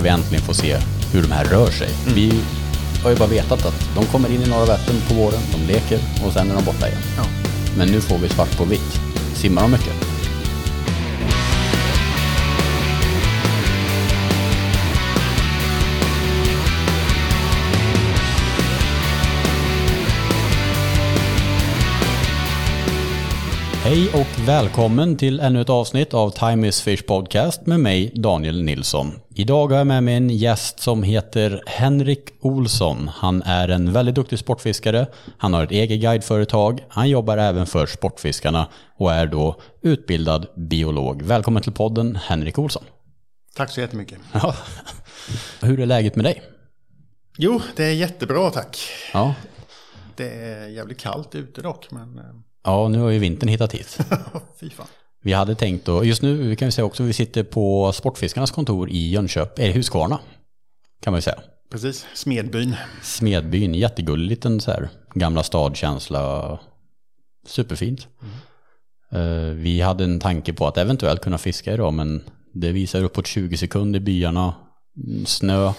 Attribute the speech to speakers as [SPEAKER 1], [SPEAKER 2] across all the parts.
[SPEAKER 1] ska vi äntligen få se hur de här rör sig. Vi har ju bara vetat att de kommer in i Norra Vättern på våren, de leker och sen är de borta igen.
[SPEAKER 2] Ja.
[SPEAKER 1] Men nu får vi svart på vitt. Simmar de mycket? Hej och välkommen till ännu ett avsnitt av Time is Fish Podcast med mig, Daniel Nilsson. Idag har jag med mig en gäst som heter Henrik Olsson. Han är en väldigt duktig sportfiskare. Han har ett eget guideföretag. Han jobbar även för Sportfiskarna och är då utbildad biolog. Välkommen till podden, Henrik Olsson.
[SPEAKER 2] Tack så jättemycket.
[SPEAKER 1] Ja. Hur är läget med dig?
[SPEAKER 2] Jo, det är jättebra, tack.
[SPEAKER 1] Ja.
[SPEAKER 2] Det är jävligt kallt ute dock, men...
[SPEAKER 1] Ja, nu har ju vintern hittat hit.
[SPEAKER 2] Fy fan.
[SPEAKER 1] Vi hade tänkt att, just nu kan vi säga också, vi sitter på Sportfiskarnas kontor i Jönköping, Huskvarna kan man ju säga.
[SPEAKER 2] Precis, Smedbyn.
[SPEAKER 1] Smedbyn, jättegullig liten så här gamla stadkänsla, superfint. Vi hade en tanke på att eventuellt kunna fiska idag, men det visar uppåt 20 sekunder i byarna, snö.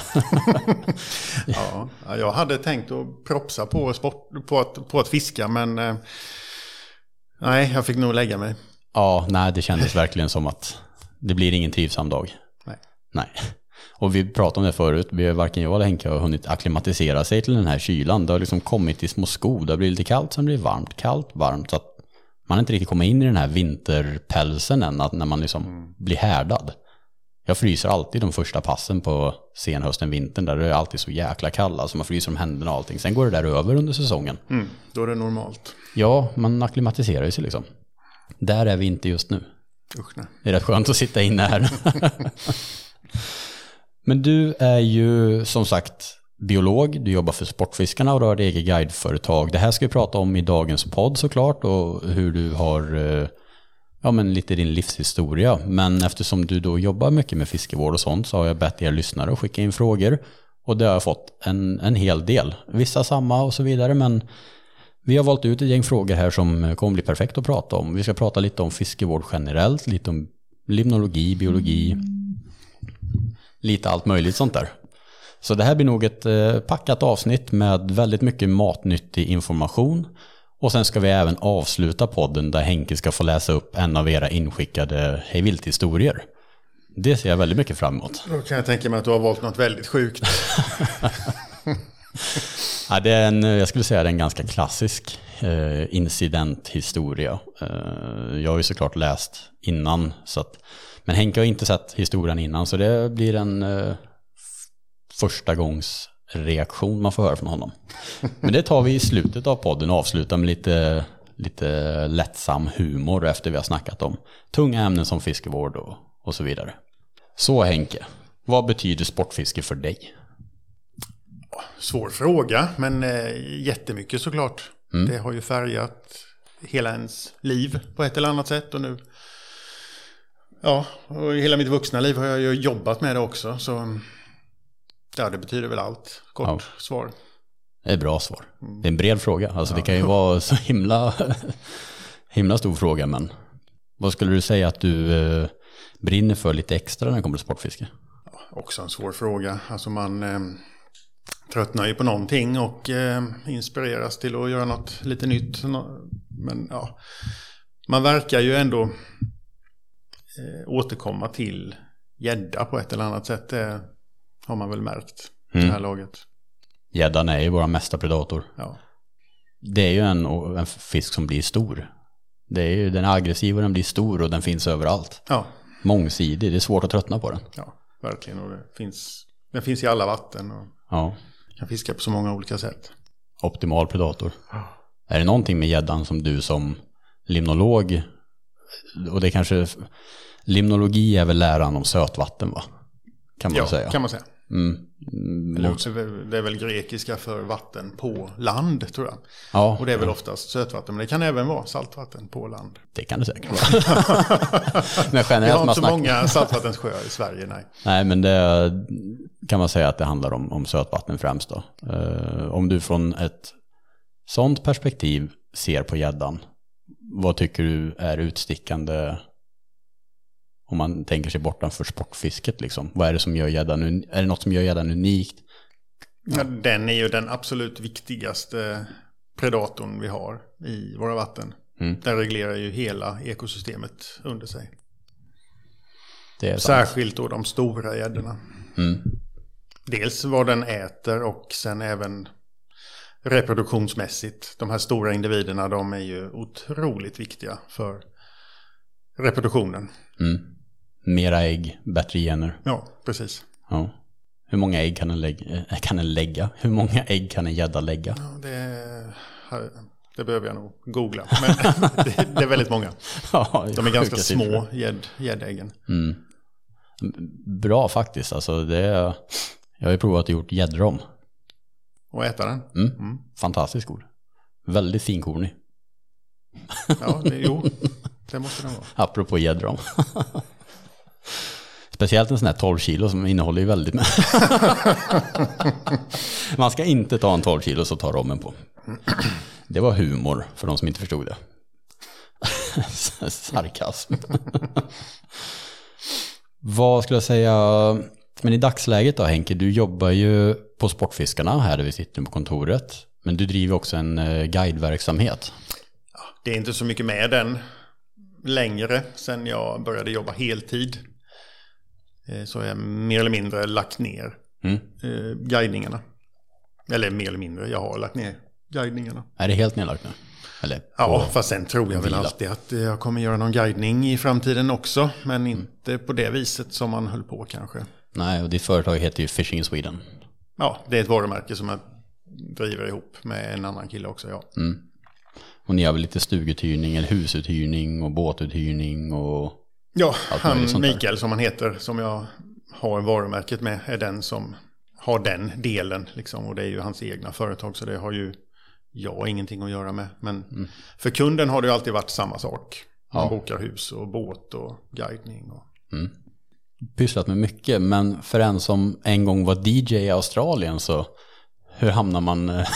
[SPEAKER 2] Ja, jag hade tänkt att propsa på att fiska, men nej, jag fick nog lägga mig.
[SPEAKER 1] Ja, nej, det kändes verkligen som att det blir ingen trivsam dag. Nej. Och vi pratade om det förut, varken jag eller Henke har hunnit akklimatisera sig till den här kylan. Det har liksom kommit i små skor, det blir lite kallt, sen blir det varmt, kallt, varmt. Så att man inte riktigt kommer in i den här vinterpälsen än, att när man liksom blir härdad. Jag fryser alltid de första passen på senhösten, vintern, där det är alltid så jäkla kalla, så man fryser om händerna och allting. Sen går det där över under säsongen.
[SPEAKER 2] Då är det normalt.
[SPEAKER 1] Ja, man akklimatiserar sig liksom. Där är vi inte just nu.
[SPEAKER 2] Usch, nej.
[SPEAKER 1] Det är rätt skönt att sitta inne här. Men du är ju som sagt biolog, du jobbar för Sportfiskarna och du har ett eget guideföretag. Det här ska vi prata om i dagens podd såklart, och hur du har lite din livshistoria. Men eftersom du då jobbar mycket med fiskevård och sånt, så har jag bett er lyssnare att skicka in frågor. Och det har jag fått en hel del. Vissa samma och så vidare, men vi har valt ut ett gäng frågor här som kommer bli perfekt att prata om. Vi ska prata lite om fiskevård generellt, lite om limnologi, biologi, lite allt möjligt sånt där. Så det här blir nog ett packat avsnitt med väldigt mycket matnyttig information. Och sen ska vi även avsluta podden där Henke ska få läsa upp en av era inskickade hejvilthistorier. Det ser jag väldigt mycket fram emot.
[SPEAKER 2] Då kan jag tänka mig att du har valt något väldigt sjukt.
[SPEAKER 1] Ja, det är jag skulle säga det är en ganska klassisk incidenthistoria. Jag har ju såklart läst innan, men Henke har inte sett historien innan, så det blir en första gångs reaktion man får höra från honom. Men det tar vi i slutet av podden och avslutar med lite lättsam humor efter vi har snackat om tunga ämnen som fiskevård och så vidare. Så Henke, vad betyder sportfiske för dig?
[SPEAKER 2] Svår fråga, men jättemycket såklart. Det har ju färgat hela ens liv på ett eller annat sätt, och nu och hela mitt vuxna liv har jag ju jobbat med det också, så ja, det betyder väl allt. Kort svar.
[SPEAKER 1] Det är ett bra svar. Det är en bred fråga. Alltså det kan ju vara så himla stor fråga, men vad skulle du säga att du brinner för lite extra när det kommer till sportfiske?
[SPEAKER 2] Också en svår fråga. Alltså man tröttnar ju på någonting och inspireras till att göra något lite nytt. Men ja, man verkar ju ändå återkomma till gädda på ett eller annat sätt. Det har man väl märkt det här laget.
[SPEAKER 1] Gäddan är ju vår mesta predator.
[SPEAKER 2] Ja.
[SPEAKER 1] Det är ju en fisk som blir stor. Den är aggressiv och den blir stor och den finns överallt.
[SPEAKER 2] Ja.
[SPEAKER 1] Mångsidig, det är svårt att tröttna på den.
[SPEAKER 2] Ja, verkligen. Och den finns i alla vatten och kan fiska på så många olika sätt.
[SPEAKER 1] Optimal predator. Ja. Är det någonting med gäddan som du som limnolog, och det kanske, limnologi är väl läran om sötvatten, va? Kan man säga.
[SPEAKER 2] Ja, kan man säga. Det är väl grekiska för vatten på land, tror jag. Ja, och det är väl oftast sötvatten, men det kan även vara saltvatten på land.
[SPEAKER 1] Det kan det säkert vara. Men generellt,
[SPEAKER 2] vi har inte så många saltvattensjöar i Sverige, nej.
[SPEAKER 1] Nej, men det kan man säga att det handlar om sötvatten främst då. Om du från ett sånt perspektiv ser på gäddan, vad tycker du är utstickande Om man tänker sig bortanför sportfisket liksom. Vad är det som gör gäddan? Är det något som gör gäddan unikt?
[SPEAKER 2] Ja, den är ju den absolut viktigaste predatorn vi har i våra vatten. Den reglerar ju hela ekosystemet under sig.
[SPEAKER 1] Det är
[SPEAKER 2] särskilt då de stora gäddorna. Dels vad den äter och sen även reproduktionsmässigt. De här stora individerna, de är ju otroligt viktiga för reproduktionen.
[SPEAKER 1] Mera ägg, bättre gener.
[SPEAKER 2] Ja, precis.
[SPEAKER 1] Ja. Hur många ägg kan en lägga? Hur många ägg kan en gädda lägga?
[SPEAKER 2] Ja, det behöver jag nog googla. Men det är väldigt många.
[SPEAKER 1] Ja,
[SPEAKER 2] de är ganska små, gäddäggen.
[SPEAKER 1] Bra faktiskt. Alltså jag har ju provat att gjort gäddrom.
[SPEAKER 2] Och äta den?
[SPEAKER 1] Fantastiskt god. Väldigt finkornig.
[SPEAKER 2] Ja, det måste den vara.
[SPEAKER 1] Apropå gäddrom. Speciellt en sån här 12 kilo som innehåller ju väldigt mycket. Man ska inte ta en 12 kilo så tar rommen på. Det var humor för de som inte förstod det. Sarkasm. Vad skulle jag säga? Men i dagsläget då Henke, du jobbar ju på Sportfiskarna här där vi sitter på kontoret. Men du driver också en guideverksamhet.
[SPEAKER 2] Ja, det är inte så mycket med den längre sen jag började jobba heltid. Så jag mer eller mindre lagt ner guidningarna. Eller mer eller mindre, jag har lagt ner guidningarna.
[SPEAKER 1] Är det helt nedlagt nu? Eller
[SPEAKER 2] ja, fast sen tror jag väl alltid att jag kommer göra någon guidning i framtiden också. Men inte på det viset som man höll på kanske.
[SPEAKER 1] Nej, och ditt företag heter ju Fishing Sweden.
[SPEAKER 2] Ja, det är ett varumärke som jag driver ihop med en annan kille också, ja.
[SPEAKER 1] Och ni har väl lite stuguthyrning eller husuthyrning och båtuthyrning och...
[SPEAKER 2] Ja, han Mikael som han heter, som jag har varumärket med, är den som har den delen liksom. Och det är ju hans egna företag, så det har ju jag ingenting att göra med. Men för kunden har det ju alltid varit samma sak. Man bokar hus och båt och guidning. Och...
[SPEAKER 1] Pysslat med mycket, men för en som en gång var DJ i Australien så hur hamnar man här?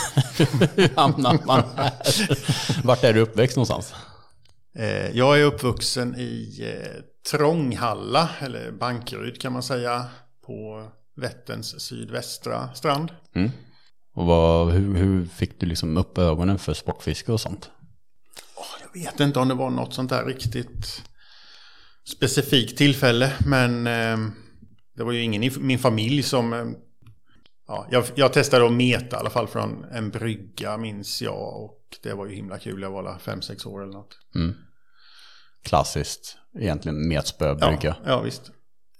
[SPEAKER 1] Vart är du uppväxt någonstans?
[SPEAKER 2] Jag är uppvuxen i Trånghalla, eller Bankeryd kan man säga, på Vätterns sydvästra strand.
[SPEAKER 1] Och hur fick du liksom upp ögonen för sportfiske och sånt?
[SPEAKER 2] Jag vet inte om det var något sånt där riktigt specifikt tillfälle, men det var ju ingen i min familj som... Jag testade att meta i alla fall från en brygga minns jag, och det var ju himla kul. Jag var 5-6 år eller något.
[SPEAKER 1] Klassiskt, egentligen metspöbrygga.
[SPEAKER 2] Ja, visst.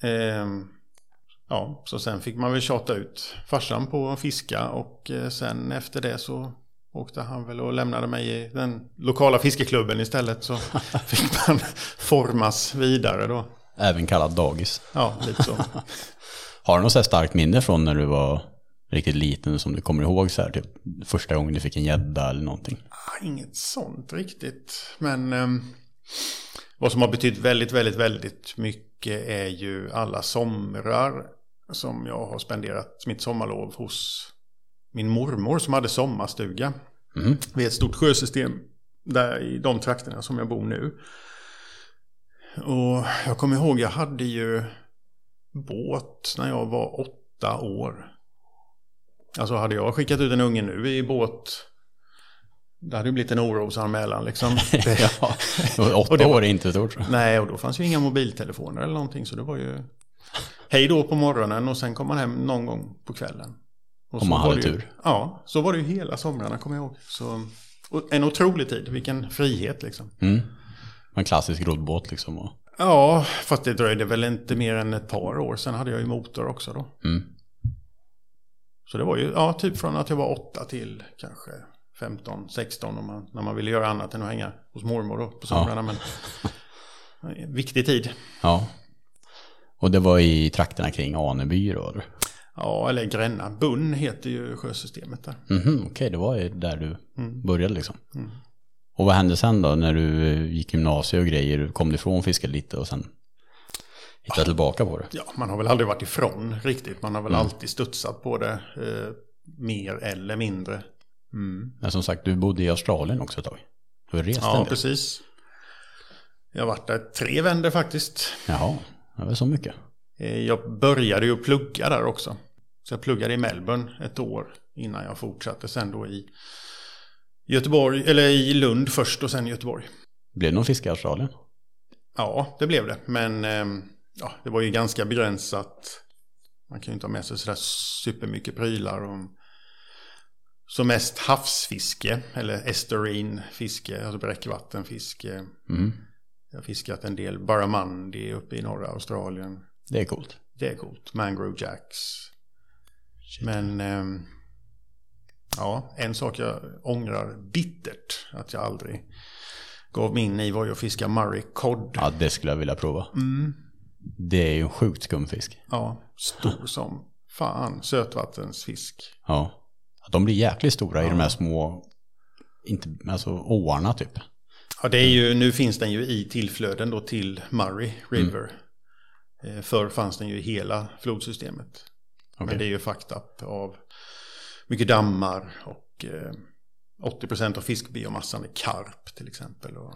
[SPEAKER 2] Så sen fick man väl tjata ut farsan på att fiska, och sen efter det så åkte han väl och lämnade mig i den lokala fiskeklubben istället, så fick man formas vidare då.
[SPEAKER 1] Även kallad dagis.
[SPEAKER 2] Ja, lite så.
[SPEAKER 1] Har du något så här starkt minne från när du var riktigt liten som du kommer ihåg så här, typ första gången du fick en gädda eller någonting?
[SPEAKER 2] Inget sånt riktigt, men vad som har betytt väldigt, väldigt, väldigt mycket är ju alla somrar som jag har spenderat mitt sommarlov hos min mormor som hade sommarstuga vid ett stort sjösystem där i de trakterna som jag bor nu. Och jag kommer ihåg, jag hade ju båt när jag var 8 år. Alltså hade jag skickat ut en unge nu i båt, det hade ju blivit en orosanmälan liksom.
[SPEAKER 1] 8 år är inte stort.
[SPEAKER 2] Nej, och då fanns ju inga mobiltelefoner eller någonting, så det var ju hej då på morgonen och sen kom man hem någon gång på kvällen. Och
[SPEAKER 1] om man hade tur.
[SPEAKER 2] Ja, så var det ju hela somrarna, kommer jag ihåg. Så, en otrolig tid, vilken frihet liksom.
[SPEAKER 1] En klassisk roddbåt liksom. Och...
[SPEAKER 2] Ja, fast det dröjde väl inte mer än ett par år. Sen hade jag ju motor också då. Så det var ju typ från att jag var 8 till kanske 15, 16 när man ville göra annat än att hänga hos mormor då på somrarna. Men viktig tid.
[SPEAKER 1] Ja. Och det var i trakterna kring Aneby då? Eller?
[SPEAKER 2] Ja, eller Gränna. Bunn heter ju sjösystemet där.
[SPEAKER 1] Okej, det var ju där du började liksom. Och vad hände sen då när du gick gymnasiet och grejer? Kom du ifrån fiska lite och sen hittade tillbaka på det? Ja,
[SPEAKER 2] man har väl aldrig varit ifrån riktigt. Man har väl alltid studsat på det mer eller mindre.
[SPEAKER 1] Men som sagt, du bodde i Australien också ett tag. Du reste
[SPEAKER 2] precis. Jag har varit där 3 vändor faktiskt.
[SPEAKER 1] Jaha. Det var så mycket.
[SPEAKER 2] Jag började ju plugga där också. Så jag pluggade i Melbourne ett år innan jag fortsatte sen då i Göteborg, eller i Lund först och sen i Göteborg.
[SPEAKER 1] Blev det någon fiske i Australien?
[SPEAKER 2] Ja, det blev det. Men det var ju ganska begränsat. Man kan ju inte ha med sig sådär supermycket prylar. Så mest havsfiske, eller estuarinefiske, alltså bräckvattenfiske. Jag har fiskat en del barramundi uppe i norra Australien.
[SPEAKER 1] Det är coolt.
[SPEAKER 2] Det är coolt. Mangrove jacks. Shit. Men en sak jag ångrar bittert att jag aldrig gav mig in i var ju att fiska Murray cod.
[SPEAKER 1] Ja, det skulle jag vilja prova. Det är ju en sjukt skumfisk.
[SPEAKER 2] Ja, stor som fan. Sötvattensfisk.
[SPEAKER 1] Ja. De blir jäkligt stora i de här små, åarna typ.
[SPEAKER 2] Ja, det är ju, nu finns den ju i tillflöden då till Murray River. Förr fanns den ju i hela flodsystemet. Okay. Men det är ju fucked up av mycket dammar och 80% av fiskbiomassan är karp till exempel. Och,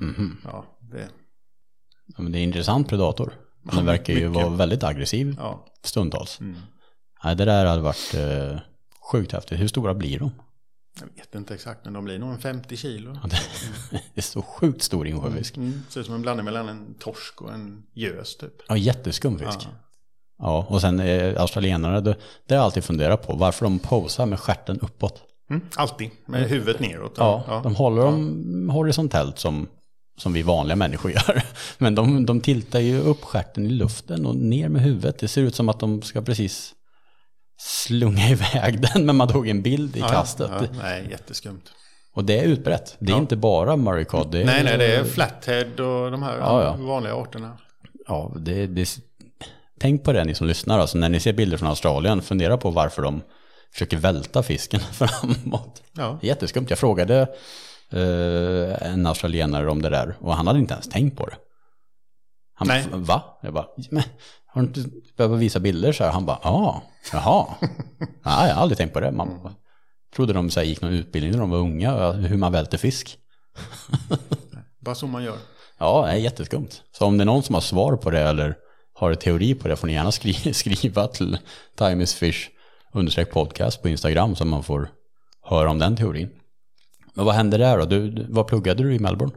[SPEAKER 1] men det är en intressant predator. Den verkar ju vara väldigt aggressiv stundtals. Nej, det där hade varit sjukt häftigt. Hur stora blir de?
[SPEAKER 2] Jag vet inte exakt, men de blir nog en 50 kilo.
[SPEAKER 1] Ja, det är så sjukt stor insjöfisk.
[SPEAKER 2] Ser ut som en blandning mellan en torsk och en gös typ.
[SPEAKER 1] Ja, jätteskum fisk. Ja, och sen australienare, det har jag alltid funderat på. Varför de posar med stjärten uppåt.
[SPEAKER 2] Alltid, med huvudet neråt.
[SPEAKER 1] Ja, de håller dem horisontellt som vi vanliga människor gör. Men de tiltar ju upp stjärten i luften och ner med huvudet. Det ser ut som att de ska precis slunga iväg den, men man tog en bild i kastet.
[SPEAKER 2] Nej, jätteskumt.
[SPEAKER 1] Och det är utbrett. Det är inte bara Murray cod.
[SPEAKER 2] Nej, det är flathead och de här vanliga arterna.
[SPEAKER 1] Ja, tänk på det ni som lyssnar. Alltså, när ni ser bilder från Australien, fundera på varför de försöker välta fisken framåt. Ja. Jätteskumt. Jag frågade en australienare om det där och han hade inte ens tänkt på det. Han bara, va? Jag bara, men har du inte behövt visa bilder så här? Han bara, jaha. Nej, jag har aldrig tänkt på det. Man trodde de så här, gick någon utbildning när de var unga, hur man välter fisk.
[SPEAKER 2] Bara så man gör.
[SPEAKER 1] Ja, det är jätteskumt. Så om det är någon som har svar på det eller har en teori på det får ni gärna skriva till timeisfish_podcast på Instagram så man får höra om den teorin. Men vad hände där då? Vad pluggade du i Melbourne?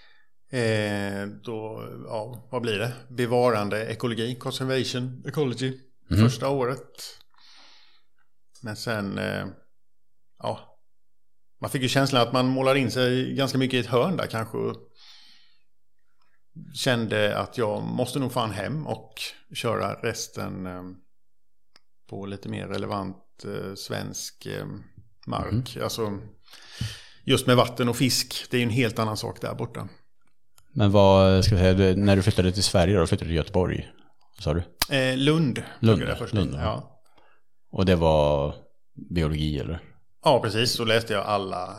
[SPEAKER 2] Vad blir det? Bevarande ekologi, conservation ecology, första året. Men sen, man fick ju känslan att man målar in sig ganska mycket i ett hörn där kanske. Kände att jag måste nog fan hem och köra resten på lite mer relevant svensk mark. Alltså just med vatten och fisk, det är ju en helt annan sak där borta.
[SPEAKER 1] Men vad ska jag säga, när du flyttade till Sverige då flyttade du till Göteborg, sa du?
[SPEAKER 2] Lund.
[SPEAKER 1] Lund, ja. Och det var biologi eller? Ja,
[SPEAKER 2] precis. Så läste jag alla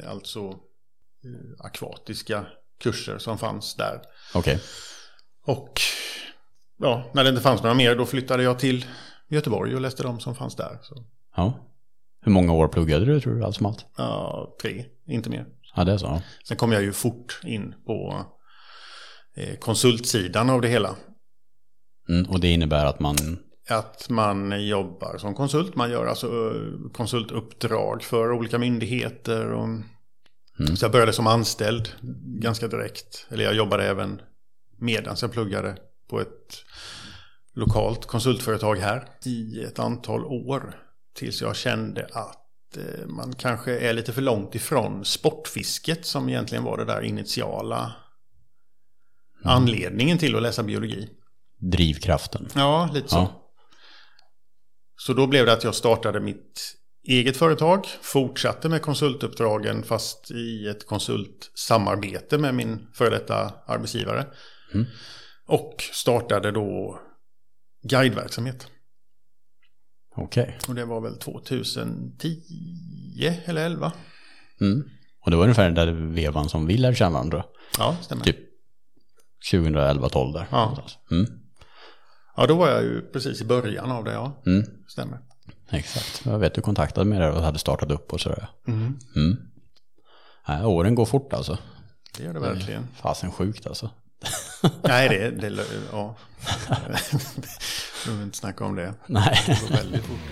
[SPEAKER 2] akvatiska kurser som fanns där.
[SPEAKER 1] Okej.
[SPEAKER 2] Och när det inte fanns några mer då flyttade jag till Göteborg och läste de som fanns där. Så.
[SPEAKER 1] Ja. Hur många år pluggade du tror du allt som allt?
[SPEAKER 2] 3, inte mer.
[SPEAKER 1] Ja, det är så.
[SPEAKER 2] Sen kom jag ju fort in på konsultsidan av det hela.
[SPEAKER 1] Och det innebär att
[SPEAKER 2] man jobbar som konsult. Man gör alltså konsultuppdrag för olika myndigheter. Och så jag började som anställd ganska direkt. Eller jag jobbade även medan jag pluggade på ett lokalt konsultföretag här i ett antal år. Tills jag kände att man kanske är lite för långt ifrån sportfisket som egentligen var det där initiala anledningen till att läsa biologi.
[SPEAKER 1] Drivkraften.
[SPEAKER 2] Ja, lite så. Ja. Så då blev det att jag startade mitt eget företag, fortsatte med konsultuppdragen fast i ett konsultsamarbete med min före detta arbetsgivare. Och startade då guideverksamhet.
[SPEAKER 1] Okej.
[SPEAKER 2] Och det var väl 2010 eller 11.
[SPEAKER 1] Och det var ungefär den där vevan som vi lärde känna varandra.
[SPEAKER 2] Ja, stämmer.
[SPEAKER 1] Typ 2011-12 där.
[SPEAKER 2] Ja. Ja, då var jag ju precis i början av det, Stämmer.
[SPEAKER 1] Exakt. Jag vet du kontaktade med det och hade startat upp och sådär. Nej, åren går fort alltså.
[SPEAKER 2] Det gör det verkligen.
[SPEAKER 1] Fasen sjukt alltså.
[SPEAKER 2] Nej, ja. Jag vill inte snacka om det.
[SPEAKER 1] Nej.
[SPEAKER 2] Det går väldigt fort.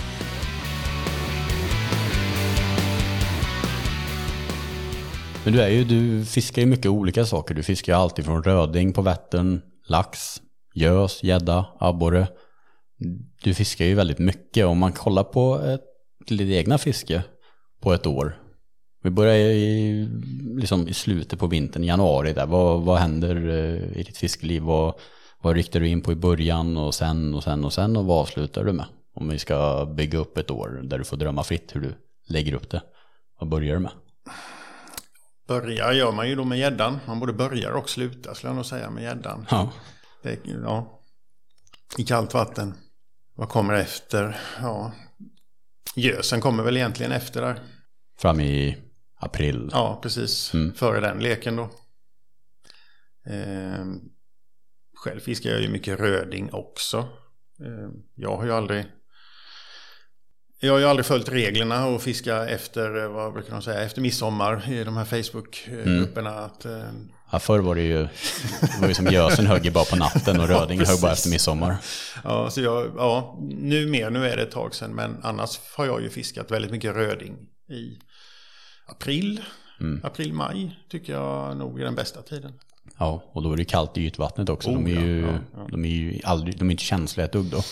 [SPEAKER 1] Men du fiskar ju mycket olika saker. Du fiskar ju alltid från röding på Vättern, lax, gös, gädda, abborre. Du fiskar ju väldigt mycket. Om man kollar på ditt egna fiske på ett år. Vi börjar liksom i slutet på vintern, januari där. Vad händer i ditt fiskeliv? Vad riktar du in på i början och sen och vad avslutar du med? Om vi ska bygga upp ett år där du får drömma fritt hur du lägger upp det. Vad börjar du med?
[SPEAKER 2] Börjar gör man ju då med gäddan. Man både börjar och slutar, skulle jag nog säga, med gäddan.
[SPEAKER 1] Ja.
[SPEAKER 2] Ja. I kallt vatten. Vad kommer efter? Ja. Gösen kommer väl egentligen efter där.
[SPEAKER 1] Fram i april.
[SPEAKER 2] Ja, precis. Före den leken då. Själv fiskar jag ju mycket röding också. Jag har ju aldrig följt reglerna och fiska efter, vad brukar de säga, efter midsommar i de här Facebook-grupperna.
[SPEAKER 1] Ja, förr var det ju som gösen högg bara på natten och röding högg bara efter midsommar.
[SPEAKER 2] Ja, så nu är det ett tag sedan, men annars har jag ju fiskat väldigt mycket röding i april-maj tycker jag nog är den bästa tiden.
[SPEAKER 1] Ja, och då är det kallt i ytvattnet också. De är inte känsliga ett dugg då.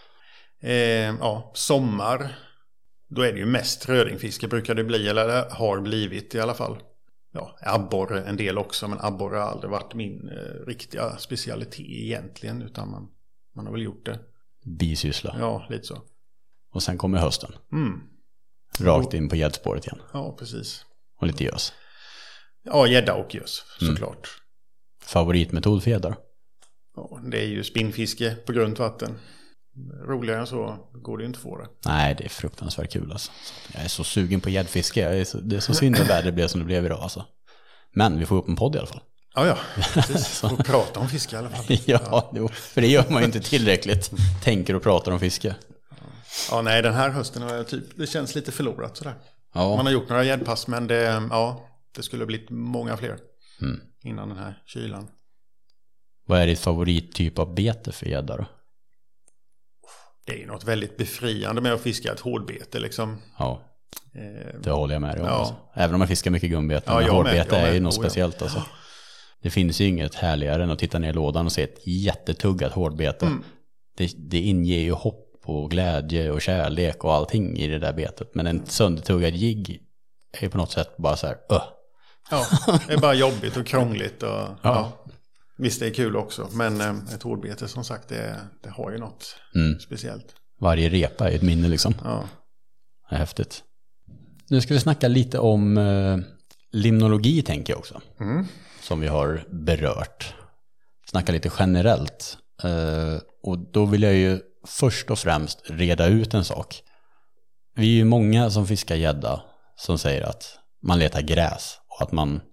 [SPEAKER 2] Sommar, då är det ju mest rödingfiske brukar det bli, eller det har blivit i alla fall. Ja, abborre en del också, men abborre har aldrig varit min riktiga specialitet egentligen, utan man har väl gjort det.
[SPEAKER 1] Bisyssla.
[SPEAKER 2] Ja, lite så.
[SPEAKER 1] Och sen kommer hösten. Rakt in på gäddspåret igen.
[SPEAKER 2] Ja, precis.
[SPEAKER 1] Och lite gös.
[SPEAKER 2] Ja, gädda och gös, såklart.
[SPEAKER 1] Favoritmetod för gäddar?
[SPEAKER 2] Ja, det är ju spinnfiske på grunt vatten. Roligare än så går det ju inte att få det.
[SPEAKER 1] Nej, det är fruktansvärt kul alltså. Jag är så sugen på gäddfiske. Det är så synd att vädret blev som det blev idag alltså. Men vi får upp en podd i alla fall.
[SPEAKER 2] Ja, precis. Och prata om fiske i alla fall.
[SPEAKER 1] Ja, för det gör man ju inte tillräckligt. Tänker och pratar om fiske.
[SPEAKER 2] Ja, nej, den här hösten har det känns lite förlorat sådär.
[SPEAKER 1] Ja.
[SPEAKER 2] Man har gjort några gäddpass, men det skulle ha blivit många fler innan den här kylan.
[SPEAKER 1] Vad är ditt favorittyp av bete för gädda då?
[SPEAKER 2] Det är ju något väldigt befriande med att fiska ett hårdbete liksom.
[SPEAKER 1] Ja, det håller jag med dig om. Alltså. Även om man fiskar mycket gumbete. Men hårdbete är ju något speciellt alltså. Det finns ju inget härligare än att titta ner i lådan och se ett jättetuggat hårdbete. Det inger ju hopp och glädje och kärlek och allting i det där betet. Men en söndertuggad jigg är ju på något sätt bara så här.
[SPEAKER 2] Ja, det är bara jobbigt och krångligt. Och, visst, det är kul också. Men ett hårdbete som sagt, det har ju något speciellt.
[SPEAKER 1] Varje repa är ett minne liksom.
[SPEAKER 2] Ja.
[SPEAKER 1] Det är häftigt. Nu ska vi snacka lite om limnologi tänker jag också. Som vi har berört. Snacka lite generellt. Och då vill jag ju först och främst reda ut en sak. Vi är ju många som fiskar gädda som säger att man letar gräs. Och att man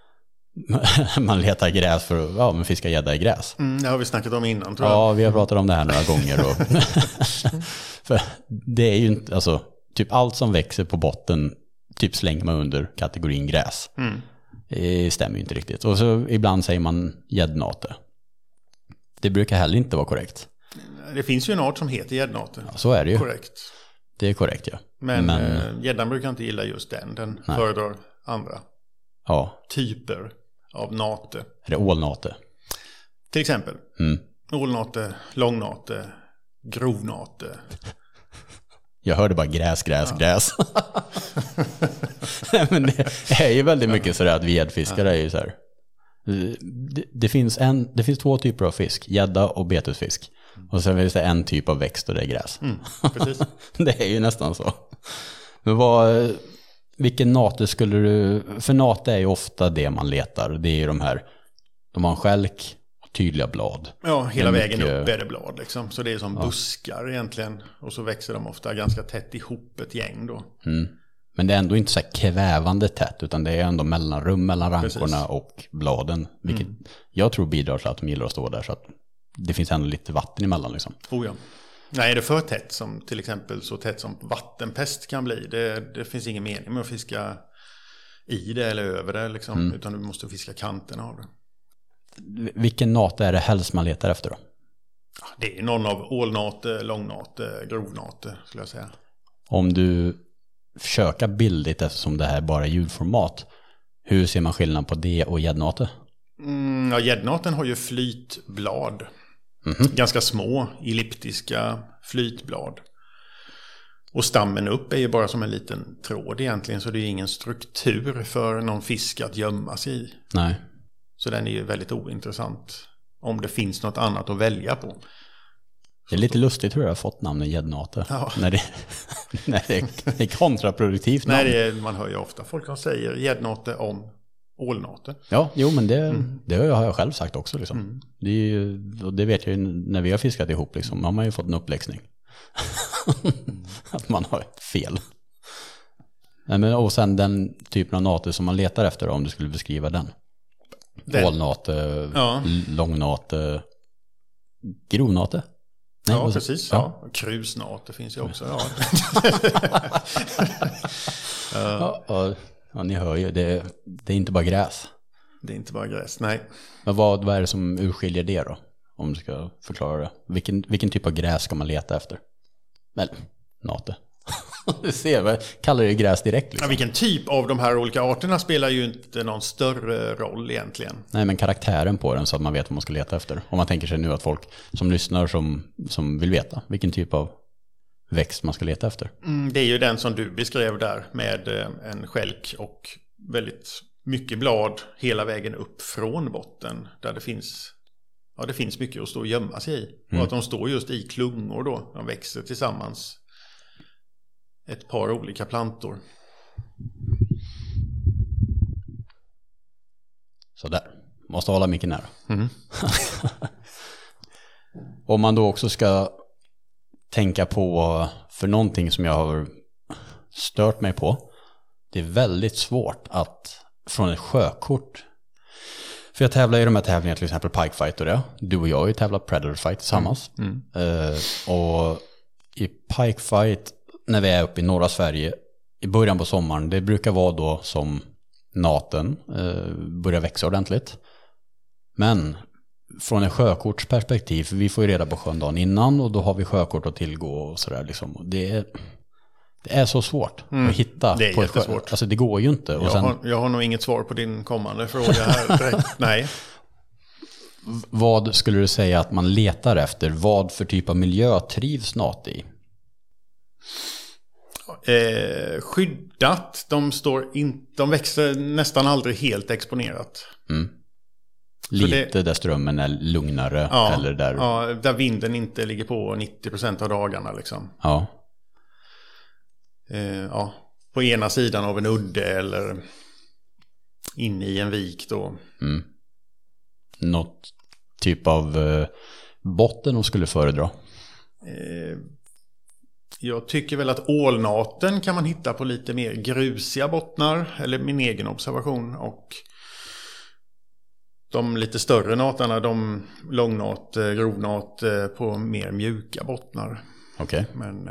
[SPEAKER 1] letar gräs för att fiska gädda i gräs.
[SPEAKER 2] Det har vi snackat om innan tror jag.
[SPEAKER 1] Ja, vi har pratat om det här några gånger. För det är ju inte, alltså typ allt som växer på botten typ slänger man under kategorin gräs. Det stämmer ju inte riktigt. Och så ibland säger man gäddnate. Det brukar heller inte vara korrekt.
[SPEAKER 2] Det finns ju en art som heter gäddnate.
[SPEAKER 1] Ja, så är det ju.
[SPEAKER 2] Korrekt.
[SPEAKER 1] Det är korrekt, ja.
[SPEAKER 2] Men gäddan brukar inte gilla just den. Den föredrar andra typer av nate.
[SPEAKER 1] Är det ålnate?
[SPEAKER 2] Till exempel. Ålnate, långnate, grovnate.
[SPEAKER 1] Jag hörde bara gräs. Men det är ju väldigt mycket så att vi gäddfiskare är ju så här. Det finns två typer av fisk, gädda och betesfisk. Och sen finns det en typ av växt och det är gräs.
[SPEAKER 2] Precis.
[SPEAKER 1] Det är ju nästan så. Men vilken nate skulle du... För nate är ju ofta det man letar. Det är ju de har en skälk och tydliga blad.
[SPEAKER 2] Ja, hela vägen upp är det blad liksom. Så det är som buskar egentligen. Och så växer de ofta ganska tätt ihop ett gäng då.
[SPEAKER 1] Men det är ändå inte så här kvävande tätt, utan det är ändå mellanrum mellan rankorna och bladen. Vilket jag tror bidrar till att de gillar att stå där, så att det finns ändå lite vatten emellan liksom.
[SPEAKER 2] Ja. Nej, är det för tätt som till exempel så tätt som vattenpest kan bli, det finns ingen mening med att fiska i det eller över det liksom, utan du måste fiska kanterna av det.
[SPEAKER 1] Vilken nate är det helst man letar efter då?
[SPEAKER 2] Det är någon av ålnate, långnate, grovnate skulle jag säga.
[SPEAKER 1] Om du försöker bildigt eftersom det här bara är ljudformat, hur ser man skillnad på det och gäddnate?
[SPEAKER 2] Ja, gäddnaten har ju flytblad. Ganska små, elliptiska flytblad. Och stammen upp är ju bara som en liten tråd egentligen, så det är ingen struktur för någon fisk att gömma sig i.
[SPEAKER 1] Nej.
[SPEAKER 2] Så den är ju väldigt ointressant om det finns något annat att välja på.
[SPEAKER 1] Det är lite lustigt hur jag har fått namnet gäddnate.
[SPEAKER 2] Ja.
[SPEAKER 1] När det är kontraproduktivt namn.
[SPEAKER 2] Nej, man hör ju ofta folk som säger gäddnate om ålnate.
[SPEAKER 1] Ja, jo men det har jag själv sagt också liksom. Det är ju, och det vet jag ju när vi har fiskat ihop liksom. Man har ju fått en uppläxning. Att man har fel. Nej, men, och sen den typen av nate som man letar efter då, om du skulle beskriva den. Ålnate, långnate, grovnate. Nej,
[SPEAKER 2] ja, precis. Ja. Krusnate finns ju också. Ja.
[SPEAKER 1] Ja, ni hör ju, det är inte bara gräs.
[SPEAKER 2] Det är inte bara gräs, nej.
[SPEAKER 1] Men vad är det som urskiljer det då? Om du ska förklara det. Vilken typ av gräs ska man leta efter? Eller, nate. Du ser, vad kallar det gräs direkt liksom.
[SPEAKER 2] Ja, vilken typ av de här olika arterna spelar ju inte någon större roll egentligen.
[SPEAKER 1] Nej, men karaktären på den så att man vet vad man ska leta efter. Om man tänker sig nu att folk som lyssnar som vill veta vilken typ av växt man ska leta efter.
[SPEAKER 2] Det är ju den som du beskrev där med en skälk och väldigt mycket blad hela vägen upp från botten där det finns mycket att stå och gömma sig i. Och att de står just i klungor då. De växer tillsammans ett par olika plantor.
[SPEAKER 1] Så där. Måste hålla mycket nära. Om man då också ska tänka på, för någonting som jag har stört mig på, det är väldigt svårt att från ett sjökort, för jag tävlar i de här tävlingarna, till exempel Pike Fight och det. Du och jag har ju tävlat Predator Fight tillsammans. Och i Pike Fight, när vi är uppe i norra Sverige i början på sommaren, det brukar vara då som naten börjar växa ordentligt. Men från en sjökortsperspektiv, för vi får ju reda på sjön dagen innan och då har vi sjökort att tillgå och sådär liksom. Det är så svårt att hitta.
[SPEAKER 2] Det är
[SPEAKER 1] på
[SPEAKER 2] jättesvårt.
[SPEAKER 1] Alltså det går ju inte. Och
[SPEAKER 2] jag har nog inget svar på din kommande fråga här direkt. Nej.
[SPEAKER 1] Vad skulle du säga att man letar efter? Vad för typ av miljö trivs nat i?
[SPEAKER 2] Skyddat. De växer nästan aldrig helt exponerat.
[SPEAKER 1] Lite där strömmen är lugnare. Eller där...
[SPEAKER 2] Ja, där vinden inte ligger på 90% av dagarna liksom.
[SPEAKER 1] Ja.
[SPEAKER 2] På ena sidan av en udde eller inne i en vik då.
[SPEAKER 1] Något typ av botten de skulle föredra?
[SPEAKER 2] Jag tycker väl att ålnaten kan man hitta på lite mer grusiga bottnar, eller min egen observation, och de lite större natarna, de långnat, grovnat, på mer mjuka bottnar.
[SPEAKER 1] Okej.
[SPEAKER 2] Men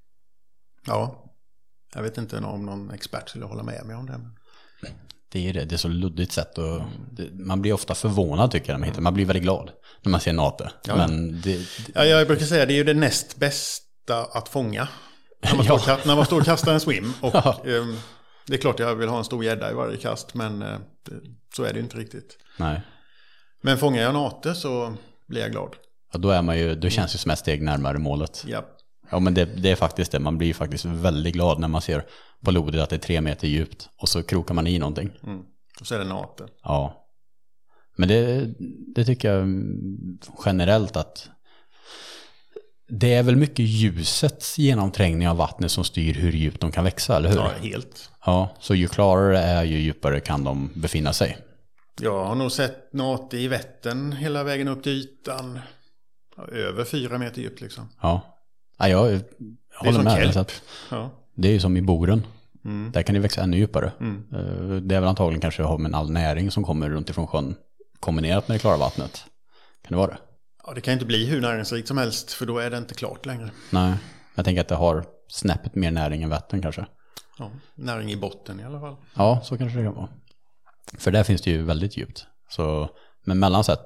[SPEAKER 2] jag vet inte om någon expert skulle hålla med mig om det.
[SPEAKER 1] Det är så luddigt sätt och man blir ofta förvånad tycker jag. Man blir väldigt glad när man ser nate.
[SPEAKER 2] Ja.
[SPEAKER 1] Men
[SPEAKER 2] jag brukar säga det är ju det näst bästa att fånga. När man står och kastar en swim. Och det är klart jag vill ha en stor gädda i varje kast, men så är det ju inte riktigt.
[SPEAKER 1] Nej.
[SPEAKER 2] Men fångar jag nate så blir jag glad.
[SPEAKER 1] Ja, då känns ju som ett steg närmare målet.
[SPEAKER 2] Ja.
[SPEAKER 1] Ja, men det är faktiskt det. Man blir faktiskt väldigt glad när man ser på lodet att det är 3 meter djupt och så krokar man i någonting.
[SPEAKER 2] Och så är det nate.
[SPEAKER 1] Ja. Men det tycker jag generellt att det är väl mycket ljusets genomträngning av vattnet som styr hur djupt de kan växa, eller hur?
[SPEAKER 2] Ja, helt.
[SPEAKER 1] Ja, så ju klarare det är, ju djupare kan de befinna sig.
[SPEAKER 2] Jag har nog sett nate i Vättern hela vägen upp till ytan. Över 4 meter djupt liksom.
[SPEAKER 1] Ja, jag håller med. Så att det är ju som i Boren. Där kan det växa ännu djupare. Det är väl antagligen kanske har med all näring som kommer runt ifrån sjön kombinerat med det klara vattnet. Kan det vara det?
[SPEAKER 2] Ja, det kan inte bli hur näringsrikt som helst, för då är det inte klart längre.
[SPEAKER 1] Nej, jag tänker att det har snäppet mer näring än Vättern kanske.
[SPEAKER 2] Ja, näring i botten i alla fall.
[SPEAKER 1] Ja, så kanske det kan vara. För där finns det ju väldigt djupt. Så Men mellan så här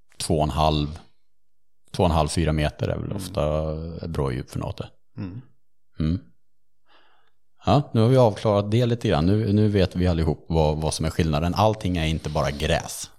[SPEAKER 1] 2,5-4 meter är väl ofta bra djup för nate. Ja, nu har vi avklarat det lite grann. Nu vet vi allihop vad som är skillnaden. Allting är inte bara gräs.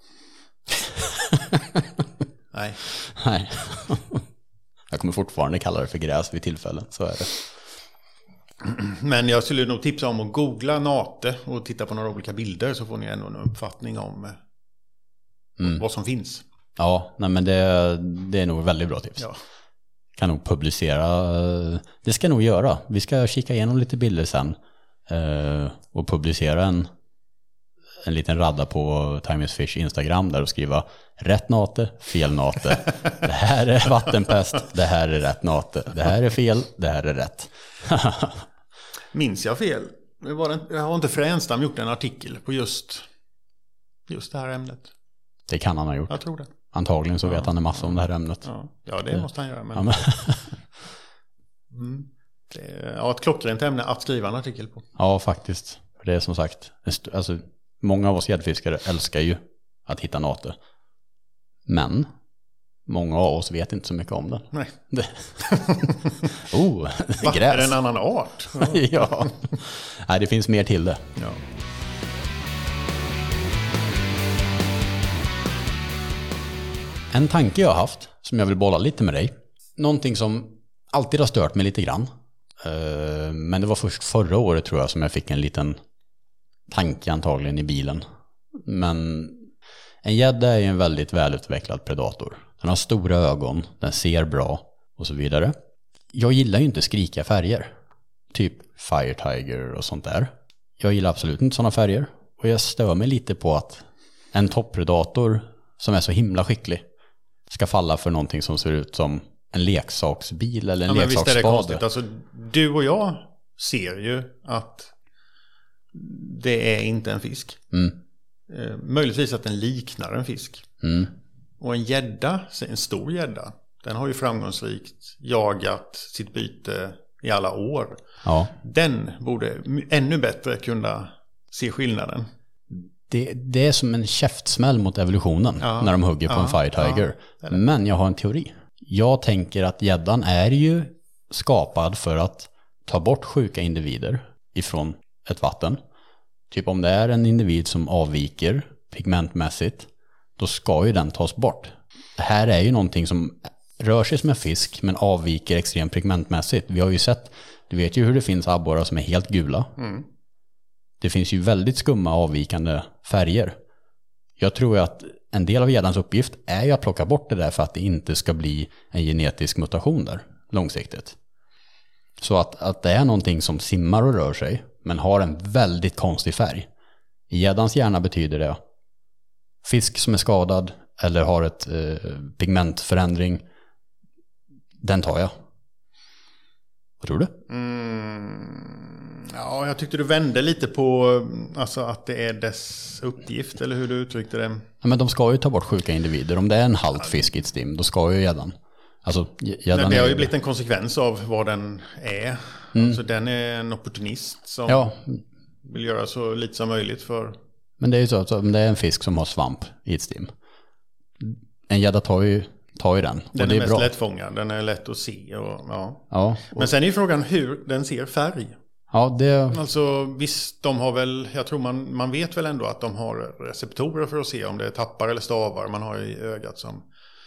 [SPEAKER 2] Nej.
[SPEAKER 1] Nej. Jag kommer fortfarande kalla det för gräs vid tillfällen, så är det.
[SPEAKER 2] Men jag skulle nog tipsa om att googla nate och titta på några olika bilder, så får ni ändå en uppfattning om vad som finns.
[SPEAKER 1] Ja, nej, men det är nog väldigt bra tips.
[SPEAKER 2] Ja.
[SPEAKER 1] Kan nog publicera, det ska nog göra. Vi ska kika igenom lite bilder sen och publicera en liten radda på Time is Fish Instagram där och skriva rätt nate, fel nate. Det här är vattenpest, det här är rätt nate. Det här är fel, det här är rätt.
[SPEAKER 2] Minns jag fel? Jag har inte Fränstam gjort en artikel på just det här ämnet.
[SPEAKER 1] Det kan han ha gjort.
[SPEAKER 2] Jag tror det.
[SPEAKER 1] Antagligen så vet han en massa om det här ämnet.
[SPEAKER 2] Ja, det måste han göra. Men... Det är ett klockrent ämne att skriva en artikel på.
[SPEAKER 1] Ja, faktiskt. Det är som sagt, alltså, många av oss gäddfiskare älskar ju att hitta nate. Men många av oss vet inte så mycket om den.
[SPEAKER 2] Nej.
[SPEAKER 1] Gräs.
[SPEAKER 2] Är det en annan art?
[SPEAKER 1] Ja. Nej, det finns mer till det.
[SPEAKER 2] Ja.
[SPEAKER 1] En tanke jag har haft som jag vill bolla lite med dig. Någonting som alltid har stört mig lite grann. Men det var först förra året tror jag som jag fick en liten tanke antagligen i bilen. Men en gädda är ju en väldigt välutvecklad predator. Den har stora ögon, den ser bra och så vidare. Jag gillar ju inte skrika färger. Typ Fire Tiger och sånt där. Jag gillar absolut inte sådana färger. Och jag stör mig lite på att en toppredator som är så himla skicklig ska falla för någonting som ser ut som en leksaksbil eller en leksaksspade.
[SPEAKER 2] Visst är det konstigt. Alltså, du och jag ser ju att det är inte en fisk. Möjligtvis att den liknar en fisk. Och en gädda, en stor gädda, den har ju framgångsrikt jagat sitt byte i alla år.
[SPEAKER 1] Ja.
[SPEAKER 2] Den borde ännu bättre kunna se skillnaden.
[SPEAKER 1] Det är som en käftsmäll mot evolutionen när de hugger på en Fire Tiger. Men jag har en teori. Jag tänker att gäddan är ju skapad för att ta bort sjuka individer ifrån ett vatten. Typ om det är en individ som avviker pigmentmässigt, då ska ju den tas bort. Det här är ju någonting som rör sig som en fisk men avviker extremt pigmentmässigt. Vi har ju sett, du vet ju hur det finns abborrar som är helt gula. Det finns ju väldigt skumma avvikande färger. Jag tror att en del av gäddans uppgift är ju att plocka bort det där för att det inte ska bli en genetisk mutation där långsiktigt. Så att det är någonting som simmar och rör sig men har en väldigt konstig färg. I gäddans hjärna betyder det fisk som är skadad eller har ett pigmentförändring, den tar jag. Vad tror du?
[SPEAKER 2] Ja, jag tyckte du vände lite på alltså att det är dess uppgift, eller hur du uttryckte det.
[SPEAKER 1] Ja, men de ska ju ta bort sjuka individer. Om det är en halt fisk i ett stim, då ska ju gäddan. Alltså, gäddan
[SPEAKER 2] det har ju blivit en konsekvens av vad den är. Alltså, den är en opportunist som vill göra så lite som möjligt för... Men
[SPEAKER 1] det är ju så att om det är en fisk som har svamp i ett stim, en gädda tar ju den.
[SPEAKER 2] Den
[SPEAKER 1] och det
[SPEAKER 2] är mest
[SPEAKER 1] bra.
[SPEAKER 2] lättfångad, den är lätt att se. Men sen är ju frågan hur den ser färg.
[SPEAKER 1] Ja,
[SPEAKER 2] Alltså visst, de har väl, jag tror man vet väl ändå att de har receptorer för att se om det är tappar eller stavar man har i ögat som...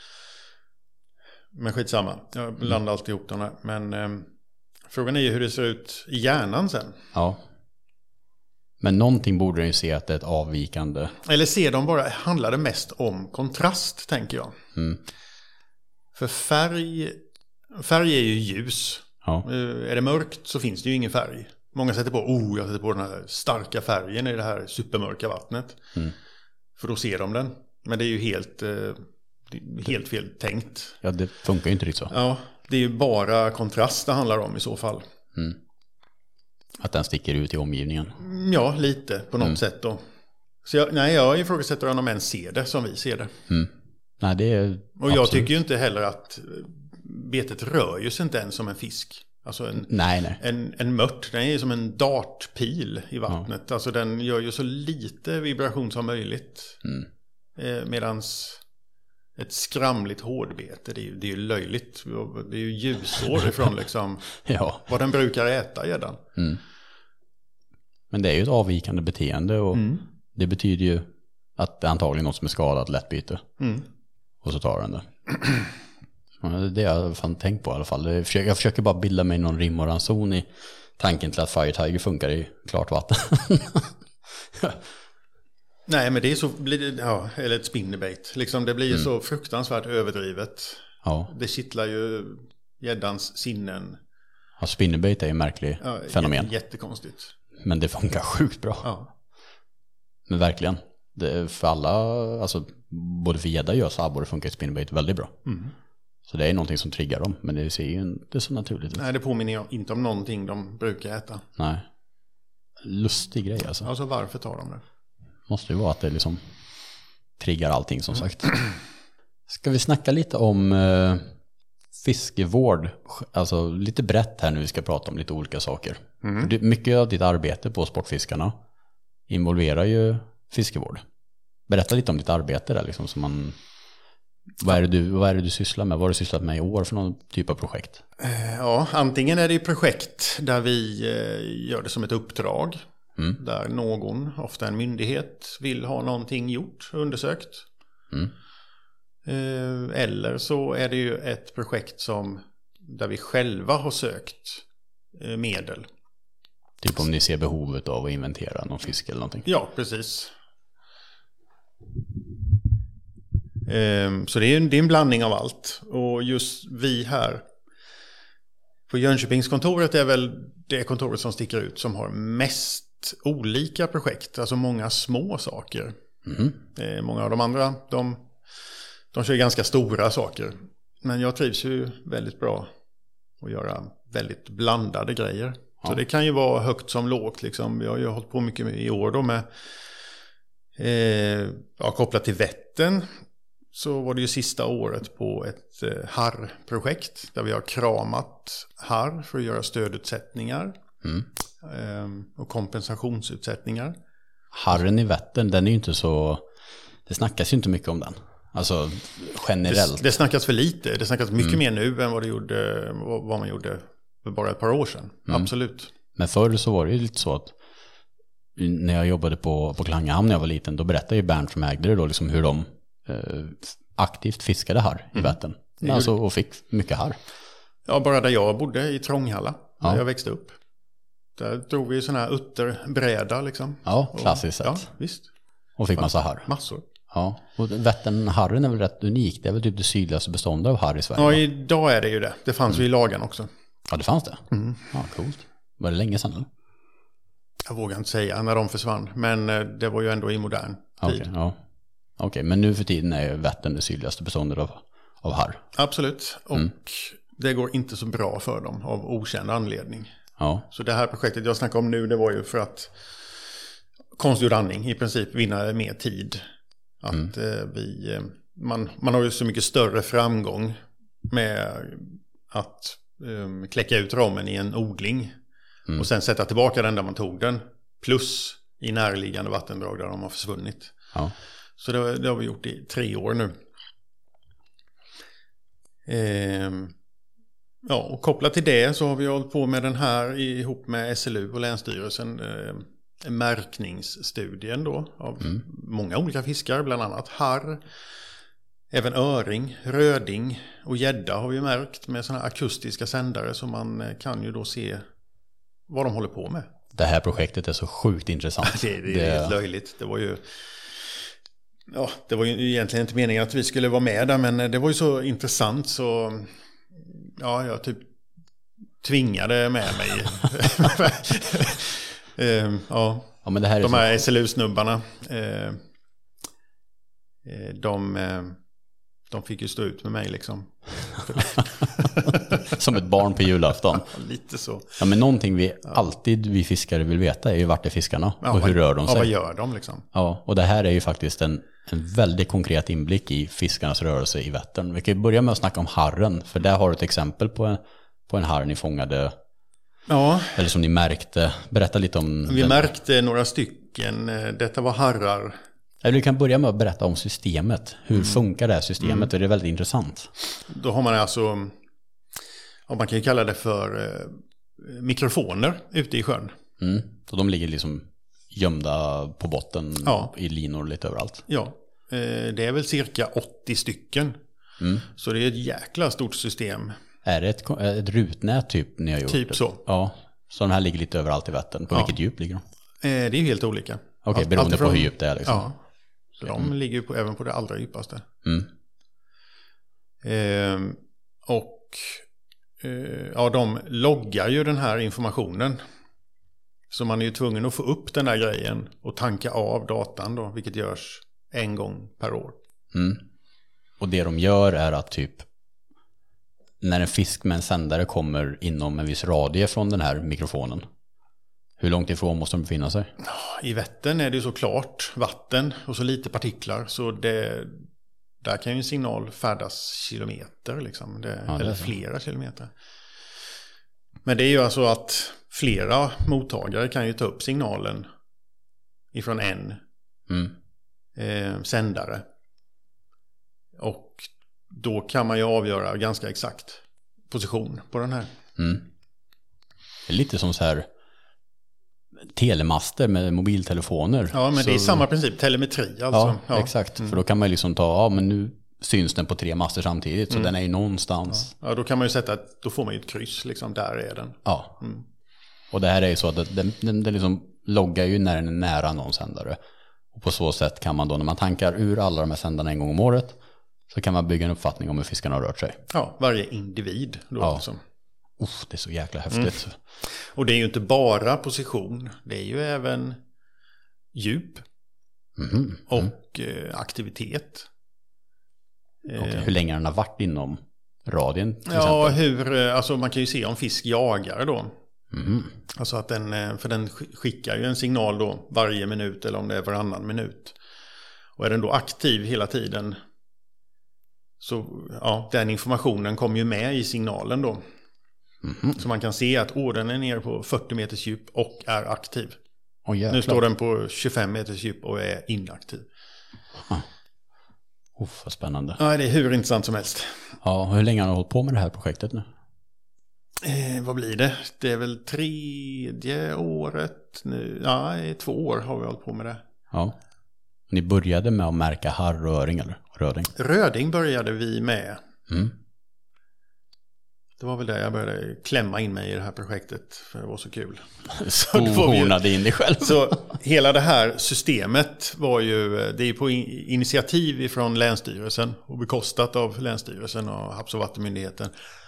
[SPEAKER 2] Men skitsamma, jag blandar alltid ihop dem här. Men frågan är ju hur det ser ut i hjärnan sen.
[SPEAKER 1] Ja. Men någonting borde den ju se att det är ett avvikande.
[SPEAKER 2] Eller ser de bara, handlar det mest om kontrast, tänker jag. För färg är ju ljus.
[SPEAKER 1] Ja.
[SPEAKER 2] Är det mörkt så finns det ju ingen färg. Många sätter på, jag sätter på den här starka färgen i det här supermörka vattnet. För då ser de den. Men det är ju helt fel tänkt.
[SPEAKER 1] Ja, det funkar ju inte riktigt så.
[SPEAKER 2] Ja, det är ju bara kontrast det handlar om i så fall.
[SPEAKER 1] Att den sticker ut i omgivningen.
[SPEAKER 2] Ja, lite på något sätt då. Så jag ifrågasätter om de ens ser det som vi ser det.
[SPEAKER 1] Nej, det är
[SPEAKER 2] och jag tycker ju inte heller att betet rör ju sig inte ens som en fisk. Alltså en mört, den är ju som en dartpil i vattnet. Alltså den gör ju så lite vibration som möjligt. Medans ett skramligt hårdbete, det är ju löjligt. Det är ju ljusår ifrån liksom vad den brukar äta gäddan.
[SPEAKER 1] Mm. Men det är ju ett avvikande beteende och det betyder ju att det är antagligen något som är skadat lättbyte. Och så tar den det. Det har jag fan tänkt på i alla fall. Jag försöker bara bilda mig någon rim och ranson i tanken till att Fire Tiger funkar i klart vatten.
[SPEAKER 2] Nej, men det är så, eller ett spinnerbait. Liksom, det blir så fruktansvärt överdrivet.
[SPEAKER 1] Ja.
[SPEAKER 2] Det kittlar ju gäddans sinnen.
[SPEAKER 1] Ja, spinnerbait är ju en märklig fenomen.
[SPEAKER 2] Jättekonstigt.
[SPEAKER 1] Men det funkar sjukt bra.
[SPEAKER 2] Ja.
[SPEAKER 1] Men verkligen. Det är för alla, alltså både för gädda och gös och abborre funkar spinnerbait väldigt bra. Så det är någonting som triggar dem. Men det ser ju inte så naturligt ut.
[SPEAKER 2] Nej, det påminner jag inte om någonting de brukar äta.
[SPEAKER 1] Nej. Lustig grej alltså.
[SPEAKER 2] Alltså varför tar de det?
[SPEAKER 1] Måste ju vara att det liksom triggar allting som sagt. Ska vi snacka lite om fiskevård? Alltså lite brett här nu, vi ska prata om lite olika saker. Mycket av ditt arbete på Sportfiskarna involverar ju fiskevård. Berätta lite om ditt arbete där liksom, så man... Vad är det du sysslar med? Vad har du sysslat med i år för någon typ av projekt?
[SPEAKER 2] Ja, antingen är det projekt där vi gör det som ett uppdrag. Där någon, ofta en myndighet, vill ha någonting gjort, undersökt. Eller så är det ju ett projekt där vi själva har sökt medel.
[SPEAKER 1] Typ om ni ser behovet av att inventera någon fisk eller någonting.
[SPEAKER 2] Ja, precis. Så det är en blandning av allt. Och just vi här på Jönköpingskontoret är väl det kontoret som sticker ut som har mest olika projekt. Alltså många små saker. Många av de andra, de kör ganska stora saker. Men jag trivs ju väldigt bra att göra väldigt blandade grejer. Ja. Så det kan ju vara högt som lågt. Liksom. Jag har ju hållit på mycket i år då med kopplat till Vättern. Så var det ju sista året på ett harrprojekt där vi har kramat harr för att göra stödutsättningar och kompensationsutsättningar.
[SPEAKER 1] Harren i Vättern, den är ju inte så... Det snackas ju inte mycket om den. Alltså generellt.
[SPEAKER 2] Det snackas för lite. Det snackas mycket mer nu än vad man gjorde för bara ett par år sedan. Absolut. Men
[SPEAKER 1] förr så var det ju lite så att när jag jobbade på Klangahamn när jag var liten, då berättade ju Bernt som ägde det då liksom hur de aktivt fiskade harr i Vättern. Alltså, och fick mycket harr. Ja, bara där jag bodde i Trånghalla, där jag växte upp. Där drog vi sådana här utterbräda liksom. Ja, klassiskt sett. Ja, visst. Och fick massa harr. Massor. Ja, och Vätternharren är väl rätt unik. Det är väl typ det sydligaste beståndet av harr i Sverige. Ja, idag är det ju det. Det fanns ju i lagen också. Ja, det fanns det? Ja, coolt. Var det länge sedan eller? Jag vågar inte säga när de försvann. Men det var ju ändå i modern tid. Ja. Okej, men nu för tiden är Vättern det sydligaste beståndet av harr. Absolut, och det går inte så bra för dem av okänd anledning. Ja. Så det här projektet jag snackar om nu, det var ju för att konstgjord andning i princip vinna mer tid. Att man har ju så mycket större framgång med att kläcka ut rommen i en odling och sen sätta tillbaka den där man tog den, plus i närliggande vattendrag där de har försvunnit. Ja. Så det har vi gjort i 3 år nu. Och kopplat till det så har vi hållit på med den här ihop med SLU och Länsstyrelsen, märkningsstudien då av många olika fiskar, bland annat harr, även öring, röding och gädda har vi märkt med sådana akustiska sändare, så man kan ju då se vad de håller på med. Det här projektet är så sjukt intressant. Det är löjligt. Det var ju egentligen inte meningen att vi skulle vara med där, men det var ju så intressant så jag typ tvingade med mig. Men det här är de här SLU-snubbarna, de fick ju stå ut med mig liksom. Som ett barn på julafton. Lite så. Ja, men någonting vi fiskare vill veta är ju vart är fiskarna och hur rör de sig. Ja, vad gör de liksom? Ja, och det här är ju faktiskt en väldigt konkret inblick i fiskarnas rörelse i Vättern. Vi kan börja med att snacka om harren, för där har du ett exempel på en harr ni fångade. Ja. Eller som ni märkte. Berätta lite om Vi märkte några stycken. Detta var harrar Eller du kan börja med att berätta om systemet. Hur funkar det här systemet? Det är väldigt intressant.
[SPEAKER 2] Då har man alltså, man kan ju kalla det för mikrofoner ute i sjön.
[SPEAKER 1] Så de ligger liksom gömda på botten i linor lite överallt.
[SPEAKER 2] Ja, det är väl cirka 80 stycken. Så det är ett jäkla stort system.
[SPEAKER 1] Är det ett rutnät typ ni har gjort?
[SPEAKER 2] Typ så.
[SPEAKER 1] Ja, så de här ligger lite överallt i Vättern. På vilket djup ligger de?
[SPEAKER 2] Det är ju helt olika.
[SPEAKER 1] Okej, beroende på hur djupt det är liksom.
[SPEAKER 2] Ja, så de ligger ju även på det allra djupaste. De loggar ju den här informationen. Så man är ju tvungen att få upp den där grejen och tanka av datan då, vilket görs en gång per år.
[SPEAKER 1] Och det de gör är att typ när en fisk med en sändare kommer inom en viss radie från den här mikrofonen, hur långt ifrån måste de befinna sig?
[SPEAKER 2] I Vättern är det ju såklart vatten och så lite partiklar, så där kan ju en signal färdas kilometer liksom, eller flera kilometer. Men det är ju alltså att flera mottagare kan ju ta upp signalen ifrån en sändare. Och då kan man ju avgöra ganska exakt position på den här.
[SPEAKER 1] Det är lite som så här telemaster med mobiltelefoner.
[SPEAKER 2] Ja, men det är samma princip, telemetri alltså.
[SPEAKER 1] Ja, exakt. För då kan man ju liksom men nu syns den på 3 master samtidigt, så den är ju någonstans.
[SPEAKER 2] Ja, då kan man ju sätta, då får man ju ett kryss liksom, där är den.
[SPEAKER 1] Ja. Och det här är ju så att den liksom loggar ju när den är nära någon sändare. Och på så sätt kan man då, när man tankar ur alla de här sändarna en gång om året, så kan man bygga en uppfattning om hur fiskarna har rört sig.
[SPEAKER 2] Ja, varje individ då alltså.
[SPEAKER 1] Det är så jäkla häftigt.
[SPEAKER 2] Och det är ju inte bara position, det är ju även djup och aktivitet.
[SPEAKER 1] Hur länge den har varit inom radien till
[SPEAKER 2] exempel? Alltså man kan ju se om fisk jagar då. Alltså att för den skickar ju en signal då varje minut, eller om det är varannan minut. Och är den då aktiv hela tiden, så den informationen kommer ju med i signalen då. Så man kan se att den är nere på 40 meters djup och är aktiv. Nu står den på 25 meters djup och är inaktiv.
[SPEAKER 1] Vad spännande.
[SPEAKER 2] Ja, det är hur intressant som helst.
[SPEAKER 1] Ja, hur länge har du hållit på med det här projektet nu?
[SPEAKER 2] Vad blir det? Det är väl 3:e året nu. Ja, 2 år har vi hållit på med det.
[SPEAKER 1] Ja. Ni började med att märka harröring eller röding?
[SPEAKER 2] Röding började vi med. Det var väl där jag började klämma in mig i det här projektet, för det var så kul.
[SPEAKER 1] Hornade in dig själv.
[SPEAKER 2] Så hela det här systemet var ju, det är på initiativ från Länsstyrelsen och bekostat av Länsstyrelsen och Havs- och vattenmyndigheten.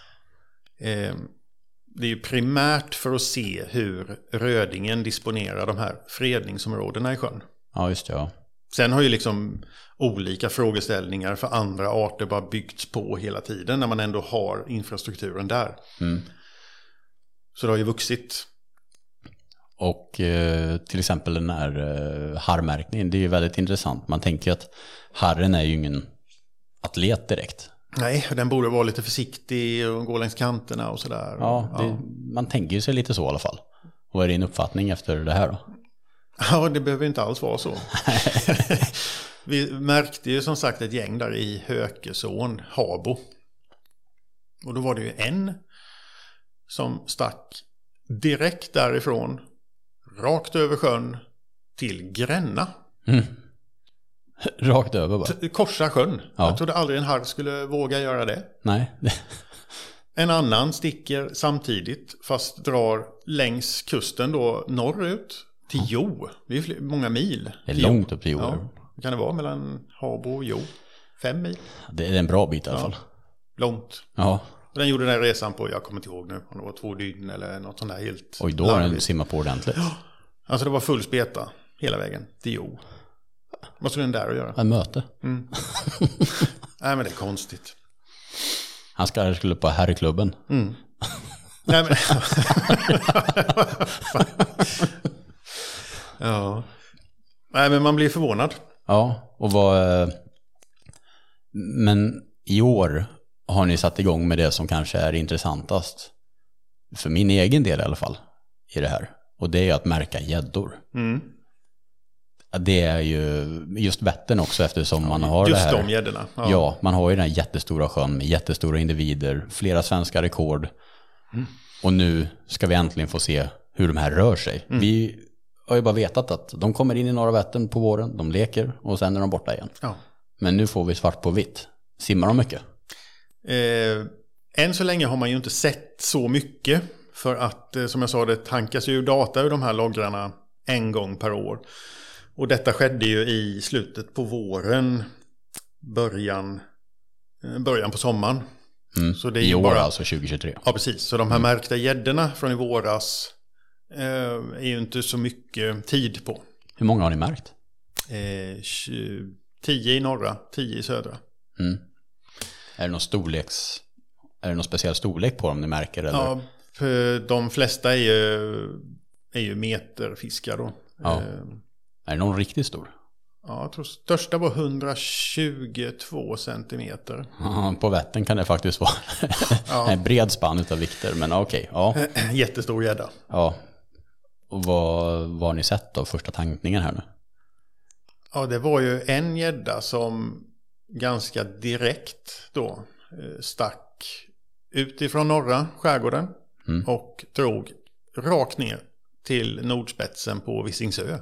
[SPEAKER 2] Det är ju primärt för att se hur rödingen disponerar de här fredningsområdena i sjön.
[SPEAKER 1] Ja, just det, ja.
[SPEAKER 2] Sen har ju liksom olika frågeställningar för andra arter bara byggts på hela tiden när man ändå har infrastrukturen där. Så det har ju vuxit.
[SPEAKER 1] Och till exempel den här harrmärkningen, det är ju väldigt intressant. Man tänker att harren är ju ingen atlet direkt.
[SPEAKER 2] Nej, den borde vara lite försiktig och gå längs kanterna och sådär.
[SPEAKER 1] Ja, man tänker ju sig lite så i alla fall. Vad är din uppfattning efter det här då?
[SPEAKER 2] Ja, det behöver inte alls vara så. Vi märkte ju som sagt ett gäng där i Hökesån, Habo. Och då var det ju en som stack direkt därifrån, rakt över sjön till Gränna.
[SPEAKER 1] Rakt över bara?
[SPEAKER 2] Korsa sjön. Ja. Jag trodde aldrig en harr skulle våga göra det.
[SPEAKER 1] Nej.
[SPEAKER 2] En annan sticker samtidigt, fast drar längs kusten då norrut till Jo. Det är många mil.
[SPEAKER 1] Det är långt upp till Jo.
[SPEAKER 2] Ja. Kan det vara mellan Habo och Jo? 5 mil.
[SPEAKER 1] Det är en bra bit i alla fall.
[SPEAKER 2] Långt.
[SPEAKER 1] Ja.
[SPEAKER 2] Och den gjorde den här resan på, jag kommer inte ihåg nu, om det var 2 dygn eller något sånt där helt.
[SPEAKER 1] Oj, då har den simmat på ordentligt.
[SPEAKER 2] Ja. Alltså det var full speta hela vägen till Jo. Vad skulle den där att göra?
[SPEAKER 1] En möte.
[SPEAKER 2] Nej, men det är konstigt.
[SPEAKER 1] Han skulle på herrklubben.
[SPEAKER 2] Nej, men... ja. Nej, men man blir förvånad.
[SPEAKER 1] Ja, och men i år har ni satt igång med det som kanske är intressantast, för min egen del i alla fall, i det här. Och det är att märka gäddor. Det är ju just Vättern också eftersom man har
[SPEAKER 2] just
[SPEAKER 1] det här.
[SPEAKER 2] De gäddorna.
[SPEAKER 1] Ja, man har ju den här jättestora sjön med jättestora individer, flera svenska rekord. Och nu ska vi äntligen få se hur de här rör sig. Vi har ju bara vetat att de kommer in i norra Vättern på våren, de leker och sen är de borta igen.
[SPEAKER 2] Ja.
[SPEAKER 1] Men nu får vi svart på vitt. Simmar de mycket?
[SPEAKER 2] Än så länge har man ju inte sett så mycket. För att, som jag sa, det tankas ju data ur de här loggrarna en gång per år. Och detta skedde ju i slutet på våren, början på sommaren. Så det är
[SPEAKER 1] I år
[SPEAKER 2] bara,
[SPEAKER 1] alltså 2023.
[SPEAKER 2] Ja, precis. Så de här märkta gäddorna från i våras är ju inte så mycket tid på.
[SPEAKER 1] Hur många har ni märkt?
[SPEAKER 2] 10 i norra, 10 i södra.
[SPEAKER 1] Är det någon speciell storlek på dem ni märker? Eller?
[SPEAKER 2] Ja, för de flesta är ju meterfiskar då.
[SPEAKER 1] Ja. Är det någon riktigt stor?
[SPEAKER 2] Ja, jag tror största var 122 centimeter.
[SPEAKER 1] Ja, på Vättern kan det faktiskt vara en bred spann utav vikter, men okej. Ja.
[SPEAKER 2] Jättestor gädda.
[SPEAKER 1] Ja. Och vad har ni sett då, första tankningen här nu?
[SPEAKER 2] Ja, det var ju en gädda som ganska direkt då stack utifrån norra skärgården och drog rakt ner till nordspetsen på Visingsö.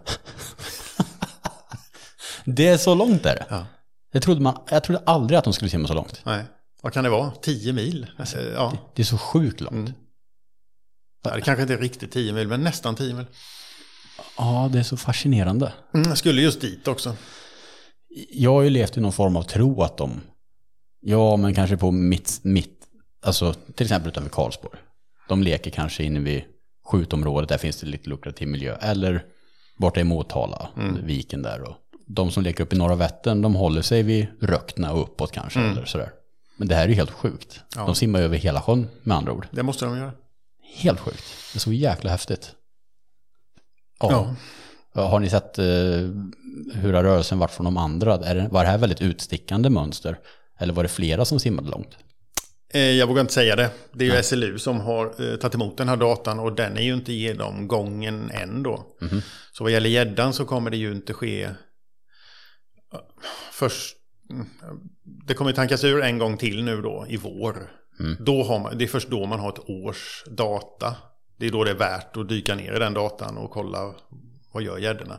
[SPEAKER 1] Det är så långt där.
[SPEAKER 2] Ja.
[SPEAKER 1] Jag trodde aldrig att de skulle simma så långt.
[SPEAKER 2] Nej. Vad kan det vara? 10 mil? Ja.
[SPEAKER 1] Det är så sjukt långt.
[SPEAKER 2] Ja, det kanske inte är riktigt 10 mil, men nästan 10 mil.
[SPEAKER 1] Ja, det är så fascinerande.
[SPEAKER 2] Jag skulle just dit också.
[SPEAKER 1] Jag har ju levt i någon form av tro att men kanske på mitt alltså till exempel utanför Karlsborg. De leker kanske inne vid skjutområdet, där finns det lite lukrativ miljö. Eller borta i Motala, viken där. Och de som leker upp i norra Vättern, de håller sig vid Röktna och uppåt kanske. Eller sådär. Men det här är ju helt sjukt. Ja. De simmar över hela sjön med andra ord.
[SPEAKER 2] Det måste de göra.
[SPEAKER 1] Helt sjukt. Det är så jäkla häftigt. Ja. Har ni sett hur har rörelsen varit från de andra? Var det här väldigt utstickande mönster? Eller var det flera som simmade långt?
[SPEAKER 2] Jag vågar inte säga det. Det är ju SLU som har tagit emot den här datan och den är ju inte genomgången än då. Så vad gäller gäddan så kommer det ju inte ske först. Det kommer tankas ur en gång till nu då i vår. Det är först då man har ett års data. Det är då det är värt att dyka ner i den datan och kolla vad gör gäddorna.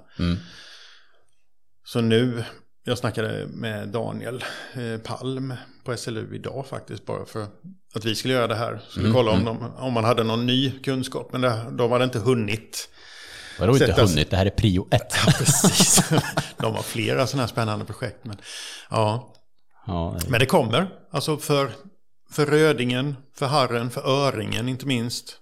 [SPEAKER 2] Så nu, jag snackade med Daniel Palm på SLU idag faktiskt, bara för att vi skulle göra det här. Så vi kolla om man hade någon ny kunskap, men de hade inte hunnit.
[SPEAKER 1] Vadå inte hunnit? Det här är prio 1.
[SPEAKER 2] Ja, precis. De har flera sådana här spännande projekt. Men, men det kommer. Alltså för rödingen, för harren, för öringen inte minst.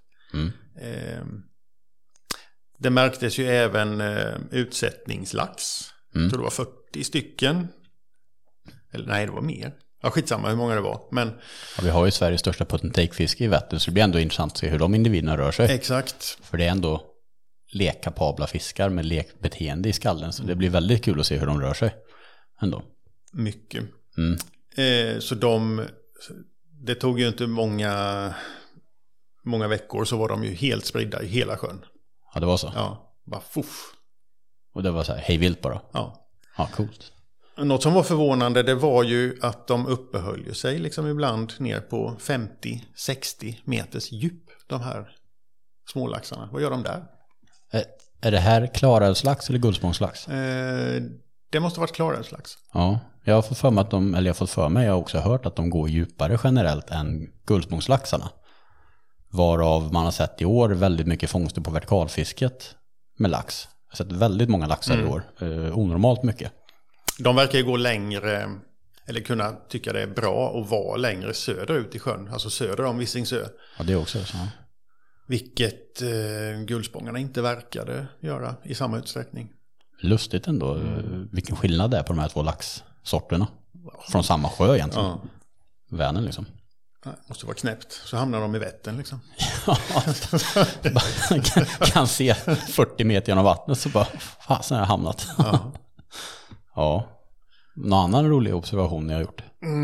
[SPEAKER 2] Det märktes ju även utsättningslax. Jag tror det var 40 stycken. Eller nej, det var mer. Ja, skitsamma hur många det var. Men
[SPEAKER 1] vi har ju Sveriges största put-and-take-fiske i Vättern, så det blir ändå intressant att se hur de individerna rör sig.
[SPEAKER 2] Exakt.
[SPEAKER 1] För det är ändå lekkapabla fiskar med lekbeteende i skallen. Så det blir väldigt kul att se hur de rör sig ändå.
[SPEAKER 2] Mycket. Så det tog ju inte många veckor, så var de ju helt spridda i hela sjön.
[SPEAKER 1] Ja, det var så.
[SPEAKER 2] Ja, bara fuff.
[SPEAKER 1] Och det var så här hejvilt bara.
[SPEAKER 2] Ja.
[SPEAKER 1] Ja, coolt.
[SPEAKER 2] Något som var förvånande, det var ju att de uppehöll sig liksom ibland ner på 50-60 meters djup, de här smålaxarna. Vad gör de där?
[SPEAKER 1] Är det här klarälvslax eller guldspångslax?
[SPEAKER 2] Det måste varit klarälvslax.
[SPEAKER 1] Ja, jag har fått för mig, jag har också hört att de går djupare generellt än guldspångslaxarna. Varav man har sett i år väldigt mycket fångster på vertikalfisket med lax. Jag har sett väldigt många laxar i år. Onormalt mycket. De
[SPEAKER 2] verkar ju gå längre, eller kunna tycka det är bra att vara längre söderut i sjön. Alltså söder om Visingsö.
[SPEAKER 1] Ja, det är också så.
[SPEAKER 2] Vilket guldspångarna inte verkade göra i samma utsträckning.
[SPEAKER 1] Lustigt ändå vilken skillnad det är på de här två laxsorterna. Från samma sjö egentligen.
[SPEAKER 2] Ja.
[SPEAKER 1] Vänern liksom.
[SPEAKER 2] Det måste vara knäppt. Så hamnar de i Vättern liksom.
[SPEAKER 1] Ja, kan se 40 meter genom vattnet så bara, fasen har jag hamnat.
[SPEAKER 2] Ja.
[SPEAKER 1] Ja. Någon annan rolig observation ni har gjort?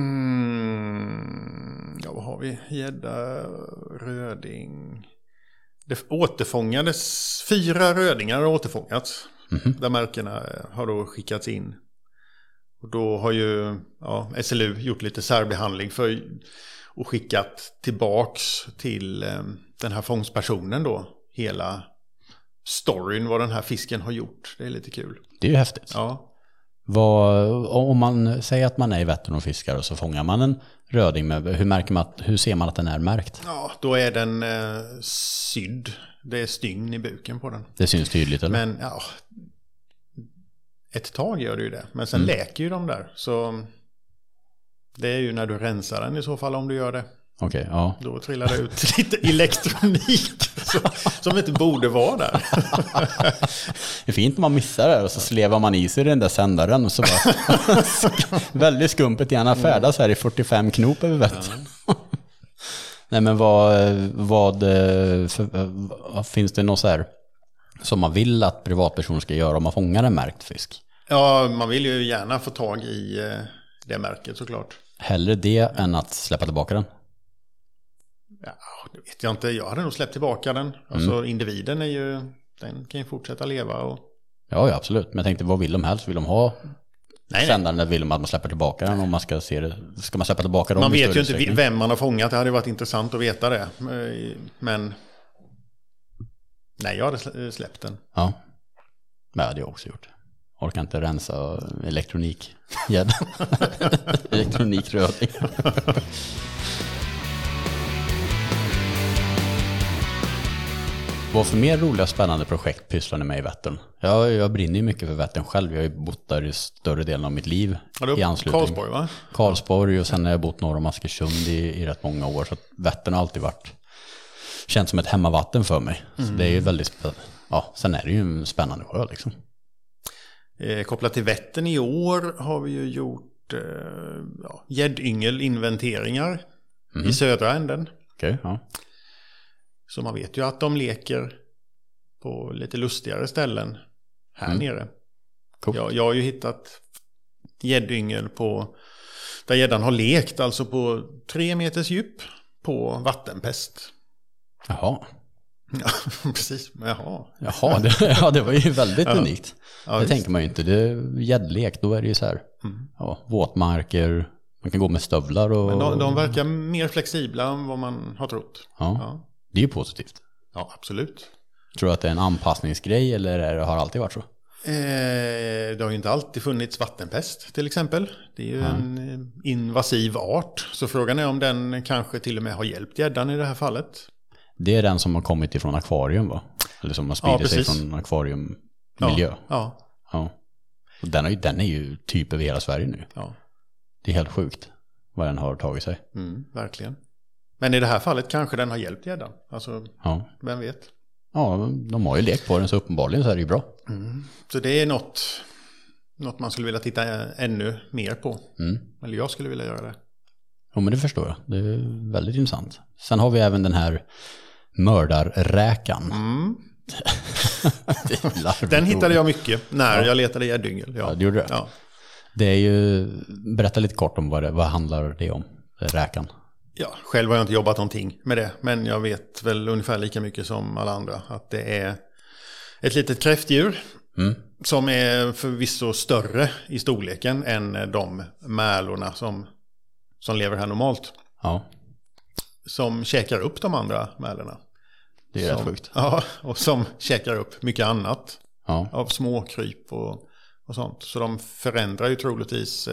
[SPEAKER 2] Ja, vad har vi? Gädda, röding. Det återfångades 4 rödingar har återfångats. där märkena har då skickats in. Och då har ju SLU gjort lite särbehandling och skickat tillbaks till den här fångstpersonen då hela storyn vad den här fisken har gjort. Det är lite kul.
[SPEAKER 1] Det är ju häftigt.
[SPEAKER 2] Ja.
[SPEAKER 1] Om man säger att man är i Vättern och fiskar och så fångar man en röding med, hur ser man att den är märkt?
[SPEAKER 2] Ja, då är den sydd. Det är stygn i buken på den.
[SPEAKER 1] Det syns tydligt, eller?
[SPEAKER 2] Men ett tag gör det ju det. Men sen läker ju de där. Så det är ju när du rensar den i så fall om du gör det.
[SPEAKER 1] Okej, ja.
[SPEAKER 2] Då trillar det ut lite elektronik som inte borde vara där.
[SPEAKER 1] Det är fint när man missar det och så slevar man i sig den där sändaren och så bara väldigt skumpet gärna färdas här i 45 knop över Vättern. Nej, men vad finns det något så här som man vill att privatpersoner ska göra om man fångar en märkt fisk?
[SPEAKER 2] Ja, man vill ju gärna få tag i det märket såklart.
[SPEAKER 1] Hellre det än att släppa tillbaka den?
[SPEAKER 2] Ja, det vet jag inte. Jag hade nog släppt tillbaka den. Alltså individen den kan ju fortsätta leva. Och...
[SPEAKER 1] Ja, absolut. Men jag tänkte, vad vill de helst? Vill de ha sändaren eller vill de att man släpper tillbaka den? Om man ska se det, ska man släppa tillbaka dem?
[SPEAKER 2] Man vet ju inte vem man har fångat. Det hade varit intressant att veta det. Men nej, jag hade släppt den.
[SPEAKER 1] Ja, det hade jag också gjort. Orkar inte rensa elektronikröding. Vad för mer roliga spännande projekt pysslar ni med i Vättern? Jag brinner ju mycket för Vättern själv. Jag har ju bott där i större delen av mitt liv. I anslutning.
[SPEAKER 2] Karlsborg, va?
[SPEAKER 1] Karlsborg, och sen har jag bott norr om Askersund i rätt många år. Så att Vättern har alltid känt som ett hemmavatten för mig. Så det är ju väldigt sen är det ju en spännande sjö liksom.
[SPEAKER 2] Kopplat till Vättern i år har vi ju gjort gäddyngelinventeringar i södra änden.
[SPEAKER 1] Okej, ja.
[SPEAKER 2] Så man vet ju att de leker på lite lustigare ställen här nere.
[SPEAKER 1] Cool.
[SPEAKER 2] Jag har ju hittat gäddyngel där gäddan har lekt, alltså på 3 meters djup på vattenpest.
[SPEAKER 1] Jaha.
[SPEAKER 2] Ja, precis.
[SPEAKER 1] Jaha, det var ju väldigt unikt. Ja, det tänker man ju inte. Det är gäddlek, då är det ju så här våtmarker, man kan gå med stövlar. Och...
[SPEAKER 2] Men de verkar mer flexibla än vad man har trott.
[SPEAKER 1] Ja. Det är ju positivt.
[SPEAKER 2] Ja, absolut.
[SPEAKER 1] Tror du att det är en anpassningsgrej eller har det alltid varit så?
[SPEAKER 2] Det har ju inte alltid funnits vattenpest till exempel. Det är ju en invasiv art. Så frågan är om den kanske till och med har hjälpt gäddan i det här fallet.
[SPEAKER 1] Det är den som har kommit ifrån akvarium, va? Eller som har spridit sig från akvariummiljö.
[SPEAKER 2] Ja.
[SPEAKER 1] Och den är ju typ över hela Sverige nu.
[SPEAKER 2] Ja.
[SPEAKER 1] Det är helt sjukt vad den har tagit sig.
[SPEAKER 2] Verkligen. Men i det här fallet kanske den har hjälpt gäddan. Alltså, vem vet?
[SPEAKER 1] Ja, de har ju lekt på den, så uppenbarligen så är det ju bra.
[SPEAKER 2] Så det är något man skulle vilja titta ännu mer på. Eller jag skulle vilja göra det.
[SPEAKER 1] Jo, men det förstår jag. Det är väldigt intressant. Sen har vi även den här mördarräkan.
[SPEAKER 2] Den hittade jag mycket när jag letade gäddyngel.
[SPEAKER 1] Ja, det gjorde det. Ja. Det är ju, berätta lite kort om vad handlar det om, räkan.
[SPEAKER 2] Ja, själv har jag inte jobbat någonting med det. Men jag vet väl ungefär lika mycket som alla andra att det är ett litet kräftdjur som är förvisso större i storleken än de märlorna som lever här normalt.
[SPEAKER 1] Ja.
[SPEAKER 2] Som käkar upp de andra märlorna.
[SPEAKER 1] Det är rätt sjukt.
[SPEAKER 2] Ja, och som käkar upp mycket annat.
[SPEAKER 1] Ja.
[SPEAKER 2] Av småkryp och sånt. Så de förändrar ju troligtvis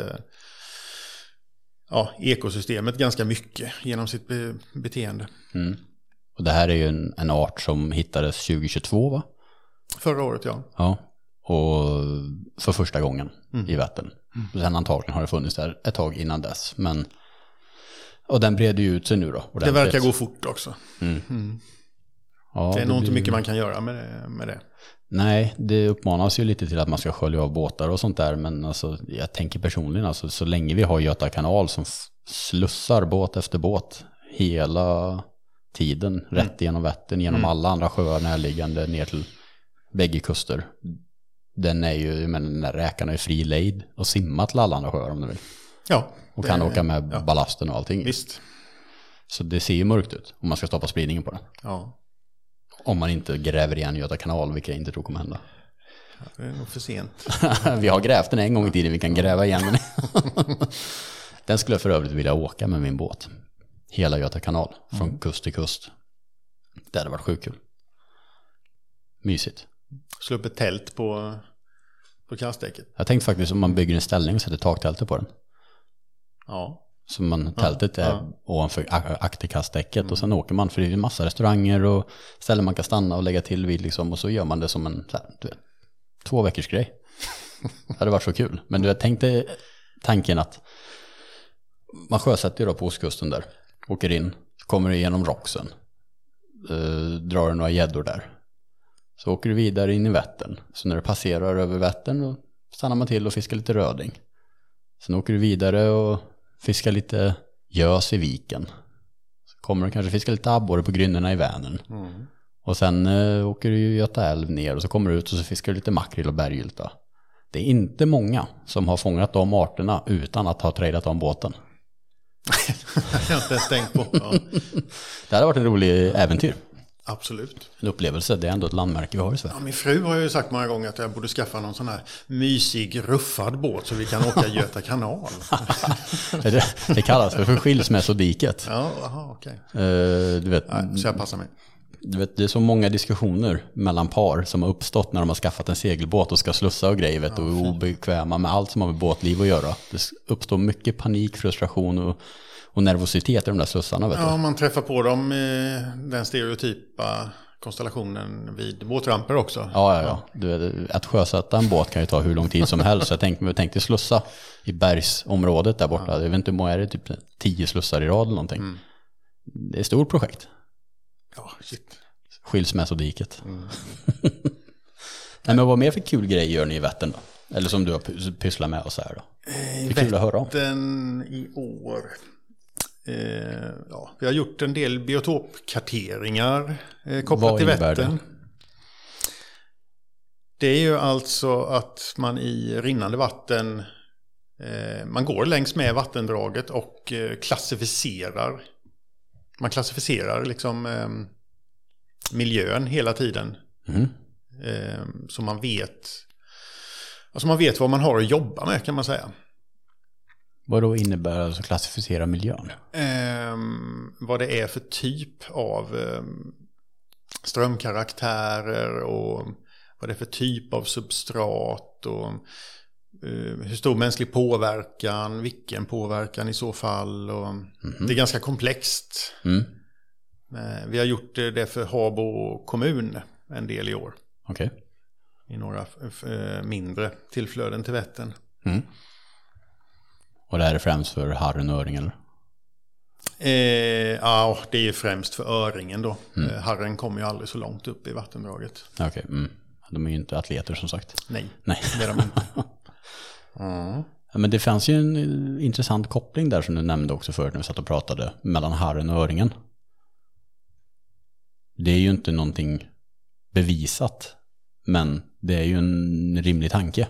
[SPEAKER 2] ekosystemet ganska mycket genom sitt beteende.
[SPEAKER 1] Och det här är ju en art som hittades 2022, va?
[SPEAKER 2] Förra året, ja.
[SPEAKER 1] Ja, och för första gången i Vättern. Och sen antagligen har det funnits där ett tag innan dess. Och den breder ju ut sig nu då.
[SPEAKER 2] Det verkar gå fort också. Ja, det är nog inte mycket man kan göra med det.
[SPEAKER 1] Nej, det uppmanas ju lite till att man ska skölja av båtar och sånt där. Men alltså, jag tänker personligen, alltså, så länge vi har Göta kanal som slussar båt efter båt hela tiden, rätt igenom Vättern, genom alla andra sjöar närliggande ner till bägge kuster. Den är ju, men den räkan är fri lejd och simma till alla andra sjöar om du vill.
[SPEAKER 2] Ja.
[SPEAKER 1] Och kan åka med ballasten och allting.
[SPEAKER 2] Visst.
[SPEAKER 1] Så det ser ju mörkt ut om man ska stoppa spridningen på den.
[SPEAKER 2] Ja.
[SPEAKER 1] Om man inte gräver igen Göta kanal, vilket jag inte tror kommer hända.
[SPEAKER 2] Det är nog för sent.
[SPEAKER 1] Vi har grävt den en gång i tiden, vi kan gräva igen den. Den skulle jag för övrigt vilja åka med min båt. Hela Göta kanal, från kust till kust. Det hade varit sjukt kul. Mysigt.
[SPEAKER 2] Slå upp ett tält på kastdäcket.
[SPEAKER 1] Jag tänkte faktiskt om man bygger en ställning och sätter taktältet på den.
[SPEAKER 2] Ja.
[SPEAKER 1] Så tältet är ovanför akterkastdäcket och sen åker man, för det är en massa restauranger och ställen man kan stanna och lägga till vid liksom, och så gör man det som en 2 veckors grej. Det hade varit så kul. Men jag tänkte tanken att man sjösätter då på ostkusten där, åker in, kommer igenom Roxen, drar några gäddor där. Så åker du vidare in i Vättern. Så när du passerar över Vättern då stannar man till och fiskar lite röding. Sen åker du vidare och fiskar lite gös i viken. Så kommer du kanske fiska lite abborre på grynnorna i Vänern. Och sen åker du Göta älv ner och så kommer du ut och så fiskar du lite makrill och bergylta. Det är inte många som har fångat de arterna utan att ha tradat om båten.
[SPEAKER 2] Jag har inte ens tänkt på. Ja.
[SPEAKER 1] Det hade varit en rolig äventyr.
[SPEAKER 2] Absolut.
[SPEAKER 1] En upplevelse, det är ändå ett landmärke vi har i Sverige.
[SPEAKER 2] Ja, min fru har ju sagt många gånger att jag borde skaffa någon sån här mysig ruffad båt så vi kan åka Göta kanal.
[SPEAKER 1] Det kallas för skilsmässodiket.
[SPEAKER 2] Ja, aha, okej.
[SPEAKER 1] Du vet,
[SPEAKER 2] Nej, så jag passar mig.
[SPEAKER 1] Du vet, det är så många diskussioner mellan par som har uppstått när de har skaffat en segelbåt och ska slussa och grejer, vet, och är obekväma med allt som har med båtliv att göra. Det uppstår mycket panik, frustration och nervositet i de där slussarna. Vet
[SPEAKER 2] ja, man träffar på dem i den stereotypa konstellationen vid båtramper också.
[SPEAKER 1] Ja. Du vet, att sjösätta en båt kan ju ta hur lång tid som helst. Så jag tänkte slussa i bergsområdet där borta. Jag vet inte hur många är det, typ 10 slussar i rad eller någonting. Det är ett stort projekt.
[SPEAKER 2] Ja, shit.
[SPEAKER 1] Skilsmässodiket. Nej, men vad mer för kul grej gör ni i Vättern då? Eller som du har pysslat med oss här då? Det är kul att höra om.
[SPEAKER 2] Vättern i år. Vi har gjort en del biotopkarteringar kopplat till Vättern. Det är ju alltså att man i rinnande vatten, man går längs med vattendraget och klassificerar. Man klassificerar liksom miljön hela tiden. Så man vet vad man har att jobba med, kan man säga.
[SPEAKER 1] Vad då innebär alltså klassificera miljön?
[SPEAKER 2] Vad det är för typ av strömkaraktärer och vad det är för typ av substrat och hur stor mänsklig påverkan, vilken påverkan i så fall. Och det är ganska komplext. Vi har gjort det för Habo kommun en del i år.
[SPEAKER 1] Okej.
[SPEAKER 2] I några mindre tillflöden till Vättern.
[SPEAKER 1] Och det här är främst för harren och öringen?
[SPEAKER 2] Ja, det är ju främst för öringen då. Harren kommer ju aldrig så långt upp i vattendraget.
[SPEAKER 1] Okej. De är ju inte atleter som sagt.
[SPEAKER 2] Nej. Det är de inte.
[SPEAKER 1] Ja, men det fanns ju en intressant koppling där som du nämnde också förut när vi satt och pratade mellan harren och öringen. Det är ju inte någonting bevisat, men det är ju en rimlig tanke.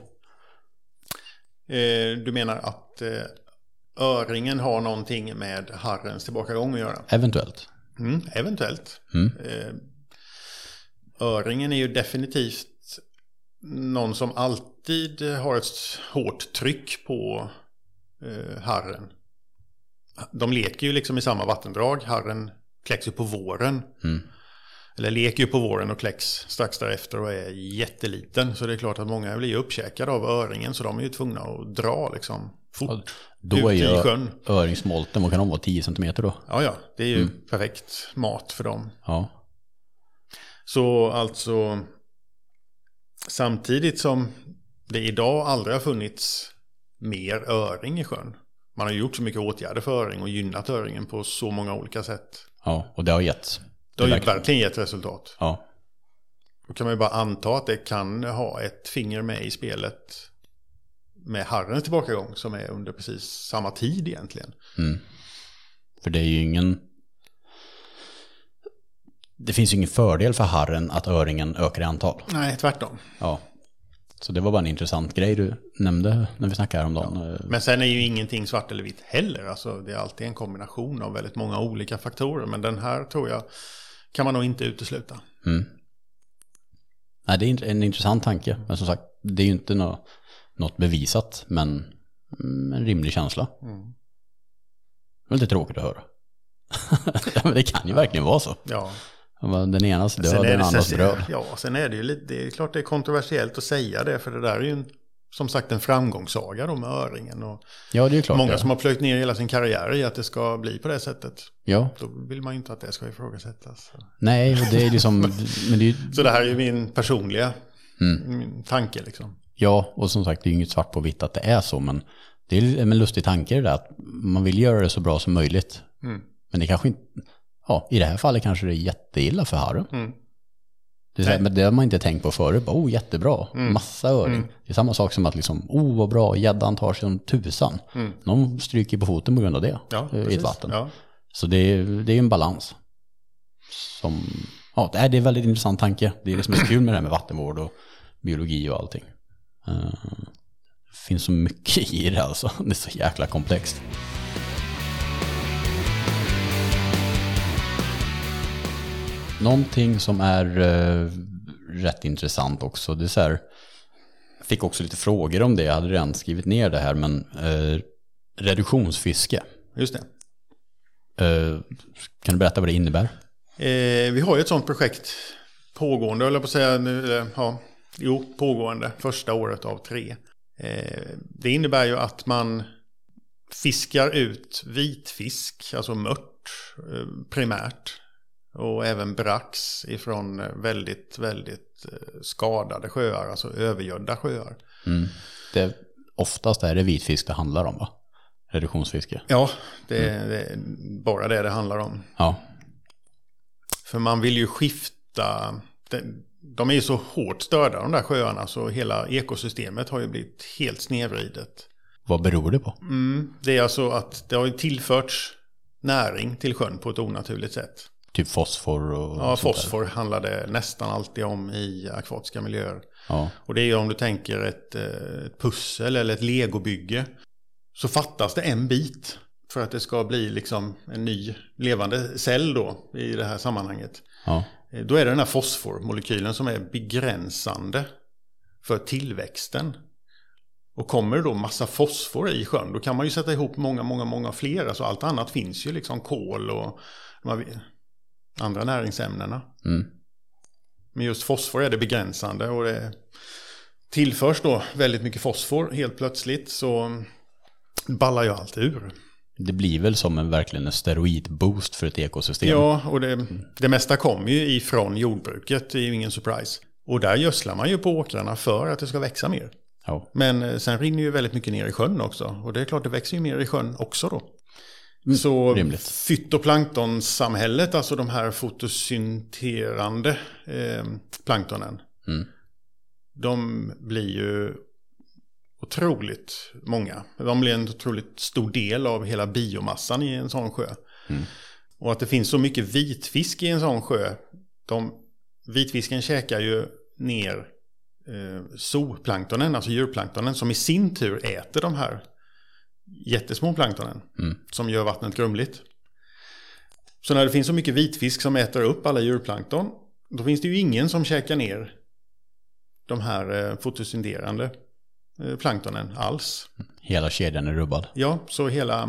[SPEAKER 2] Du menar att öringen har någonting med harrens tillbakagång att göra?
[SPEAKER 1] Eventuellt.
[SPEAKER 2] Eventuellt. Öringen är ju definitivt någon som alltid har ett hårt tryck på harren. De leker ju liksom i samma vattendrag. Harren kläcks ju på våren. Eller leker ju på våren och kläcks strax därefter och är jätteliten. Så det är klart att många blir uppkäkade av öringen, så de är ju tvungna att dra liksom fort
[SPEAKER 1] då
[SPEAKER 2] ut i sjön.
[SPEAKER 1] Öringsmolten, vad kan de vara, 10 cm då?
[SPEAKER 2] Ja, det är ju perfekt mat för dem.
[SPEAKER 1] Ja.
[SPEAKER 2] Så alltså, samtidigt som det idag aldrig har funnits mer öring i sjön. Man har gjort så mycket åtgärder för öring och gynnat öringen på så många olika sätt.
[SPEAKER 1] Ja, och det har gett.
[SPEAKER 2] Det har ju verkligen gett resultat.
[SPEAKER 1] Ja.
[SPEAKER 2] Då kan man ju bara anta att det kan ha ett finger med i spelet med harrens tillbakagång som är under precis samma tid egentligen.
[SPEAKER 1] För det är ju det finns ju ingen fördel för harren att öringen ökar i antal.
[SPEAKER 2] Nej, tvärtom.
[SPEAKER 1] Ja. Så det var bara en intressant grej du nämnde när vi snackade om dagen.
[SPEAKER 2] Ja. Men sen är ju ingenting svart eller vitt heller. Alltså, det är alltid en kombination av väldigt många olika faktorer. Men den här tror jag kan man nog inte utesluta.
[SPEAKER 1] Nej, Nej, det är en intressant tanke. Men som sagt, det är ju inte något bevisat, men en rimlig känsla. Det är lite tråkigt att höra. Men det kan ju verkligen vara så.
[SPEAKER 2] Ja.
[SPEAKER 1] Den enas död, den andras bröd.
[SPEAKER 2] Ja, sen är det ju lite, det är klart det är kontroversiellt att säga det, för det där är ju som sagt en framgångssaga då med öringen. Och
[SPEAKER 1] ja, det är klart.
[SPEAKER 2] många som har plöjt ner hela sin karriär i att det ska bli på det sättet.
[SPEAKER 1] Ja.
[SPEAKER 2] Då vill man ju inte att det ska ifrågasättas.
[SPEAKER 1] Nej, och det är liksom... men det är,
[SPEAKER 2] så det här är ju min personliga min tanke liksom.
[SPEAKER 1] Ja, och som sagt, det är ju inget svart på vitt att det är så, men det är en lustig tanke det där, att man vill göra det så bra som möjligt. Men det kanske inte... Ja, i det här fallet kanske det är jätteilla för Harry. Men det har man inte tänkt på förut. Jättebra. Massa öring. Det är samma sak som att liksom, vad bra, gäddan tar sig som tusan. Någon stryker på foten på grund av det i ett vatten. Ja. Så det är en balans. Det är en väldigt intressant tanke. Det är det som är så kul med det här med vattenvård och biologi och allting. Det finns så mycket i det alltså. Det är så jäkla komplext. Någonting som är rätt intressant också, det är så här, jag fick också lite frågor om det, jag hade redan skrivit ner det här, men reduktionsfiske.
[SPEAKER 2] Just det.
[SPEAKER 1] Kan du berätta vad det innebär?
[SPEAKER 2] Vi har ju ett sånt projekt pågående, eller på att säga nu, pågående, första året av 3. Det innebär ju att man fiskar ut vitfisk, alltså mört primärt. Och även brax ifrån väldigt, väldigt skadade sjöar, alltså övergödda sjöar.
[SPEAKER 1] Oftast är det vitfisk det handlar om, va? Reduktionsfiske.
[SPEAKER 2] Ja, det är bara det handlar om.
[SPEAKER 1] Ja.
[SPEAKER 2] För man vill ju skifta, de är ju så hårt störda de där sjöarna, så hela ekosystemet har ju blivit helt snedvridet.
[SPEAKER 1] Vad beror det på?
[SPEAKER 2] Det är alltså att det har ju tillförts näring till sjön på ett onaturligt sätt.
[SPEAKER 1] Typ fosfor och
[SPEAKER 2] ja, fosfor handlar det nästan alltid om i akvatiska miljöer. Ja. Och det är ju om du tänker ett pussel eller ett legobygge, så fattas det en bit för att det ska bli liksom en ny levande cell då i det här sammanhanget. Ja. Då är det den här fosformolekylen som är begränsande för tillväxten. Och kommer det då massa fosfor i sjön, då kan man ju sätta ihop många fler. Alltså allt annat finns ju, liksom kol och andra näringsämnena. Men just fosfor är det begränsande, och det tillförs då väldigt mycket fosfor helt plötsligt, så ballar ju allt ur.
[SPEAKER 1] Det blir väl som verkligen en steroidboost för ett ekosystem.
[SPEAKER 2] Ja, och det mesta kommer ju ifrån jordbruket, det är ju ingen surprise. Och där gödslar man ju på åkrarna för att det ska växa mer. Ja. Men sen rinner ju väldigt mycket ner i sjön också, och det är klart det växer ju mer i sjön också då. Så fytoplanktonsamhället, alltså de här fotosynterande planktonen, de blir ju otroligt många. De blir en otroligt stor del av hela biomassan i en sån sjö. Och att det finns så mycket vitfisk i en sån sjö, vitfisken käkar ju ner zooplanktonen, alltså djurplanktonen, som i sin tur äter de här jättesmå planktonen som gör vattnet grumligt. Så när det finns så mycket vitfisk som äter upp alla djurplankton, då finns det ju ingen som käkar ner de här fotosynterande planktonen alls.
[SPEAKER 1] Hela kedjan är rubbad.
[SPEAKER 2] Ja, så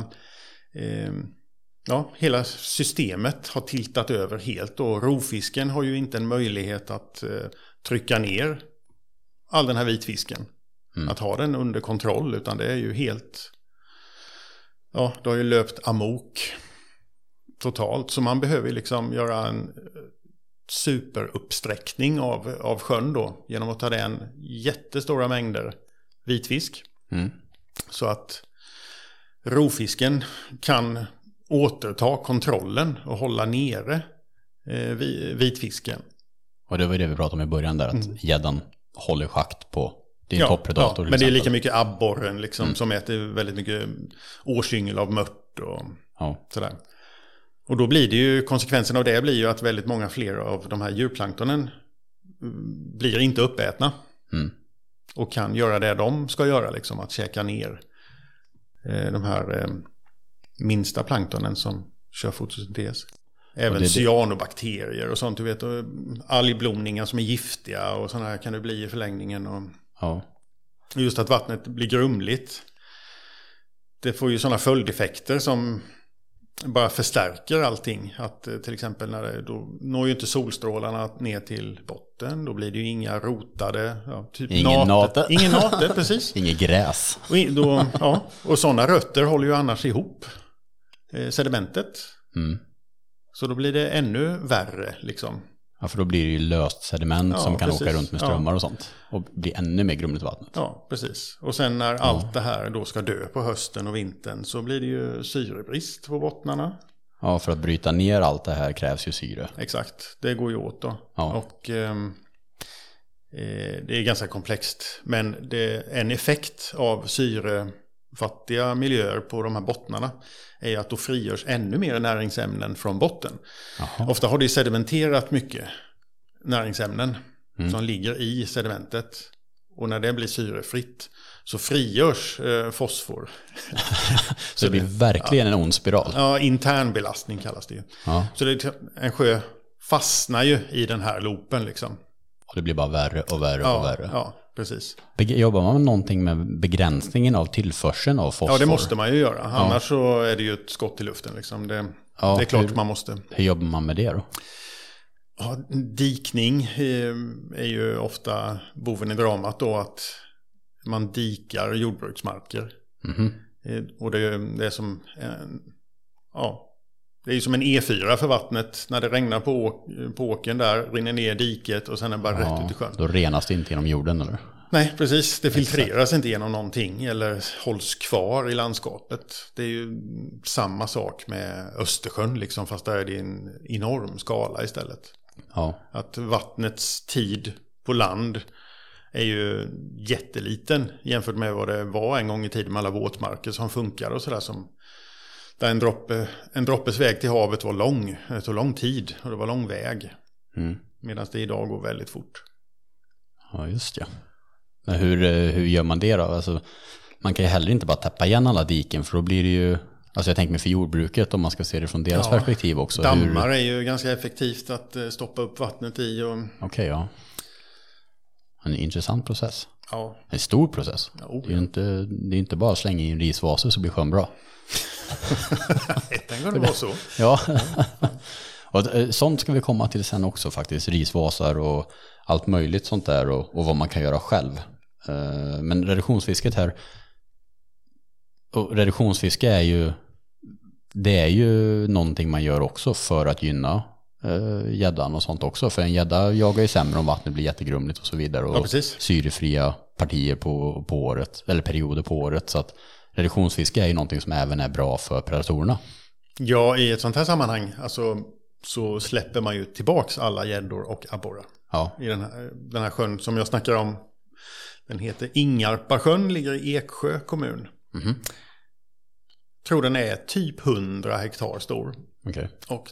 [SPEAKER 2] hela systemet har tiltat över helt, och rovfisken har ju inte en möjlighet att trycka ner all den här vitfisken. Att ha den under kontroll, utan det är ju helt... Ja, det har ju löpt amok totalt. Så man behöver liksom göra en superuppsträckning av sjön då, genom att ta den jättestora mängder vitfisk. Så att rovfisken kan återta kontrollen och hålla nere vitfisken. Och
[SPEAKER 1] det var det vi pratade om i början där, att gäddan håller schakt på din toppredator.
[SPEAKER 2] Ja, men det är lika mycket abborren liksom, som äter väldigt mycket årsyngel av mört och sådär. Och då blir det ju, konsekvensen av det blir ju att väldigt många fler av de här djurplanktonen blir inte uppätna. Och kan göra det de ska göra, liksom, att käka ner de här minsta planktonen som kör fotosyntes. Även cyanobakterier och sånt, du vet, och algblomningar som är giftiga och sådana här kan det bli i förlängningen. Och just att vattnet blir grumligt, det får ju sådana följdeffekter som bara förstärker allting. Att till exempel då når ju inte solstrålarna ner till botten, då blir det ju inga rotade, typ
[SPEAKER 1] ingen
[SPEAKER 2] nate, precis.
[SPEAKER 1] Inget gräs.
[SPEAKER 2] Och sådana rötter håller ju annars ihop sedimentet. Så då blir det ännu värre liksom.
[SPEAKER 1] Ja, för då blir det ju löst sediment som kan åka runt med strömmar och sånt. Och bli ännu mer grumligt vattnet. Ja,
[SPEAKER 2] precis. Och sen när allt det här då ska dö på hösten och vintern så blir det ju syrebrist på bottnarna.
[SPEAKER 1] Ja, för att bryta ner allt det här krävs ju syre.
[SPEAKER 2] Exakt, det går ju åt då.
[SPEAKER 1] Ja.
[SPEAKER 2] Och det är ganska komplext. Men en effekt av syrefattiga miljöer på de här bottnarna är att då frigörs ännu mer näringsämnen från botten. Aha. Ofta har det sedimenterat mycket näringsämnen som ligger i sedimentet. Och när det blir syrefritt så frigörs fosfor.
[SPEAKER 1] Så det blir verkligen en ond spiral.
[SPEAKER 2] Ja, internbelastning kallas det ju. Ja. Så en sjö fastnar ju i den här loopen liksom.
[SPEAKER 1] Och det blir bara värre och värre och värre.
[SPEAKER 2] Ja, precis.
[SPEAKER 1] Jobbar man med någonting med begränsningen av tillförseln av fosfor?
[SPEAKER 2] Ja, det måste man ju göra. Annars så är det ju ett skott i luften liksom. Det är klart man måste.
[SPEAKER 1] Hur jobbar man med det då?
[SPEAKER 2] Ja, dikning är ju ofta boven i dramat då, att man dikar jordbruksmarker. Och det är som det är ju som en E4 för vattnet. När det regnar på åken där, rinner ner diket och sen är det bara rätt ut i sjön.
[SPEAKER 1] Då renas det inte genom jorden eller?
[SPEAKER 2] Nej, precis. Det filtreras inte genom någonting eller hålls kvar i landskapet. Det är ju samma sak med Östersjön liksom, fast där är det en enorm skala istället.
[SPEAKER 1] Ja. Att
[SPEAKER 2] vattnets tid på land är ju jätteliten jämfört med vad det var en gång i tiden med alla våtmarker som funkar och sådär, som där en droppes väg till havet var lång. Det tog lång tid och det var lång väg. Medan det idag går väldigt fort.
[SPEAKER 1] Ja, just det. Men hur gör man det då? Alltså, man kan ju heller inte bara täppa igen alla diken, för då blir det ju... Alltså jag tänker mig för jordbruket, om man ska se det från deras perspektiv också.
[SPEAKER 2] Dammar är ju ganska effektivt att stoppa upp vattnet i.
[SPEAKER 1] Okej, ja. En intressant process.
[SPEAKER 2] Ja.
[SPEAKER 1] En stor process.
[SPEAKER 2] Ja,
[SPEAKER 1] det är inte bara att slänga i en risvase så blir sjön bra.
[SPEAKER 2] Det kan vara så.
[SPEAKER 1] Ja. Och sånt ska vi komma till sen också faktiskt. Risvasar och allt möjligt sånt där och vad man kan göra själv. Men reduktionsfisket här. Och reduktionsfiske är ju någonting man gör också för att gynna gäddan och sånt också. För en gädda jagar ju sämre om vattnet blir jättegrumligt och så vidare. Och syrefria partier på året, eller perioder på året. Så att reduktionsfiske är ju någonting som även är bra för predatorerna.
[SPEAKER 2] Ja, i ett sånt här sammanhang så släpper man ju tillbaks alla gäddor och abborrar.
[SPEAKER 1] Ja.
[SPEAKER 2] I den här sjön som jag snackar om. Den heter Ingarpasjön, ligger i Eksjö kommun. Tror den är typ 100 hektar stor.
[SPEAKER 1] Okay.
[SPEAKER 2] Och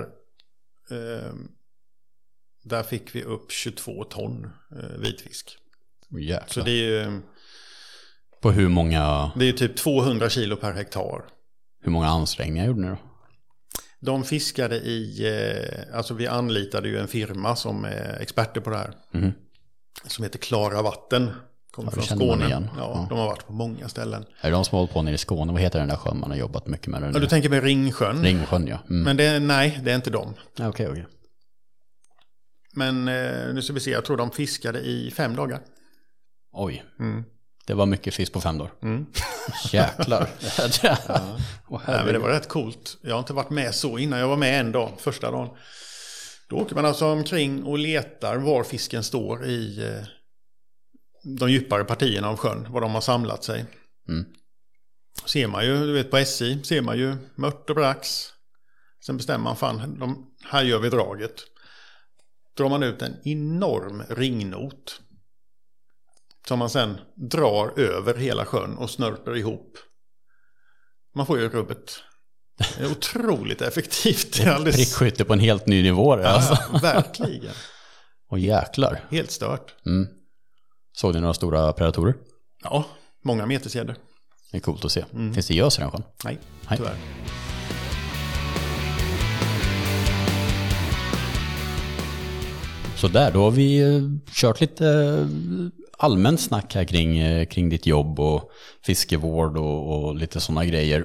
[SPEAKER 2] där fick vi upp 22 ton vitfisk.
[SPEAKER 1] Jäklar.
[SPEAKER 2] Så det är ju...
[SPEAKER 1] På hur många...
[SPEAKER 2] Det är typ 200 kilo per hektar.
[SPEAKER 1] Hur många ansträngningar gjorde ni då?
[SPEAKER 2] De fiskade alltså vi anlitade ju en firma som är experter på det här. Som heter Klara Vatten. Kommer från Skåne. Ja, de har varit på många ställen.
[SPEAKER 1] Är det de som har hållit på nere i Skåne? Vad heter den där sjön man har jobbat mycket med?
[SPEAKER 2] Ja, du tänker med Ringsjön.
[SPEAKER 1] Ringsjön, ja.
[SPEAKER 2] Men det är inte de.
[SPEAKER 1] Okej.
[SPEAKER 2] Men nu ska vi se, jag tror de fiskade i 5 dagar.
[SPEAKER 1] Oj. Det var mycket fisk på 5 dagar. Jäklar.
[SPEAKER 2] Nej, men det var rätt coolt. Jag har inte varit med så innan. Jag var med en dag, första dagen. Då åker man alltså omkring och letar var fisken står i de djupare partierna av sjön. Var de har samlat sig. Ser man ju, du vet på SI, ser man ju mört och brax. Sen bestämmer man, här gör vi draget. Drar man ut en enorm ringnot. Som man sen drar över hela sjön och snörper ihop. Man får ju rubbet. Det är otroligt effektivt.
[SPEAKER 1] Prickskytte på en helt ny nivå. Alltså.
[SPEAKER 2] Ja, verkligen.
[SPEAKER 1] Och jäklar.
[SPEAKER 2] Helt stört.
[SPEAKER 1] Såg ni några stora predatorer?
[SPEAKER 2] Ja, många metersgäddor.
[SPEAKER 1] Det är coolt att se. Finns det gös i den sjön?
[SPEAKER 2] Nej, tyvärr.
[SPEAKER 1] Så där, då har vi kört lite allmänt snack här kring ditt jobb och fiskevård och lite sådana grejer.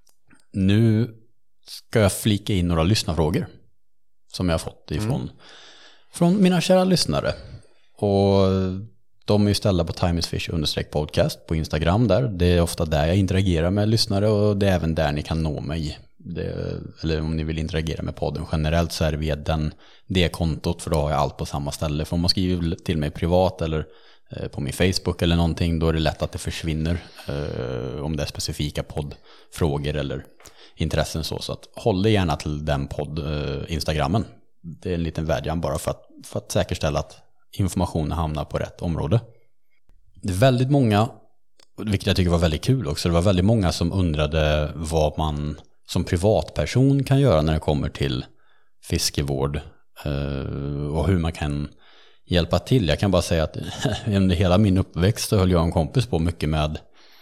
[SPEAKER 1] Nu ska jag flika in några lyssnarfrågor som jag har fått från mina kära lyssnare. Och de är ju ställda på timeisfish_podcast på Instagram där. Det är ofta där jag interagerar med lyssnare och det är även där ni kan nå mig. Eller om ni vill interagera med podden generellt så är det via det kontot, för då har jag allt på samma ställe. För om man skriver till mig privat eller på min Facebook eller någonting, då är det lätt att det försvinner om det är specifika poddfrågor eller intressen så att håll det gärna till den Instagrammen. Det är en liten vädjan bara för att säkerställa att informationen hamnar på rätt område. Det är väldigt många, vilket jag tycker var väldigt kul också, det var väldigt många som undrade vad man som privatperson kan göra när det kommer till fiskevård och hur man kan hjälpa till. Jag kan bara säga att under hela min uppväxt så höll jag en kompis på mycket med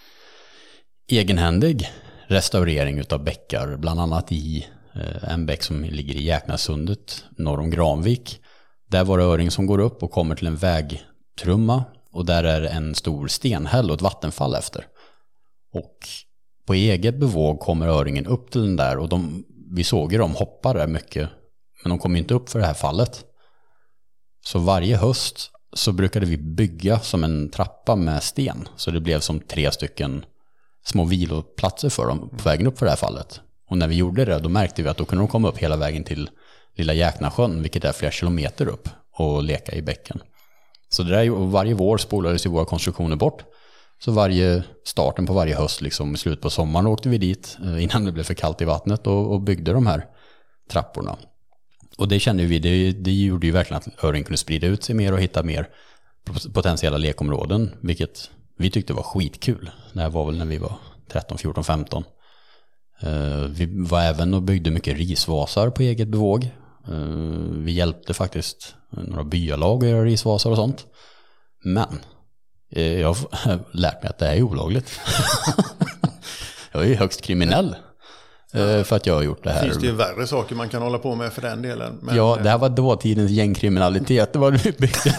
[SPEAKER 1] egenhändig restaurering utav bäckar, bland annat i en bäck som ligger i Jäknasundet norr om Granvik. Där var det öring som går upp och kommer till en vägtrumma och där är en stor stenhäll och ett vattenfall efter. Och på eget bevåg kommer öringen upp till den där och vi såg ju dem hoppa där mycket, men de kom inte upp för det här fallet. Så varje höst så brukade vi bygga som en trappa med sten, så det blev som 3 stycken små viloplatser för dem på vägen upp för det här fallet. Och när vi gjorde det, då märkte vi att då kunde de komma upp hela vägen till Lilla Jäknasjön, vilket är flera kilometer upp, och leka i bäcken. Så det där, varje vår spolades ju våra konstruktioner bort. Så starten på varje höst, liksom i slutet på sommaren, åkte vi dit innan det blev för kallt i vattnet och byggde de här trapporna. Och det kände vi, det gjorde ju verkligen att öring kunde sprida ut sig mer och hitta mer potentiella lekområden, vilket vi tyckte var skitkul. Det här var väl när vi var 13, 14, 15. Vi var även och byggde mycket risvasar på eget bevåg. Vi hjälpte faktiskt några byalag att göra risvasar och sånt. Men jag har lärt mig att det är olagligt. Jag är ju högst kriminell för att jag har gjort det här.
[SPEAKER 2] Finns det ju värre saker man kan hålla på med för den delen. Men
[SPEAKER 1] ja, det här var dåtidens gängkriminalitet. Det var det vi byggde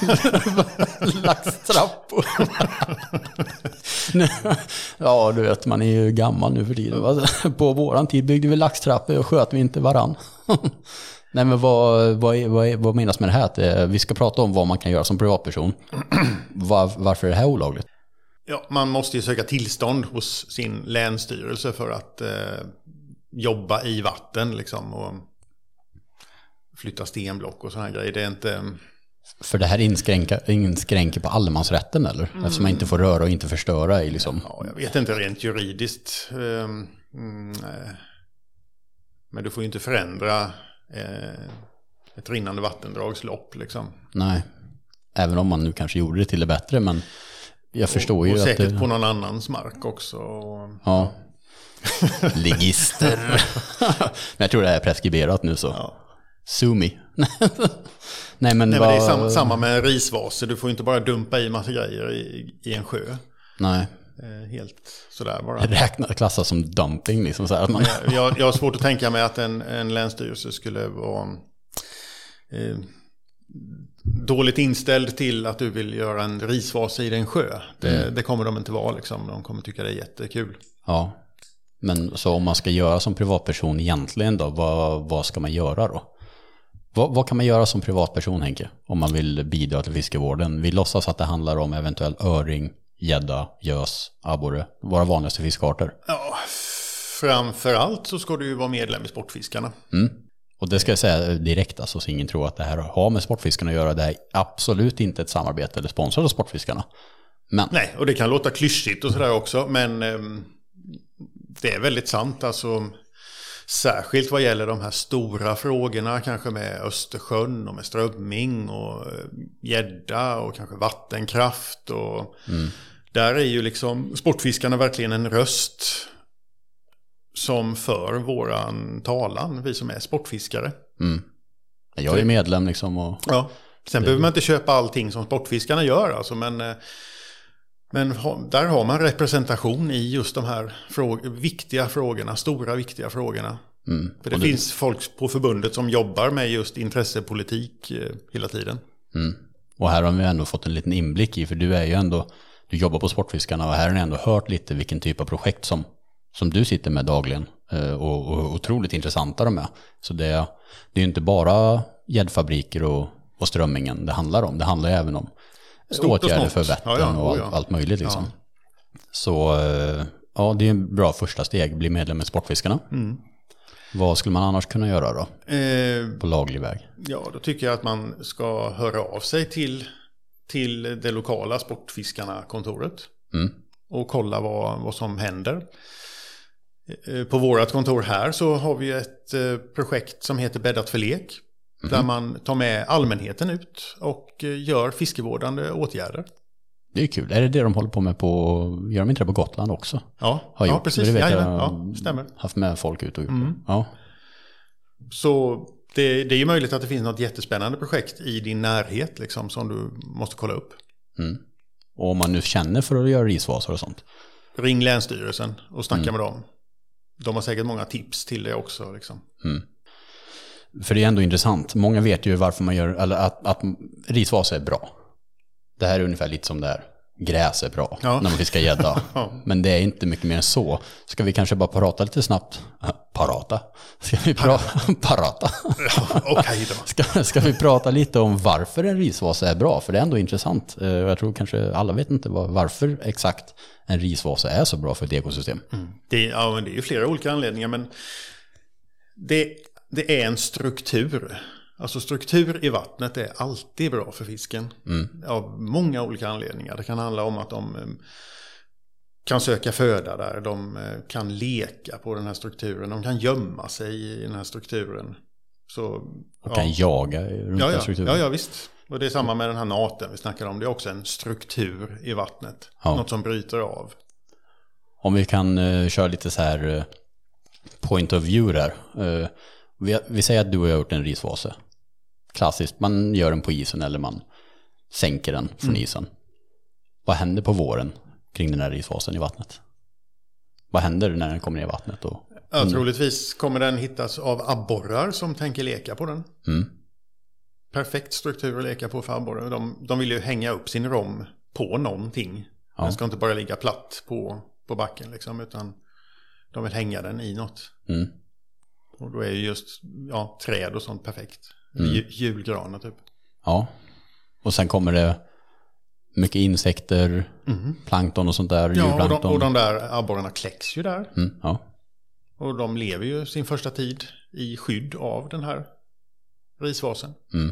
[SPEAKER 1] laxtrappor. Ja, du vet, man är ju gammal nu för tiden. På våran tid byggde vi laxtrappor och sköt vi inte varann. Nej, men vad menas med det här? Att vi ska prata om vad man kan göra som privatperson. Varför är det här olagligt?
[SPEAKER 2] Ja, man måste ju söka tillstånd hos sin länsstyrelse för att jobba i vatten liksom, och flytta stenblock och sådana grejer. Det är inte...
[SPEAKER 1] För det här inskränker på allemansrätten eller? Eftersom man inte får röra och inte förstöra i liksom...
[SPEAKER 2] Ja, jag vet inte rent juridiskt. Men du får ju inte förändra ett rinnande vattendragslopp liksom.
[SPEAKER 1] Nej, även om man nu kanske gjorde det till det bättre, men jag förstår ju
[SPEAKER 2] och
[SPEAKER 1] att
[SPEAKER 2] säkert
[SPEAKER 1] det...
[SPEAKER 2] på någon annans mark också.
[SPEAKER 1] Ja. Ligister. Men jag tror det är preskriberat nu så.
[SPEAKER 2] Ja.
[SPEAKER 1] Sue me. Nej, men
[SPEAKER 2] det är samma med risvaser. Du får inte bara dumpa i massa grejer i en sjö.
[SPEAKER 1] Nej.
[SPEAKER 2] Helt sådär bara.
[SPEAKER 1] Klassas som dumping liksom så här.
[SPEAKER 2] Jag har svårt att tänka mig att en länsstyrelse skulle vara dåligt inställd till att du vill göra en risvas i en sjö. Det kommer de inte vara liksom. De kommer tycka det är jättekul.
[SPEAKER 1] Ja. Men så om man ska göra som privatperson egentligen då, vad ska man göra då? Vad kan man göra som privatperson, Henke? Om man vill bidra till fiskevården. Vi låtsas att det handlar om eventuell öring, gädda, gös, abborre. Våra vanligaste fiskarter.
[SPEAKER 2] Ja, framförallt så ska du ju vara medlem i Sportfiskarna.
[SPEAKER 1] Mm. Och det ska jag säga direkt, alltså, så ingen tror att det här har med Sportfiskarna att göra. Det är absolut inte ett samarbete eller sponsrat av Sportfiskarna. Men... Nej,
[SPEAKER 2] och det kan låta klyschigt och sådär också, men det är väldigt sant. Alltså, särskilt vad gäller de här stora frågorna, kanske med Östersjön och med strömming och gädda och kanske vattenkraft. Och där är ju liksom Sportfiskarna verkligen en röst som för våran talan, vi som är sportfiskare.
[SPEAKER 1] Mm. Jag är medlem liksom. Och
[SPEAKER 2] ja. Sen behöver man inte köpa allting som Sportfiskarna gör, alltså, men där har man representation i just de här viktiga frågorna, stora viktiga frågorna. För det finns folk på förbundet som jobbar med just intressepolitik hela tiden.
[SPEAKER 1] Och här har vi ändå fått en liten inblick i, för du jobbar på Sportfiskarna och här har ni ändå hört lite vilken typ av projekt som du sitter med dagligen och otroligt intressanta de är. Så det är ju inte bara gäddfabriker och strömmingen det handlar om. Det handlar även om åtgärder för Vättern och allt möjligt liksom. Ja. Så det är en bra första steg, bli medlem med Sportfiskarna. Vad skulle man annars kunna göra då? På laglig väg?
[SPEAKER 2] Ja, då tycker jag att man ska höra av sig till det lokala Sportfiskarna-kontoret. Och kolla vad som händer. På vårt kontor här så har vi ett projekt som heter Bäddat för lek. Där man tar med allmänheten ut och gör fiskevårdande åtgärder.
[SPEAKER 1] Det är kul. Är det de håller på med gör de inte det på Gotland också?
[SPEAKER 2] Ja, precis. Stämmer.
[SPEAKER 1] Haft med folk ut och gjort det. Ja.
[SPEAKER 2] Så det är ju möjligt att det finns något jättespännande projekt i din närhet liksom, som du måste kolla upp.
[SPEAKER 1] Och om man nu känner för att göra risvasor och sånt.
[SPEAKER 2] Ring Länsstyrelsen och snacka med dem. De har säkert många tips till det också. Liksom.
[SPEAKER 1] För det är ändå intressant. Många vet ju varför man gör, eller att risvasor är bra. Det här är ungefär lite som det här. Gräs är bra när man fiskar gädda. Men det är inte mycket mer än så. Ska vi kanske bara prata lite snabbt? Ska vi prata?
[SPEAKER 2] Okej då.
[SPEAKER 1] Ska vi prata lite om varför en risvasa är bra? För det är ändå intressant. Jag tror kanske alla vet inte varför exakt en risvasa är så bra för ett ekosystem.
[SPEAKER 2] Det är ju flera olika anledningar, men det är en struktur. Alltså struktur i vattnet är alltid bra för fisken. Av många olika anledningar. Det kan handla om att de kan söka föda där. De kan leka på den här strukturen. De kan gömma sig i den här strukturen.
[SPEAKER 1] Och kan jaga runt den strukturen.
[SPEAKER 2] Ja, visst. Och det är samma med den här naten vi snackar om. Det är också en struktur i vattnet. Något som bryter av.
[SPEAKER 1] Om vi kan köra lite så här point of view där. Vi säger att du har gjort en risvase. Klassiskt, man gör den på isen eller man sänker den från isen. Vad händer på våren kring den här risvasen i vattnet? Vad händer när den kommer ner i vattnet?
[SPEAKER 2] Troligtvis kommer den hittas av abborrar som tänker leka på den. Perfekt struktur att leka på för abborrar. De vill ju hänga upp sin rom på någonting. Den ska inte bara ligga platt på backen liksom, utan de vill hänga den i något. Och då är ju just träd och sånt perfekt. Julgranar typ. Ja.
[SPEAKER 1] Och sen kommer det mycket insekter, plankton och sånt där.
[SPEAKER 2] Ja, och de där abborrarna kläcks ju där.
[SPEAKER 1] Ja.
[SPEAKER 2] Och de lever ju sin första tid i skydd av den här risvasen.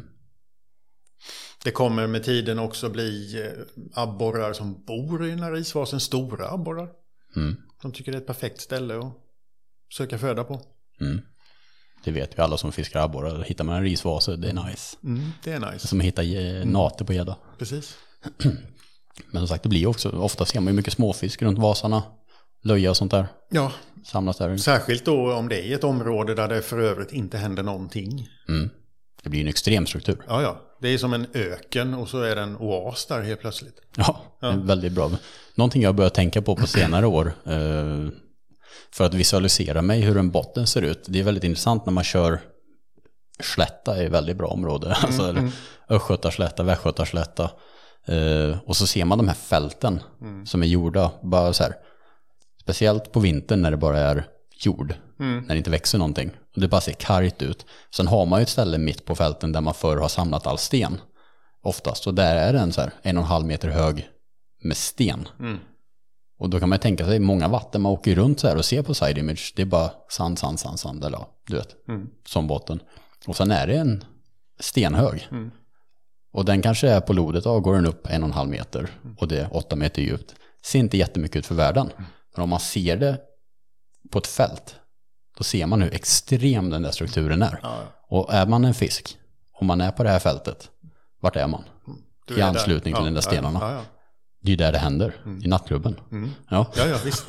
[SPEAKER 2] Det kommer med tiden också bli abborrar som bor i den här risvasen. Stora abborrar. De tycker det är ett perfekt ställe att söka föda på.
[SPEAKER 1] Det vet ju alla som fiskar abborrar. Hittar man en risvase, det är nice.
[SPEAKER 2] Det är nice.
[SPEAKER 1] Som att hitta nater på gädda.
[SPEAKER 2] Precis.
[SPEAKER 1] Men som sagt, det blir också, ofta ser man ju mycket småfisk runt vasarna. Löja och sånt där.
[SPEAKER 2] Ja.
[SPEAKER 1] Samlas där.
[SPEAKER 2] Särskilt då om det är ett område där det för övrigt inte händer någonting.
[SPEAKER 1] Det blir en extrem struktur.
[SPEAKER 2] Ja. Det är som en öken och så är det en oas där helt plötsligt.
[SPEAKER 1] Ja. Väldigt bra. Någonting jag börjat tänka på senare år för att visualisera mig hur en botten ser ut. Det är väldigt intressant när man kör slätta är ett väldigt bra område. Alltså Östgötaslätta, Västgötaslätta. Och så ser man de här fälten som är gjorda bara så här. Speciellt på vintern när det bara är jord. När det inte växer någonting. Och det bara ser kargt ut. Sen har man ju ett ställe mitt på fälten där man förr har samlat all sten. Oftast. Och där är den så här 1,5 meter hög med sten. Och då kan man tänka sig många vatten man åker runt så här och ser på side image. Det är bara sand eller du vet. Som botten. Och sen är det en stenhög. Och den kanske är på lodet, går den upp 1,5 meter. Och det är 8 meter djupt. Ser inte jättemycket ut för världen. Men om man ser det på ett fält, då ser man hur extrem den där strukturen är. Och är man en fisk, om man är på det här fältet, vart är man? I anslutning till den där stenarna. Det är ju där det händer, i nattklubben.
[SPEAKER 2] Ja, visst.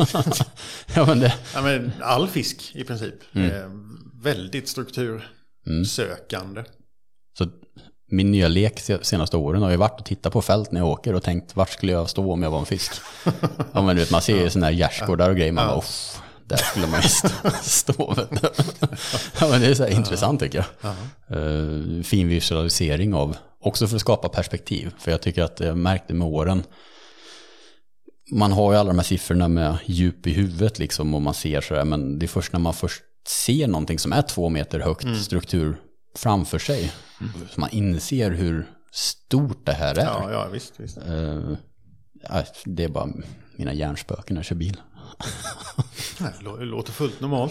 [SPEAKER 2] Men all fisk i princip är väldigt struktursökande.
[SPEAKER 1] Så min nya lek senaste åren har ju varit att titta på fält när jag åker och tänkt, vart skulle jag stå om jag var en fisk? Men du vet, man ser ju sådana här gärdsgårdar och grejer, man bara, där skulle man ju stå. Men det är så här intressant tycker jag. Fin visualisering av Också för att skapa perspektiv. För jag tycker att jag märkte med åren, man har ju alla de här siffrorna med djup i huvudet liksom, och man ser sådär, men det är först när man först ser någonting som är 2 meter högt struktur framför sig så man inser hur stort det här är.
[SPEAKER 2] Ja, visst.
[SPEAKER 1] Det är bara mina hjärnspöken när jag kör bil.
[SPEAKER 2] Det låter fullt normalt.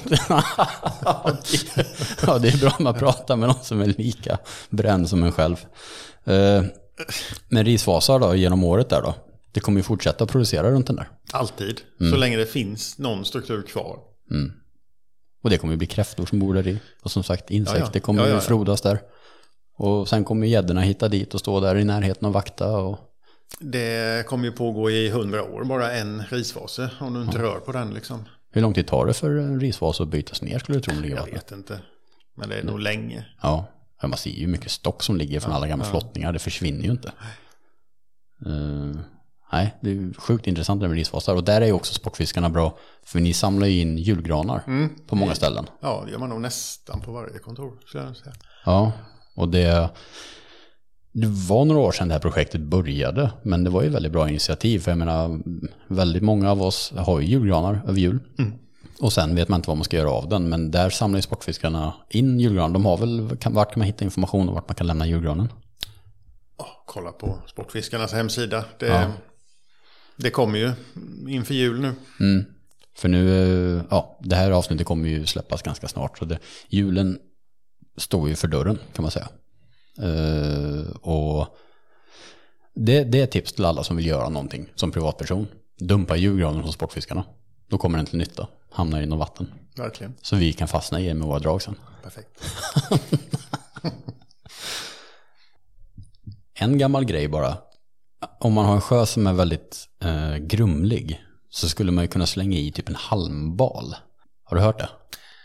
[SPEAKER 1] Ja, det är bra att man pratar med någon som är lika bränd som en själv. Men risvasar då, genom året där då? Det kommer ju fortsätta producera runt den där.
[SPEAKER 2] Alltid, så länge det finns någon struktur kvar.
[SPEAKER 1] Och det kommer ju bli kräftor som bor där i. Och som sagt, insekter kommer ju frodas där. Och sen kommer gäddorna hitta dit och stå där i närheten och vakta. Och...
[SPEAKER 2] Det kommer ju pågå i 100 år, bara en risvase, om du inte rör på den liksom.
[SPEAKER 1] Hur lång tid tar det för en risvas att bytas ner, skulle du tro?
[SPEAKER 2] Jag vet inte, men det är nog länge.
[SPEAKER 1] Ja, man ser ju mycket stock som ligger från alla gamla flottningar. Det försvinner ju inte. Nej, det är sjukt intressant med risvasar. Och där är ju också sportfiskarna bra. För ni samlar ju in julgranar på många ställen.
[SPEAKER 2] Ja, det gör man nog nästan på varje kontor, skulle jag säga.
[SPEAKER 1] Ja, och det var några år sedan det här projektet började. Men det var ju väldigt bra initiativ. För jag menar, väldigt många av oss har ju julgranar över jul. Och sen vet man inte vad man ska göra av den. Men där samlar ju sportfiskarna in julgranar. De har väl, vart kan man hitta information om vart man kan lämna julgranen?
[SPEAKER 2] Kolla på Sportfiskarnas hemsida. Det kommer ju inför jul nu.
[SPEAKER 1] För nu, det här avsnittet kommer ju släppas ganska snart. Så julen står ju för dörren, kan man säga. Och det är ett tips till alla som vill göra någonting som privatperson. Dumpa julgranen hos sportfiskarna. Då kommer den till nytta. Hamnar i något vatten.
[SPEAKER 2] Verkligen.
[SPEAKER 1] Så vi kan fastna i med våra drag sen.
[SPEAKER 2] Perfekt.
[SPEAKER 1] En gammal grej bara. Om man har en sjö som är väldigt grumlig så skulle man ju kunna slänga i typ en halmbal. Har du hört det?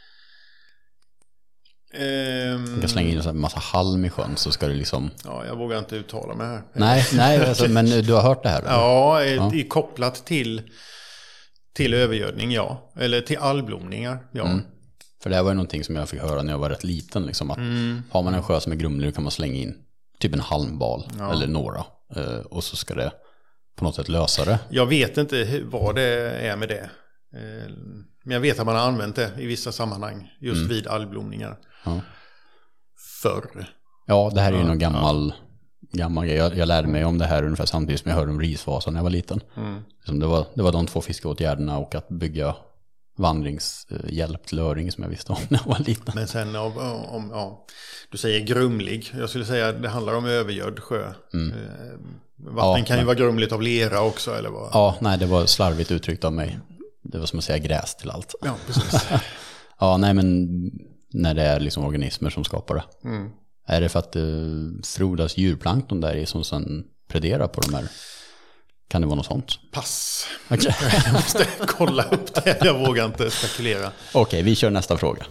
[SPEAKER 1] Man kan slänga in en massa halm i sjön så ska det liksom...
[SPEAKER 2] Ja, jag vågar inte uttala mig här.
[SPEAKER 1] Nej alltså, men du har hört det här?
[SPEAKER 2] Ja, kopplat till övergödning, ja. Eller till algblomningar, ja.
[SPEAKER 1] För det här var ju någonting som jag fick höra när jag var rätt liten. Liksom, att har man en sjö som är grumlig kan man slänga in typ en halmbal eller några. Och så ska det på något sätt lösa det. Jag
[SPEAKER 2] vet inte vad det är med det. Men jag vet att man har använt det i vissa sammanhang. Just vid algblomningar. Ja. Förr.
[SPEAKER 1] Ja, det här är ju någon gammal grej. Jag lärde mig om det här ungefär samtidigt som jag hörde om risvasan när jag var liten. Det var de 2 fiskeåtgärderna och att bygga vandringshjälp till öring som jag visste om när jag var liten.
[SPEAKER 2] Men sen du säger grumlig. Jag skulle säga att det handlar om övergödd sjö. Vatten kan ju vara grumligt av lera också, eller vad?
[SPEAKER 1] Ja, nej, det var slarvigt uttryckt av mig. Det var som att säga gräs till allt.
[SPEAKER 2] Ja, precis.
[SPEAKER 1] Ja, nej, men när det är liksom organismer som skapar det. Är det för att frodas djurplankton där i som sen prederar på de här? Kan det vara något sånt?
[SPEAKER 2] Pass. Okay. Jag måste kolla upp det. Jag vågar inte spekulera.
[SPEAKER 1] Okej, vi kör nästa fråga.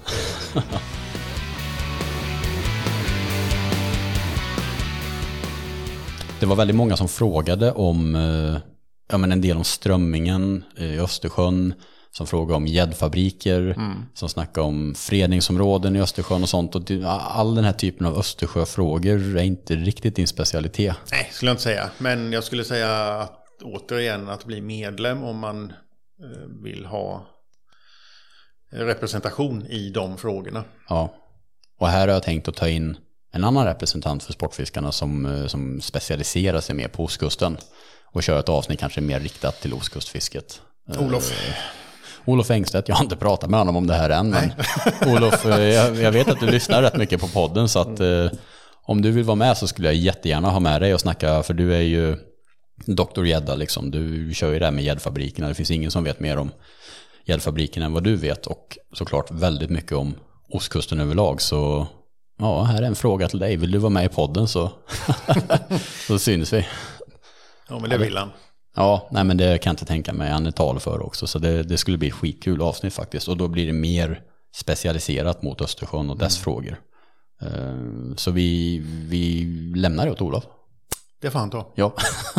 [SPEAKER 1] Det var väldigt många som frågade om en del om strömmingen i Östersjön, som frågade om gäddfabriker, som snackade om fredningsområden i Östersjön och sånt. Och all den här typen av Östersjöfrågor är inte riktigt din specialitet.
[SPEAKER 2] Nej, skulle jag inte säga. Men jag skulle säga att återigen att bli medlem om man vill ha representation i de frågorna.
[SPEAKER 1] Ja, och här har jag tänkt att ta in en annan representant för sportfiskarna som specialiserar sig mer på ostkusten och kör ett avsnitt kanske mer riktat till ostkustfisket. Olof Engstedt, jag har inte pratat med honom om det här än, men Olof, jag vet att du lyssnar rätt mycket på podden, så att om du vill vara med så skulle jag jättegärna ha med dig och snacka, för du är ju doktor gädda liksom, du kör ju det här med gäddfabrikerna, det finns ingen som vet mer om gäddfabrikerna än vad du vet, och såklart väldigt mycket om ostkusten överlag, så ja, här är en fråga till dig, vill du vara med i podden så syns vi.
[SPEAKER 2] Ja, men det vill han.
[SPEAKER 1] Ja, nej, men det kan jag inte tänka mig. Han är tal för också. Så det skulle bli ett skitkul avsnitt faktiskt. Och då blir det mer specialiserat mot Östersjön och dess frågor. Så vi lämnar det åt Olof.
[SPEAKER 2] Det får han ta.
[SPEAKER 1] Ja.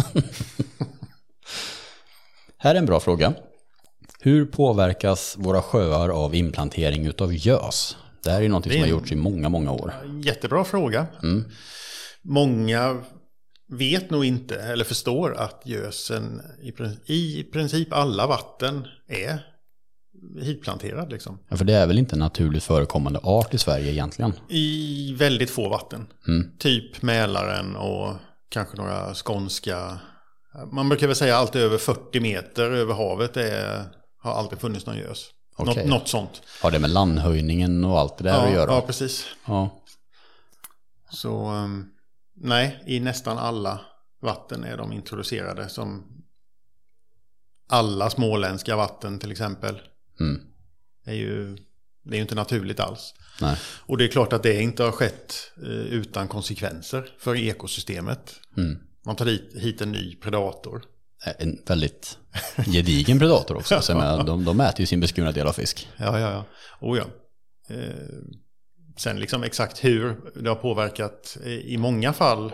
[SPEAKER 1] Här är en bra fråga. Hur påverkas våra sjöar av inplantering utav gös? Det här är något som har gjorts i många, många år.
[SPEAKER 2] Jättebra fråga. många vet nog inte eller förstår att gösen i princip alla vatten är hitplanterad liksom.
[SPEAKER 1] Ja, för det är väl inte en naturligt förekommande art i Sverige egentligen?
[SPEAKER 2] I väldigt få vatten. Typ Mälaren och kanske några skånska. Man brukar väl säga allt över 40 meter över havet har alltid funnits någon gös.
[SPEAKER 1] Okay.
[SPEAKER 2] Något sånt.
[SPEAKER 1] Har det med landhöjningen och allt det där att göra?
[SPEAKER 2] Ja, precis.
[SPEAKER 1] Ja.
[SPEAKER 2] Så nej, i nästan alla vatten är de introducerade, som alla småländska vatten till exempel. Det är ju inte naturligt alls.
[SPEAKER 1] Nej.
[SPEAKER 2] Och det är klart att det inte har skett utan konsekvenser för ekosystemet. Man tar hit en ny predator.
[SPEAKER 1] En väldigt gedigen predator också. Så de äter ju sin beskurna del av fisk.
[SPEAKER 2] Ja. Sen liksom exakt hur det har påverkat i många fall.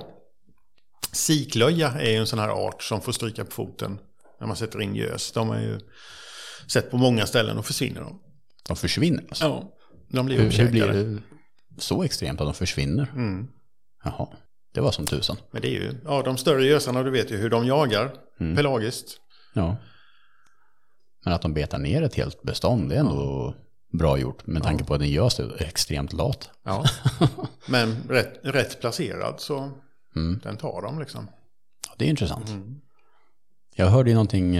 [SPEAKER 2] Siklöja är ju en sån här art som får stryka på foten när man sätter in gös. De har ju sett på många ställen och försvinner de.
[SPEAKER 1] De försvinner alltså?
[SPEAKER 2] Ja, de blir uppkäkade.
[SPEAKER 1] Hur blir det så extremt att de försvinner? Jaha, det var som tusan.
[SPEAKER 2] Men det är ju, de större gösarna, du vet ju hur de jagar pelagiskt.
[SPEAKER 1] Ja. Men att de betar ner ett helt bestånd, det är ändå bra gjort. Med tanke på att den görs är extremt lat.
[SPEAKER 2] Ja, men rätt placerad så den tar dem liksom.
[SPEAKER 1] Det är intressant. Jag hörde ju någonting,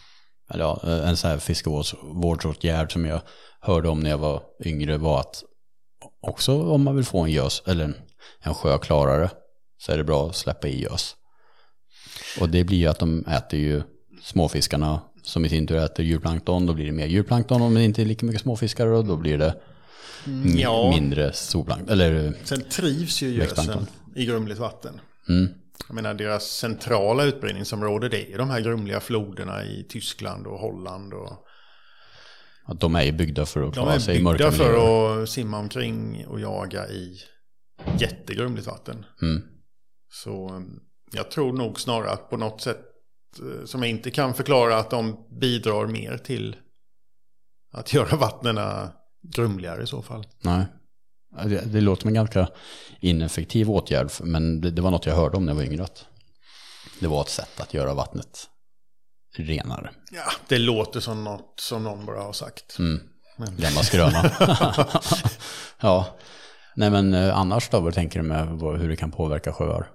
[SPEAKER 1] en sån här fiskevårdsåtgärd som jag hörde om när jag var yngre var att också om man vill få en gös eller en sjö klarare så är det bra att släppa i gös. Och det blir ju att de äter ju småfiskarna som i sin tur äter djurplankton. Då blir det mer djurplankton, om det inte är lika mycket småfiskar, och då blir det mindre zooplankton. Eller
[SPEAKER 2] sen trivs ju gösen i grumligt vatten. Jag menar, deras centrala utbredningsområde, det är de här grumliga floderna i Tyskland och Holland.
[SPEAKER 1] Att de är ju byggda för att klara sig i
[SPEAKER 2] mörka miljöer. De är byggda för att simma omkring och jaga i jättegrumligt vatten. Så jag tror nog snarare att på något sätt som jag inte kan förklara att de bidrar mer till att göra vattnena grumligare i så fall.
[SPEAKER 1] Nej. Det låter som en ganska ineffektiv åtgärd, men det var något jag hörde om när jag var yngre. Det var ett sätt att göra vattnet renare.
[SPEAKER 2] Ja, det låter som något som någon bara har sagt.
[SPEAKER 1] Gamla skröna. Ja. Nej, men annars då, vad tänker du med hur det kan påverka sjöar?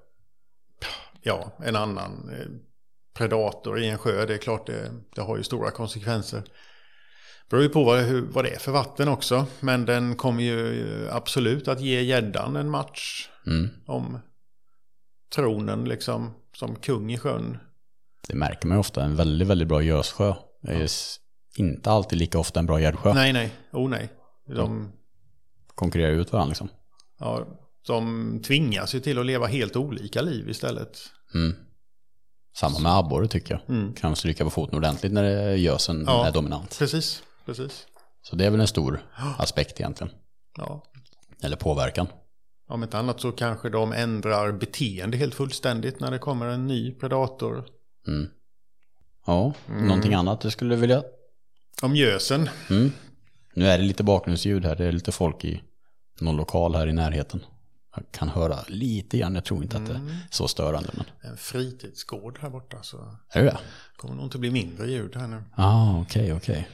[SPEAKER 2] Ja, en annan predator i en sjö, det är klart det har ju stora konsekvenser. Det beror ju på vad det är för vatten också. Men den kommer ju absolut att ge gäddan en match om tronen liksom som kung i sjön.
[SPEAKER 1] Det märker man ju ofta. En väldigt, väldigt bra gössjö är inte alltid lika ofta en bra gäddsjö.
[SPEAKER 2] Nej. Nej. De
[SPEAKER 1] konkurrerar ut varandra liksom.
[SPEAKER 2] Ja, de tvingas ju till att leva helt olika liv istället.
[SPEAKER 1] Samma med abborre tycker jag. Kan stryka på foten ordentligt när gösen är dominant.
[SPEAKER 2] Precis.
[SPEAKER 1] Så det är väl en stor aspekt egentligen.
[SPEAKER 2] Ja.
[SPEAKER 1] Eller påverkan.
[SPEAKER 2] Om inte annat så kanske de ändrar beteende helt fullständigt när det kommer en ny predator.
[SPEAKER 1] Ja, någonting annat du skulle vilja?
[SPEAKER 2] Om gösen.
[SPEAKER 1] Nu är det lite bakgrundsljud här. Det är lite folk i någon lokal här i närheten. Jag kan höra lite grann. Jag tror inte att det är så störande. Men...
[SPEAKER 2] En fritidsgård här borta. Så
[SPEAKER 1] är det?
[SPEAKER 2] Kommer nog inte bli mindre ljud här nu.
[SPEAKER 1] Okej.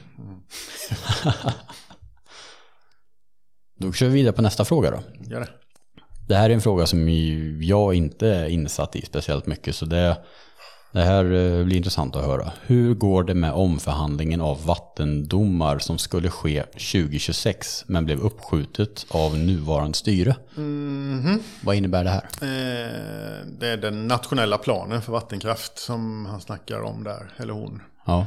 [SPEAKER 1] Då kör vi vidare på nästa fråga då.
[SPEAKER 2] Gör det.
[SPEAKER 1] Det här är en fråga som jag inte är insatt i speciellt mycket. Så det här blir intressant att höra. Hur går det med omförhandlingen av vattendomar som skulle ske 2026 men blev uppskjutet av nuvarande styre? Vad innebär det här?
[SPEAKER 2] Det är den nationella planen för vattenkraft som han snackar om där, eller hon.
[SPEAKER 1] Ja.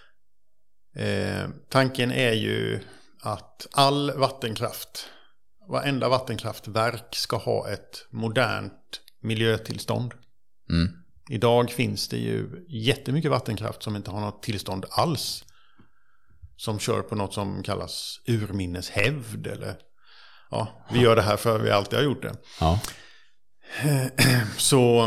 [SPEAKER 2] Tanken är ju att all vattenkraft, varenda vattenkraftverk ska ha ett modernt miljötillstånd. Idag finns det ju jättemycket vattenkraft som inte har något tillstånd alls. Som kör på något som kallas urminneshävd. Eller, vi gör det här för vi alltid har gjort det.
[SPEAKER 1] Ja.
[SPEAKER 2] Så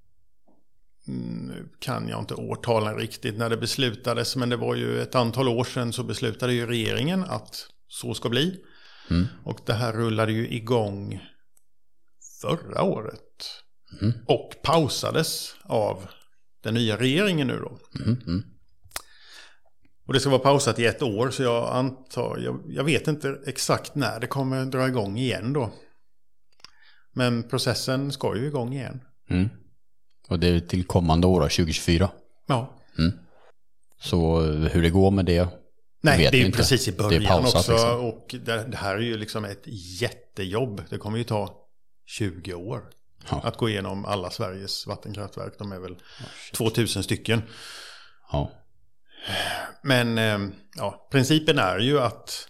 [SPEAKER 2] kan jag inte årtalen riktigt när det beslutades. Men det var ju ett antal år sedan så beslutade ju regeringen att så ska bli. Och det här rullade ju igång förra året. Och pausades av den nya regeringen nu då. Och det ska vara pausat i 1 år, så jag antar, jag vet inte exakt när det kommer dra igång igen då. Men processen ska ju igång igen.
[SPEAKER 1] Och det är till kommande år, 2024.
[SPEAKER 2] Ja.
[SPEAKER 1] Så hur det går med det?
[SPEAKER 2] Nej, det är ju precis i början
[SPEAKER 1] pausat,
[SPEAKER 2] också.
[SPEAKER 1] liksom.
[SPEAKER 2] Och det här är ju liksom ett jättejobb. Det kommer ju ta 20 år att gå igenom alla Sveriges vattenkraftverk. De är väl 2000 stycken.
[SPEAKER 1] Ja.
[SPEAKER 2] Men principen är ju att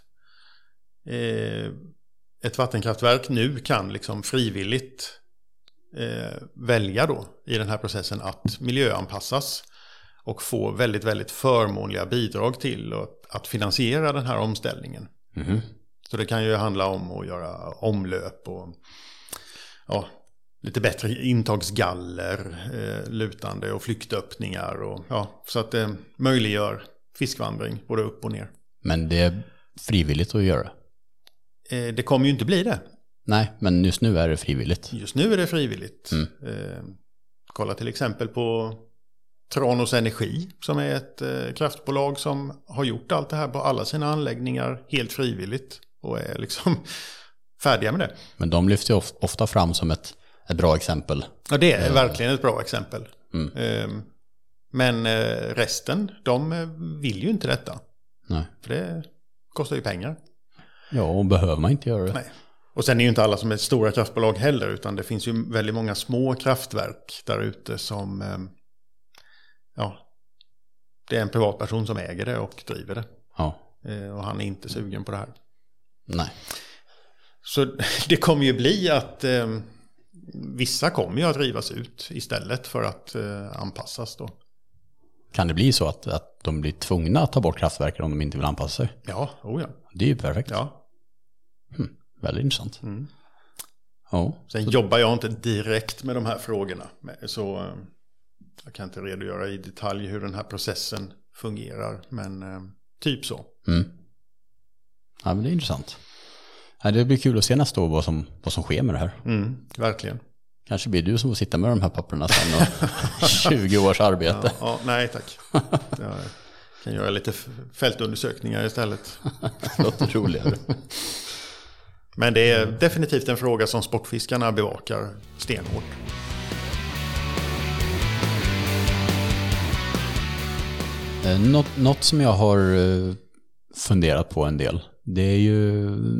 [SPEAKER 2] ett vattenkraftverk nu kan liksom frivilligt välja då i den här processen att miljöanpassas och få väldigt, väldigt förmånliga bidrag till att finansiera den här omställningen. Så det kan ju handla om att göra omlöp och lite bättre intagsgaller, lutande och flyktöppningar och så att det möjliggör fiskvandring både upp och ner.
[SPEAKER 1] Men det är frivilligt att göra?
[SPEAKER 2] Det kommer ju inte bli det.
[SPEAKER 1] Nej, men just nu är det frivilligt.
[SPEAKER 2] Just nu är det frivilligt. Kolla till exempel på Tranås Energi, som är ett kraftbolag som har gjort allt det här på alla sina anläggningar helt frivilligt och är liksom färdiga med det.
[SPEAKER 1] Men de lyfter ju ofta fram som ett bra exempel.
[SPEAKER 2] Ja, det är verkligen ett bra exempel. Men resten, de vill ju inte detta.
[SPEAKER 1] Nej.
[SPEAKER 2] För det kostar ju pengar.
[SPEAKER 1] Ja, och behöver man inte göra det.
[SPEAKER 2] Nej. Och sen är ju inte alla som är stora kraftbolag heller, utan det finns ju väldigt många små kraftverk där ute som, det är en privatperson som äger det och driver det.
[SPEAKER 1] Ja.
[SPEAKER 2] Och han är inte sugen på det här.
[SPEAKER 1] Nej.
[SPEAKER 2] Så det kommer ju bli att vissa kommer ju att drivas ut istället för att anpassas då.
[SPEAKER 1] Kan det bli så att de blir tvungna att ta bort kraftverken om de inte vill anpassa sig?
[SPEAKER 2] Ja,
[SPEAKER 1] Det är ju perfekt.
[SPEAKER 2] Ja.
[SPEAKER 1] Väldigt intressant. Ja.
[SPEAKER 2] Sen jobbar jag inte direkt med de här frågorna. Så jag kan inte redogöra i detalj hur den här processen fungerar. Men typ så.
[SPEAKER 1] Ja, men det är intressant. Ja, det blir kul att se nästa år vad som sker med det här.
[SPEAKER 2] Verkligen.
[SPEAKER 1] Kanske blir du som får sitta med de här papperna sen och 20 års arbete.
[SPEAKER 2] Nej tack. Jag kan göra lite fältundersökningar istället.
[SPEAKER 1] Det låter roligare.
[SPEAKER 2] Men det är definitivt en fråga som sportfiskarna bevakar stenhårt.
[SPEAKER 1] Något som jag har funderat på en del, det är ju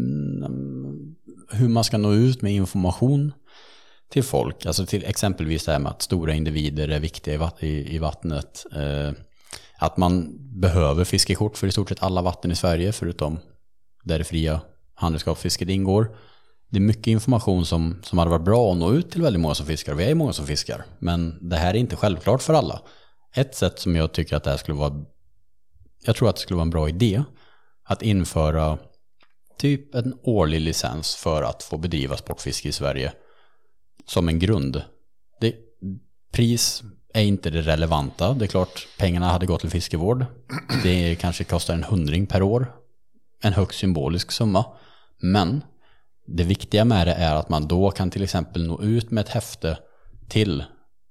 [SPEAKER 1] hur man ska nå ut med information till folk. Alltså till exempelvis det här med att stora individer är viktiga i vattnet. Att man behöver fiskekort för i stort sett alla vatten i Sverige, förutom där det fria handredskapsfisket ingår. Det är mycket information som hade varit bra att nå ut till väldigt många som fiskar. Vi är många som fiskar, men det här är inte självklart för alla. Ett sätt som jag tycker att det här skulle vara, jag tror att det skulle vara en bra idé, att införa typ en årlig licens för att få bedriva sportfiske i Sverige som en grund. Pris är inte det relevanta. Det är klart, pengarna hade gått till fiskevård. Det kanske kostar 100 per år. En högst symbolisk summa. Men det viktiga med det är att man då kan till exempel nå ut med ett häfte till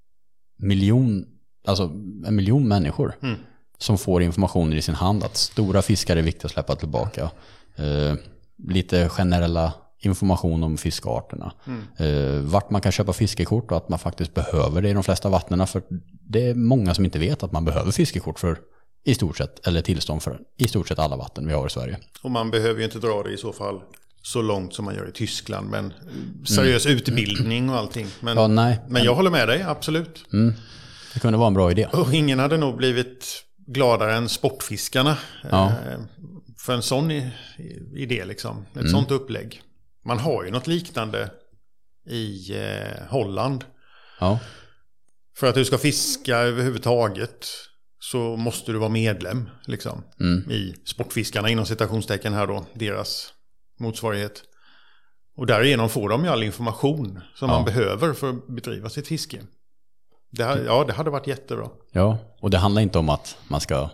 [SPEAKER 1] 1 miljon människor som får information i sin hand att stora fiskar är viktiga att släppa tillbaka. Lite generella information om fiskarterna. Vart man kan köpa fiskekort och att man faktiskt behöver det i de flesta vattnena, för det är många som inte vet att man behöver fiskekort för i stort sett, eller tillstånd för i stort sett alla vatten vi har i Sverige.
[SPEAKER 2] Och man behöver ju inte dra det i så fall så långt som man gör i Tyskland, men seriös utbildning och allting. Men, men jag håller med dig, absolut.
[SPEAKER 1] Det kunde vara en bra idé.
[SPEAKER 2] Och ingen hade nog blivit gladare än sportfiskarna för en sån idé liksom. Ett sånt upplägg. Man har ju något liknande i Holland.
[SPEAKER 1] Ja.
[SPEAKER 2] För att du ska fiska överhuvudtaget så måste du vara medlem liksom, i sportfiskarna inom citationstecken här då, deras motsvarighet. Och därigenom får de ju all information som man behöver för att bedriva sitt fiske. Det hade varit jättebra.
[SPEAKER 1] Ja, och det handlar inte om att man ska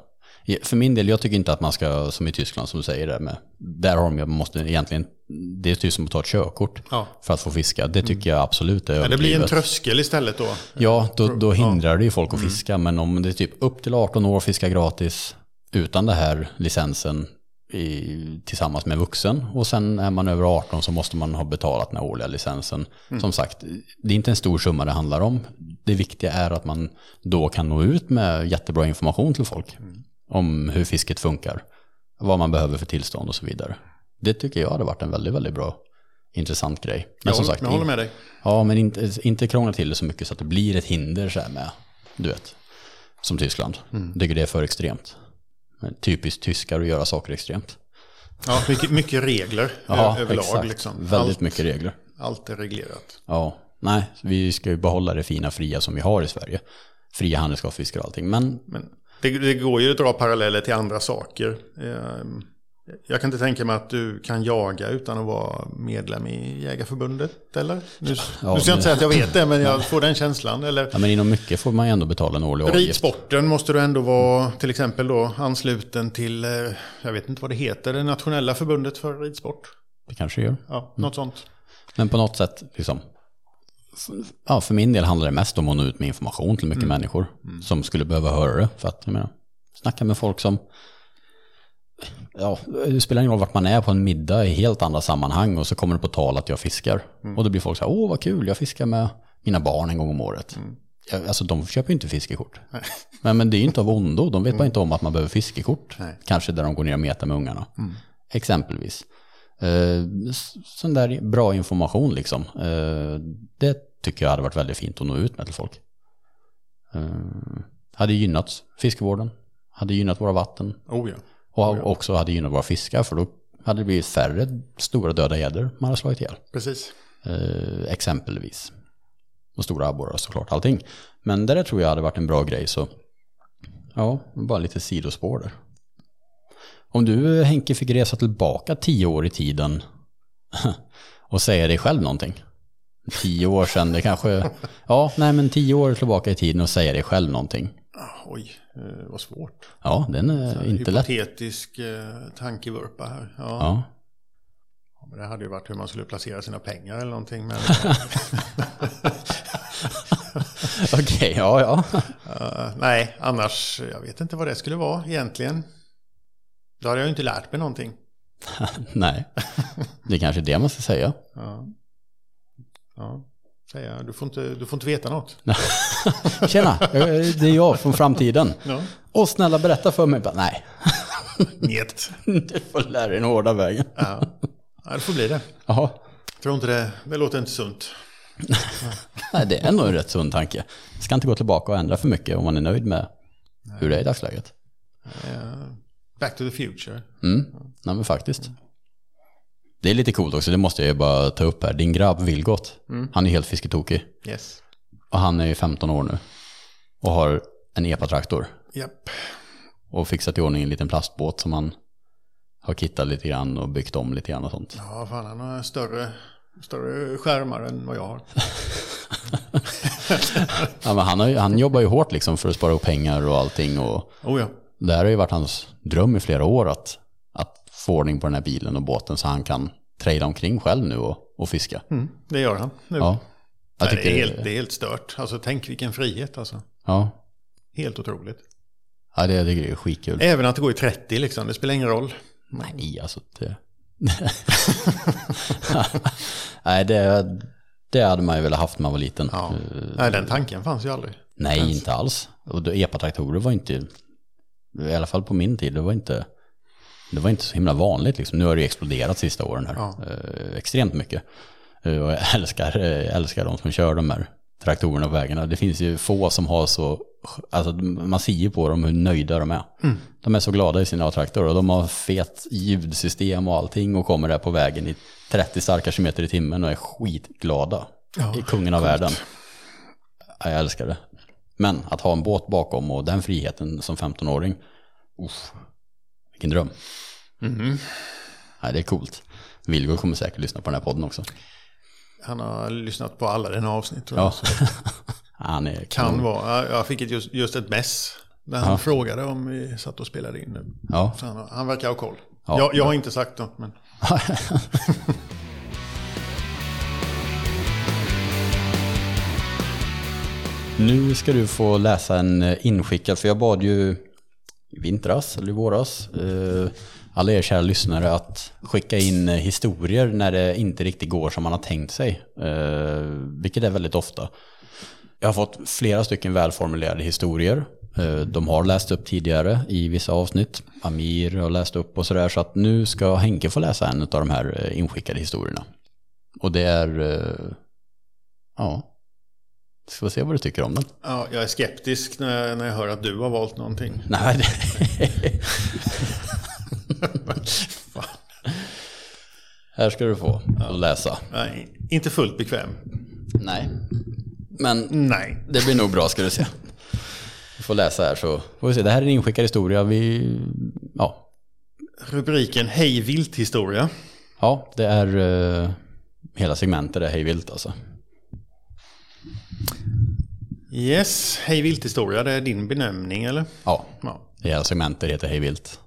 [SPEAKER 1] För min del, jag tycker inte att man ska, som i Tyskland som du säger där med, där har de, måste egentligen, det är typ som att ta ett körkort för att få fiska. Det tycker jag absolut är överdrivet.
[SPEAKER 2] Det blir en tröskel istället då.
[SPEAKER 1] Ja, då hindrar det ju folk att fiska. Men om det är typ upp till 18 år fiska gratis utan det här licensen tillsammans med vuxen. Och sen är man över 18 så måste man ha betalat den här årliga licensen. Som sagt, det är inte en stor summa det handlar om. Det viktiga är att man då kan nå ut med jättebra information till folk. Om hur fisket funkar. Vad man behöver för tillstånd och så vidare. Det tycker jag hade varit en väldigt, väldigt bra, intressant grej. Men som sagt,
[SPEAKER 2] jag håller med dig.
[SPEAKER 1] Ja, men inte krångla till det så mycket så att det blir ett hinder så här med, du vet, som Tyskland. Det är för extremt. Typiskt tyskar att göra saker extremt.
[SPEAKER 2] Ja, mycket regler överlag.
[SPEAKER 1] Exakt.
[SPEAKER 2] Liksom.
[SPEAKER 1] Väldigt mycket regler.
[SPEAKER 2] Allt är reglerat.
[SPEAKER 1] Ja, nej, vi ska ju behålla det fina fria som vi har i Sverige. Fria handredskapsfiskar och allting. Men
[SPEAKER 2] det går ju att dra paralleller till andra saker. Jag kan inte tänka mig att du kan jaga utan att vara medlem i Jägarförbundet, eller? Nu ska jag inte säga att jag vet det, men jag får den känslan. Eller?
[SPEAKER 1] Ja, men inom mycket får man ju ändå betala en årlig avgift.
[SPEAKER 2] Ridsporten måste du ändå vara till exempel då ansluten till, jag vet inte vad det heter, det nationella förbundet för ridsport.
[SPEAKER 1] Det kanske gör.
[SPEAKER 2] Ja, något sånt.
[SPEAKER 1] Men på något sätt, liksom, ja, för min del handlar det mest om att nå ut med information till mycket människor som skulle behöva höra det. För att, jag menar, snacka med folk som, ja, det spelar ingen roll vart man är på en middag i helt andra sammanhang och så kommer det på tal att jag fiskar. Och då blir folk så här, åh vad kul, jag fiskar med mina barn en gång om året. Alltså de köper ju inte fiskekort. Men det är ju inte av ondo, de vet bara inte om att man behöver fiskekort. Kanske där de går ner och metar med ungarna. Exempelvis. Sån där bra information liksom. Det tycker jag hade varit väldigt fint att nå ut med till folk. Hade gynnat fiskevården. Hade gynnat våra vatten. Och också hade gynnat våra fiskar. För då hade det blivit färre stora döda gäddor man hade slagit ihjäl.
[SPEAKER 2] Precis.
[SPEAKER 1] Exempelvis. Och stora abborrar såklart, allting. Men det där tror jag hade varit en bra grej. Så ja, bara lite sidospår där. Om du, Henke, fick resa tillbaka 10 år i tiden och säga dig själv någonting. 10 år sedan, det kanske... Ja, nej men 10 år tillbaka i tiden och säga dig själv någonting.
[SPEAKER 2] Oj, vad svårt.
[SPEAKER 1] Ja, den är inte lätt.
[SPEAKER 2] Hypotetisk tankevurpa här.
[SPEAKER 1] Ja.
[SPEAKER 2] Men det hade ju varit hur man skulle placera sina pengar eller någonting. Men...
[SPEAKER 1] Okej, ja.
[SPEAKER 2] Nej, annars, jag vet inte vad det skulle vara egentligen. Då hade jag ju inte lärt mig någonting.
[SPEAKER 1] Nej, det är kanske det man ska säga.
[SPEAKER 2] Ja, säga. Du får inte veta något.
[SPEAKER 1] Tjena, det är jag från framtiden.
[SPEAKER 2] Ja.
[SPEAKER 1] Och snälla berätta för mig. Nej.
[SPEAKER 2] Njet.
[SPEAKER 1] Du får lära dig den hårda vägen.
[SPEAKER 2] Ja, det får bli det.
[SPEAKER 1] Jaha.
[SPEAKER 2] Tror inte det låter inte sunt.
[SPEAKER 1] Nej, det är nog en rätt sund tanke. Jag ska inte gå tillbaka och ändra för mycket om man är nöjd med hur det är i dagsläget.
[SPEAKER 2] Back to the future.
[SPEAKER 1] Nej, men faktiskt. Det är lite coolt också, det måste jag ju bara ta upp här. Din grabb Vilgot, han är helt fisketokig.
[SPEAKER 2] Yes.
[SPEAKER 1] Och han är ju 15 år nu. Och har en EPA-traktor.
[SPEAKER 2] Japp.
[SPEAKER 1] Och fixat i ordning en liten plastbåt som han har kittat lite grann och byggt om lite grann och sånt.
[SPEAKER 2] Ja, fan, han har större skärmar än vad jag har.
[SPEAKER 1] Ja, men han jobbar ju hårt liksom för att spara upp pengar och allting. Och det här har ju varit hans dröm i flera år att få ordning på den här bilen och båten så han kan trada omkring själv nu och fiska.
[SPEAKER 2] Det gör han nu.
[SPEAKER 1] Ja.
[SPEAKER 2] Det är helt stört. Alltså, tänk vilken frihet alltså.
[SPEAKER 1] Ja.
[SPEAKER 2] Helt otroligt.
[SPEAKER 1] Ja, det är skitkul.
[SPEAKER 2] Även att det går i 30 liksom, det spelar ingen roll.
[SPEAKER 1] Nej, alltså det... Nej, det hade man ju väl haft när man var liten.
[SPEAKER 2] Ja. Nej, den tanken fanns ju aldrig.
[SPEAKER 1] Nej, inte alls. Och EPA-traktorer var inte, i alla fall på min tid, det var inte så himla vanligt liksom. Nu har det exploderat sista åren här. Extremt mycket. Och jag älskar de som kör de här traktorerna på vägarna. Det finns ju få som har så, alltså man ser ju på dem hur nöjda de är. De är så glada i sina traktorer och de har fet ljudsystem och allting och kommer där på vägen i 30 starka kilometer i timmen och är skitglada. I kungen av världen. Jag älskar det. Men att ha en båt bakom och den friheten som 15-åring, vilken dröm. Nej, det är coolt. Vilgo kommer säkert lyssna på den här podden också.
[SPEAKER 2] Han har lyssnat på alla dina avsnitt.
[SPEAKER 1] Ja. Han är
[SPEAKER 2] kan vara. Jag fick just ett mess Där han frågade om vi satt och spelade in nu.
[SPEAKER 1] Ja.
[SPEAKER 2] Så han verkar ha koll.
[SPEAKER 1] Ja.
[SPEAKER 2] Jag har inte sagt något, men...
[SPEAKER 1] Nu ska du få läsa en inskickad, för jag bad ju i vintras eller i våras alla er kära lyssnare att skicka in historier när det inte riktigt går som man har tänkt sig, vilket är väldigt ofta. Jag har fått flera stycken välformulerade historier. De har läst upp tidigare i vissa avsnitt. Amir har läst upp och sådär, så att nu ska Henke få läsa en av de här inskickade historierna. Och det är ja, ska vi se vad du tycker om den.
[SPEAKER 2] Ja, jag är skeptisk när jag hör att du har valt någonting.
[SPEAKER 1] Nej, här ska du få läsa.
[SPEAKER 2] Nej, inte fullt bekväm.
[SPEAKER 1] Nej, men
[SPEAKER 2] Nej.
[SPEAKER 1] det blir nog bra, ska du se. Vi får läsa här så får vi se. Det här är en inskickad historia.
[SPEAKER 2] Rubriken Hej vilt historia.
[SPEAKER 1] Ja, det är hela segmentet är Hej vilt alltså.
[SPEAKER 2] Yes, Hej vilt historia, det är din benämning eller?
[SPEAKER 1] Ja. Hela segmentet heter Hej vilt.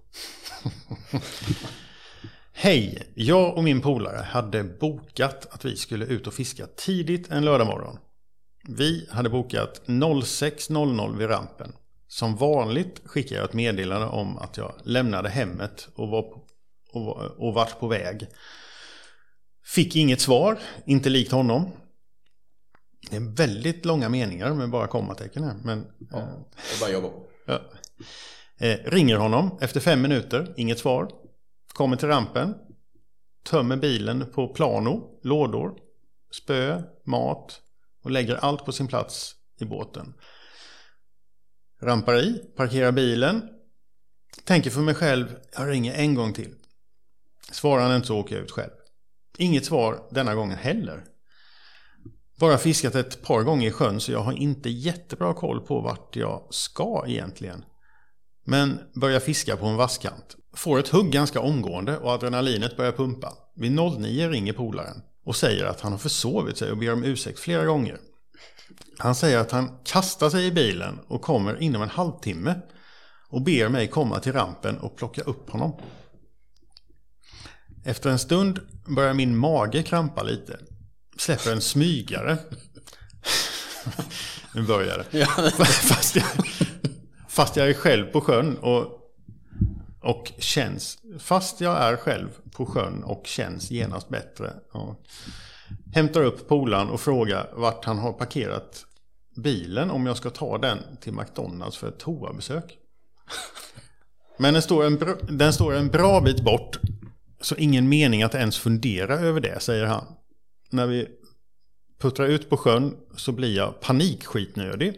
[SPEAKER 2] Hej, jag och min polare hade bokat att vi skulle ut och fiska tidigt en lördag morgon. Vi hade bokat 06.00 vid rampen. Som vanligt skickade jag ett meddelande om att jag lämnade hemmet och vart på väg. Fick inget svar, inte likt honom. Det är väldigt långa meningar med bara kommatecken här. Men,
[SPEAKER 1] det är bara jobba på.
[SPEAKER 2] Ja. Ringer honom efter 5 minuter, inget svar. Kommer till rampen. Tömmer bilen på plano, lådor, spö, mat och lägger allt på sin plats i båten. Rampar i, parkerar bilen. Tänker för mig själv, jag ringer en gång till. Svarar han inte så åker jag ut själv. Inget svar denna gången heller. Bara fiskat ett par gånger i sjön så jag har inte jättebra koll på vart jag ska egentligen. Men börjar fiska på en vasskant. Får ett hugg ganska omgående och adrenalinet börjar pumpa. Vid 09 ringer polaren och säger att han har försovit sig och ber om ursäkt flera gånger. Han säger att han kastar sig i bilen och kommer inom en halvtimme och ber mig komma till rampen och plocka upp honom. Efter en stund börjar min mage krampa lite. Släpper en smygare. Nu börjar det. Fast jag är själv på sjön och känns. Fast jag är själv på sjön och känns genast bättre. Ja. Hämtar upp polaren och frågar vart han har parkerat bilen om jag ska ta den till McDonalds för ett toabesök. Men den står en bra bit bort, så ingen mening att ens fundera över det, säger han. När vi puttrar ut på sjön så blir jag panikskitnödig.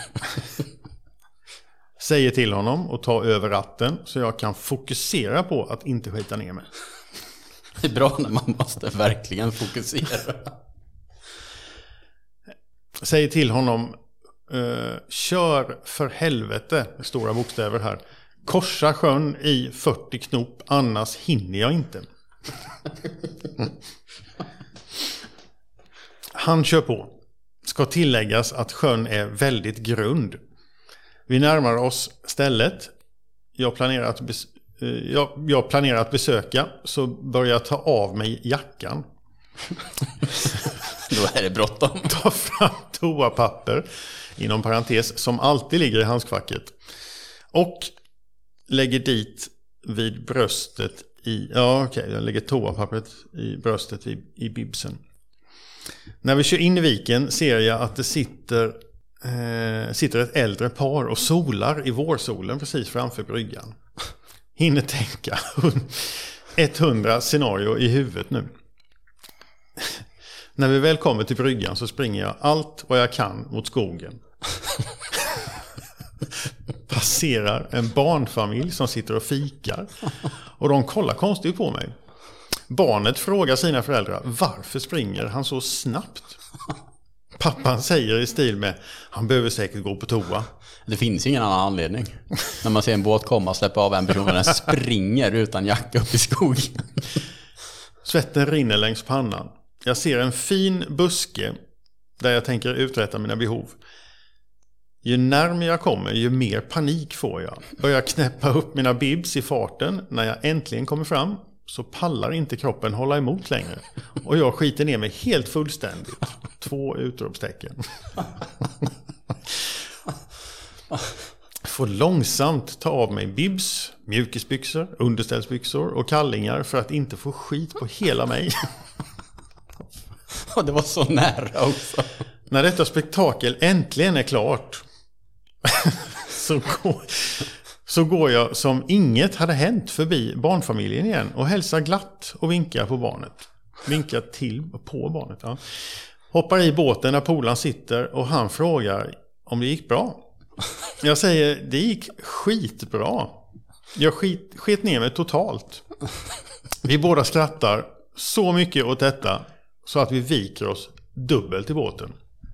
[SPEAKER 2] Säger till honom att ta över ratten så jag kan fokusera på att inte skita ner mig.
[SPEAKER 1] Det är bra när man måste verkligen fokusera.
[SPEAKER 2] Säger till honom, kör för helvete, stora bokstäver här. Korsa sjön i 40 knop, annars hinner jag inte. Han kör på. Ska tilläggas att sjön är väldigt grund. Vi närmar oss stället. Jag planerar att besöka, så börjar jag ta av mig jackan.
[SPEAKER 1] Då är det bråttom.
[SPEAKER 2] Ta fram toapapper, inom parentes, som alltid ligger i handskfacket. Och lägger dit vid bröstet jag lägger toapappret i bröstet i bibsen. När vi kör in i viken ser jag att det sitter ett äldre par och solar i vårsolen precis framför bryggan. Hinner tänka 100 scenario i huvudet nu. När vi väl kommer till bryggan så springer jag allt vad jag kan mot skogen. Passerar en barnfamilj som sitter och fikar. Och de kollar konstigt på mig. Barnet frågar sina föräldrar, varför springer han så snabbt? Pappan säger i stil med, han behöver säkert gå på toa.
[SPEAKER 1] Det finns ingen annan anledning. När man ser en båt komma och släppa av en person och den springer utan jacka upp i skogen.
[SPEAKER 2] Svetten rinner längs pannan. Jag ser en fin buske där jag tänker uträtta mina behov. Ju närmare jag kommer, ju mer panik får jag. Börjar knäppa upp mina bibs i farten. När jag äntligen kommer fram så pallar inte kroppen hålla emot längre. Och jag skiter ner mig helt fullständigt. 2 utropstecken. Får långsamt ta av mig bibs, mjukisbyxor, underställsbyxor och kallingar för att inte få skit på hela mig.
[SPEAKER 1] Det var så nära också.
[SPEAKER 2] När detta spektakel äntligen är klart så går jag som inget hade hänt förbi barnfamiljen igen och hälsar glatt och vinkar på barnet. Vinkar på barnet, ja. Hoppar i båten när polaren sitter och han frågar om det gick bra. Jag säger, det gick skitbra. Jag sket ner mig totalt. Vi båda skrattar så mycket åt detta så att vi viker oss dubbelt i båten.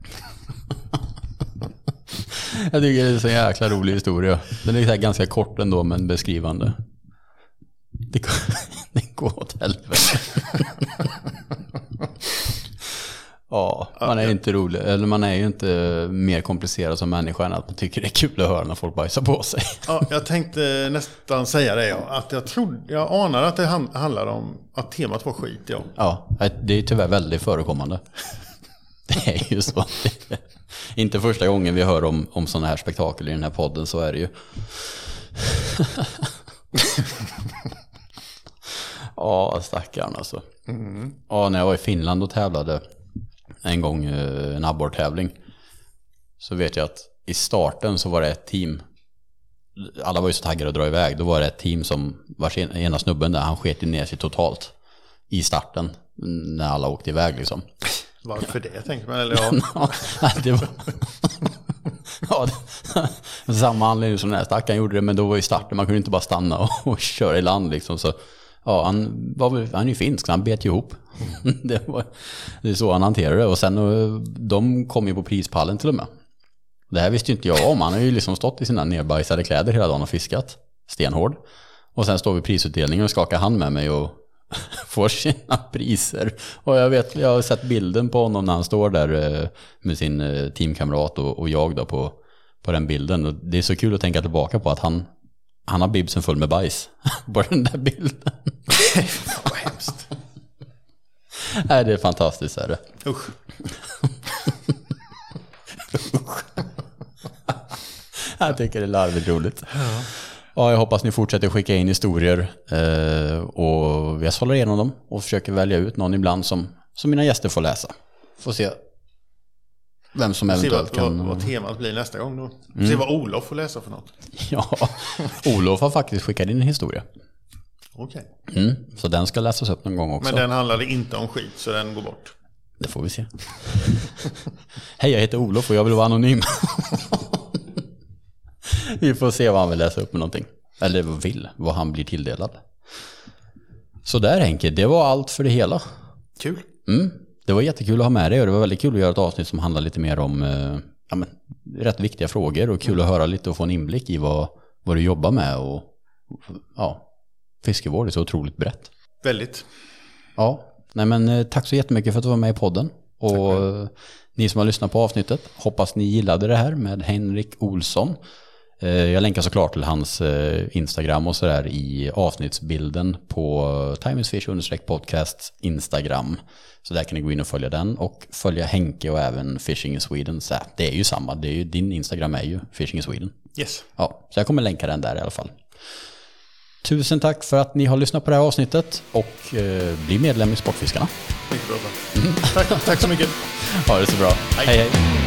[SPEAKER 1] Jag tycker det är så jäkla rolig historia. Den är ganska kort ändå, men beskrivande. Det går åt helvete. Ja, man är inte rolig. Eller man är ju inte mer komplicerad som människa än att man tycker det är kul att höra när folk bajsar på sig.
[SPEAKER 2] Ja, jag tänkte nästan säga det, ja. Att jag anar att det handlar om att temat var skit, ja.
[SPEAKER 1] Ja, det är tyvärr väldigt förekommande. Det är ju så. Inte första gången vi hör om sådana här spektakel i den här podden, så är det ju. Ja, stackarn alltså. Ja, när jag var i Finland och tävlade en gång en abborrtävling, så vet jag att i starten så var det ett team. Alla var ju så taggade att dra iväg. Då var det ett team som var ena snubben där, han sket ner sig totalt i starten när alla åkte iväg liksom.
[SPEAKER 2] Varför det, tänkte man? Eller ja.
[SPEAKER 1] Det var samma anledning som den här stackaren gjorde det, men då var ju starten, man kunde inte bara stanna och köra i land liksom. Så ja, han är ju finsk, så han bet ihop. Det är så han hanterade det. Och sen de kom ju på prispallen till och med. Det här visste ju inte jag om. Han har ju liksom stått i sina nerbajsade kläder hela dagen och fiskat stenhård. Och sen står vi i prisutdelningen och skakar hand med mig och får sina priser. Och jag har sett bilden på honom när han står där med sin teamkamrat och jag då på den bilden. Och det är så kul att tänka tillbaka på att han har bibsen full med bajs på den där bilden.
[SPEAKER 2] Vad hemskt.
[SPEAKER 1] Nej, det är fantastiskt, är det.
[SPEAKER 2] Usch.
[SPEAKER 1] Jag tycker det är larvigt roligt. Ja, jag hoppas ni fortsätter skicka in historier och jag håller igenom dem och försöker välja ut någon ibland som mina gäster får läsa. Får se vem som eventuellt kan...
[SPEAKER 2] vad temat blir nästa gång då. Se vad Olof får läsa för något.
[SPEAKER 1] Ja, Olof har faktiskt skickat in en historia.
[SPEAKER 2] Okej.
[SPEAKER 1] Så den ska läsas upp någon gång också.
[SPEAKER 2] Men den handlade inte om skit, så den går bort.
[SPEAKER 1] Det får vi se. Hej, jag heter Olof och jag vill vara anonym. Vi får se vad han vill läsa upp med någonting. Eller vad han blir tilldelad. Så där, Henke, det var allt för det hela.
[SPEAKER 2] Kul.
[SPEAKER 1] Det var jättekul att ha med dig, och det var väldigt kul att göra ett avsnitt som handlar lite mer om rätt viktiga frågor, och kul att höra lite och få en inblick i vad du jobbar med. Och ja, fiskevård är så otroligt brett.
[SPEAKER 2] Väldigt.
[SPEAKER 1] Ja, nej men tack så jättemycket för att du var med i podden. Och ni som har lyssnat på avsnittet, hoppas ni gillade det här med Henrik Olsson. Jag länkar såklart till hans Instagram och sådär i avsnittsbilden på Timesfish_podcast Instagram. Så där kan ni gå in och följa den och följa Henke och även Fishing in Sweden. Så det är ju samma, din Instagram är ju Fishing in Sweden.
[SPEAKER 2] Yes.
[SPEAKER 1] Ja, så jag kommer länka den där i alla fall. Tusen tack för att ni har lyssnat på det här avsnittet och bli medlem i Sportfiskarna.
[SPEAKER 2] Mycket bra. Tack så mycket.
[SPEAKER 1] Ha det så bra. Hej hej.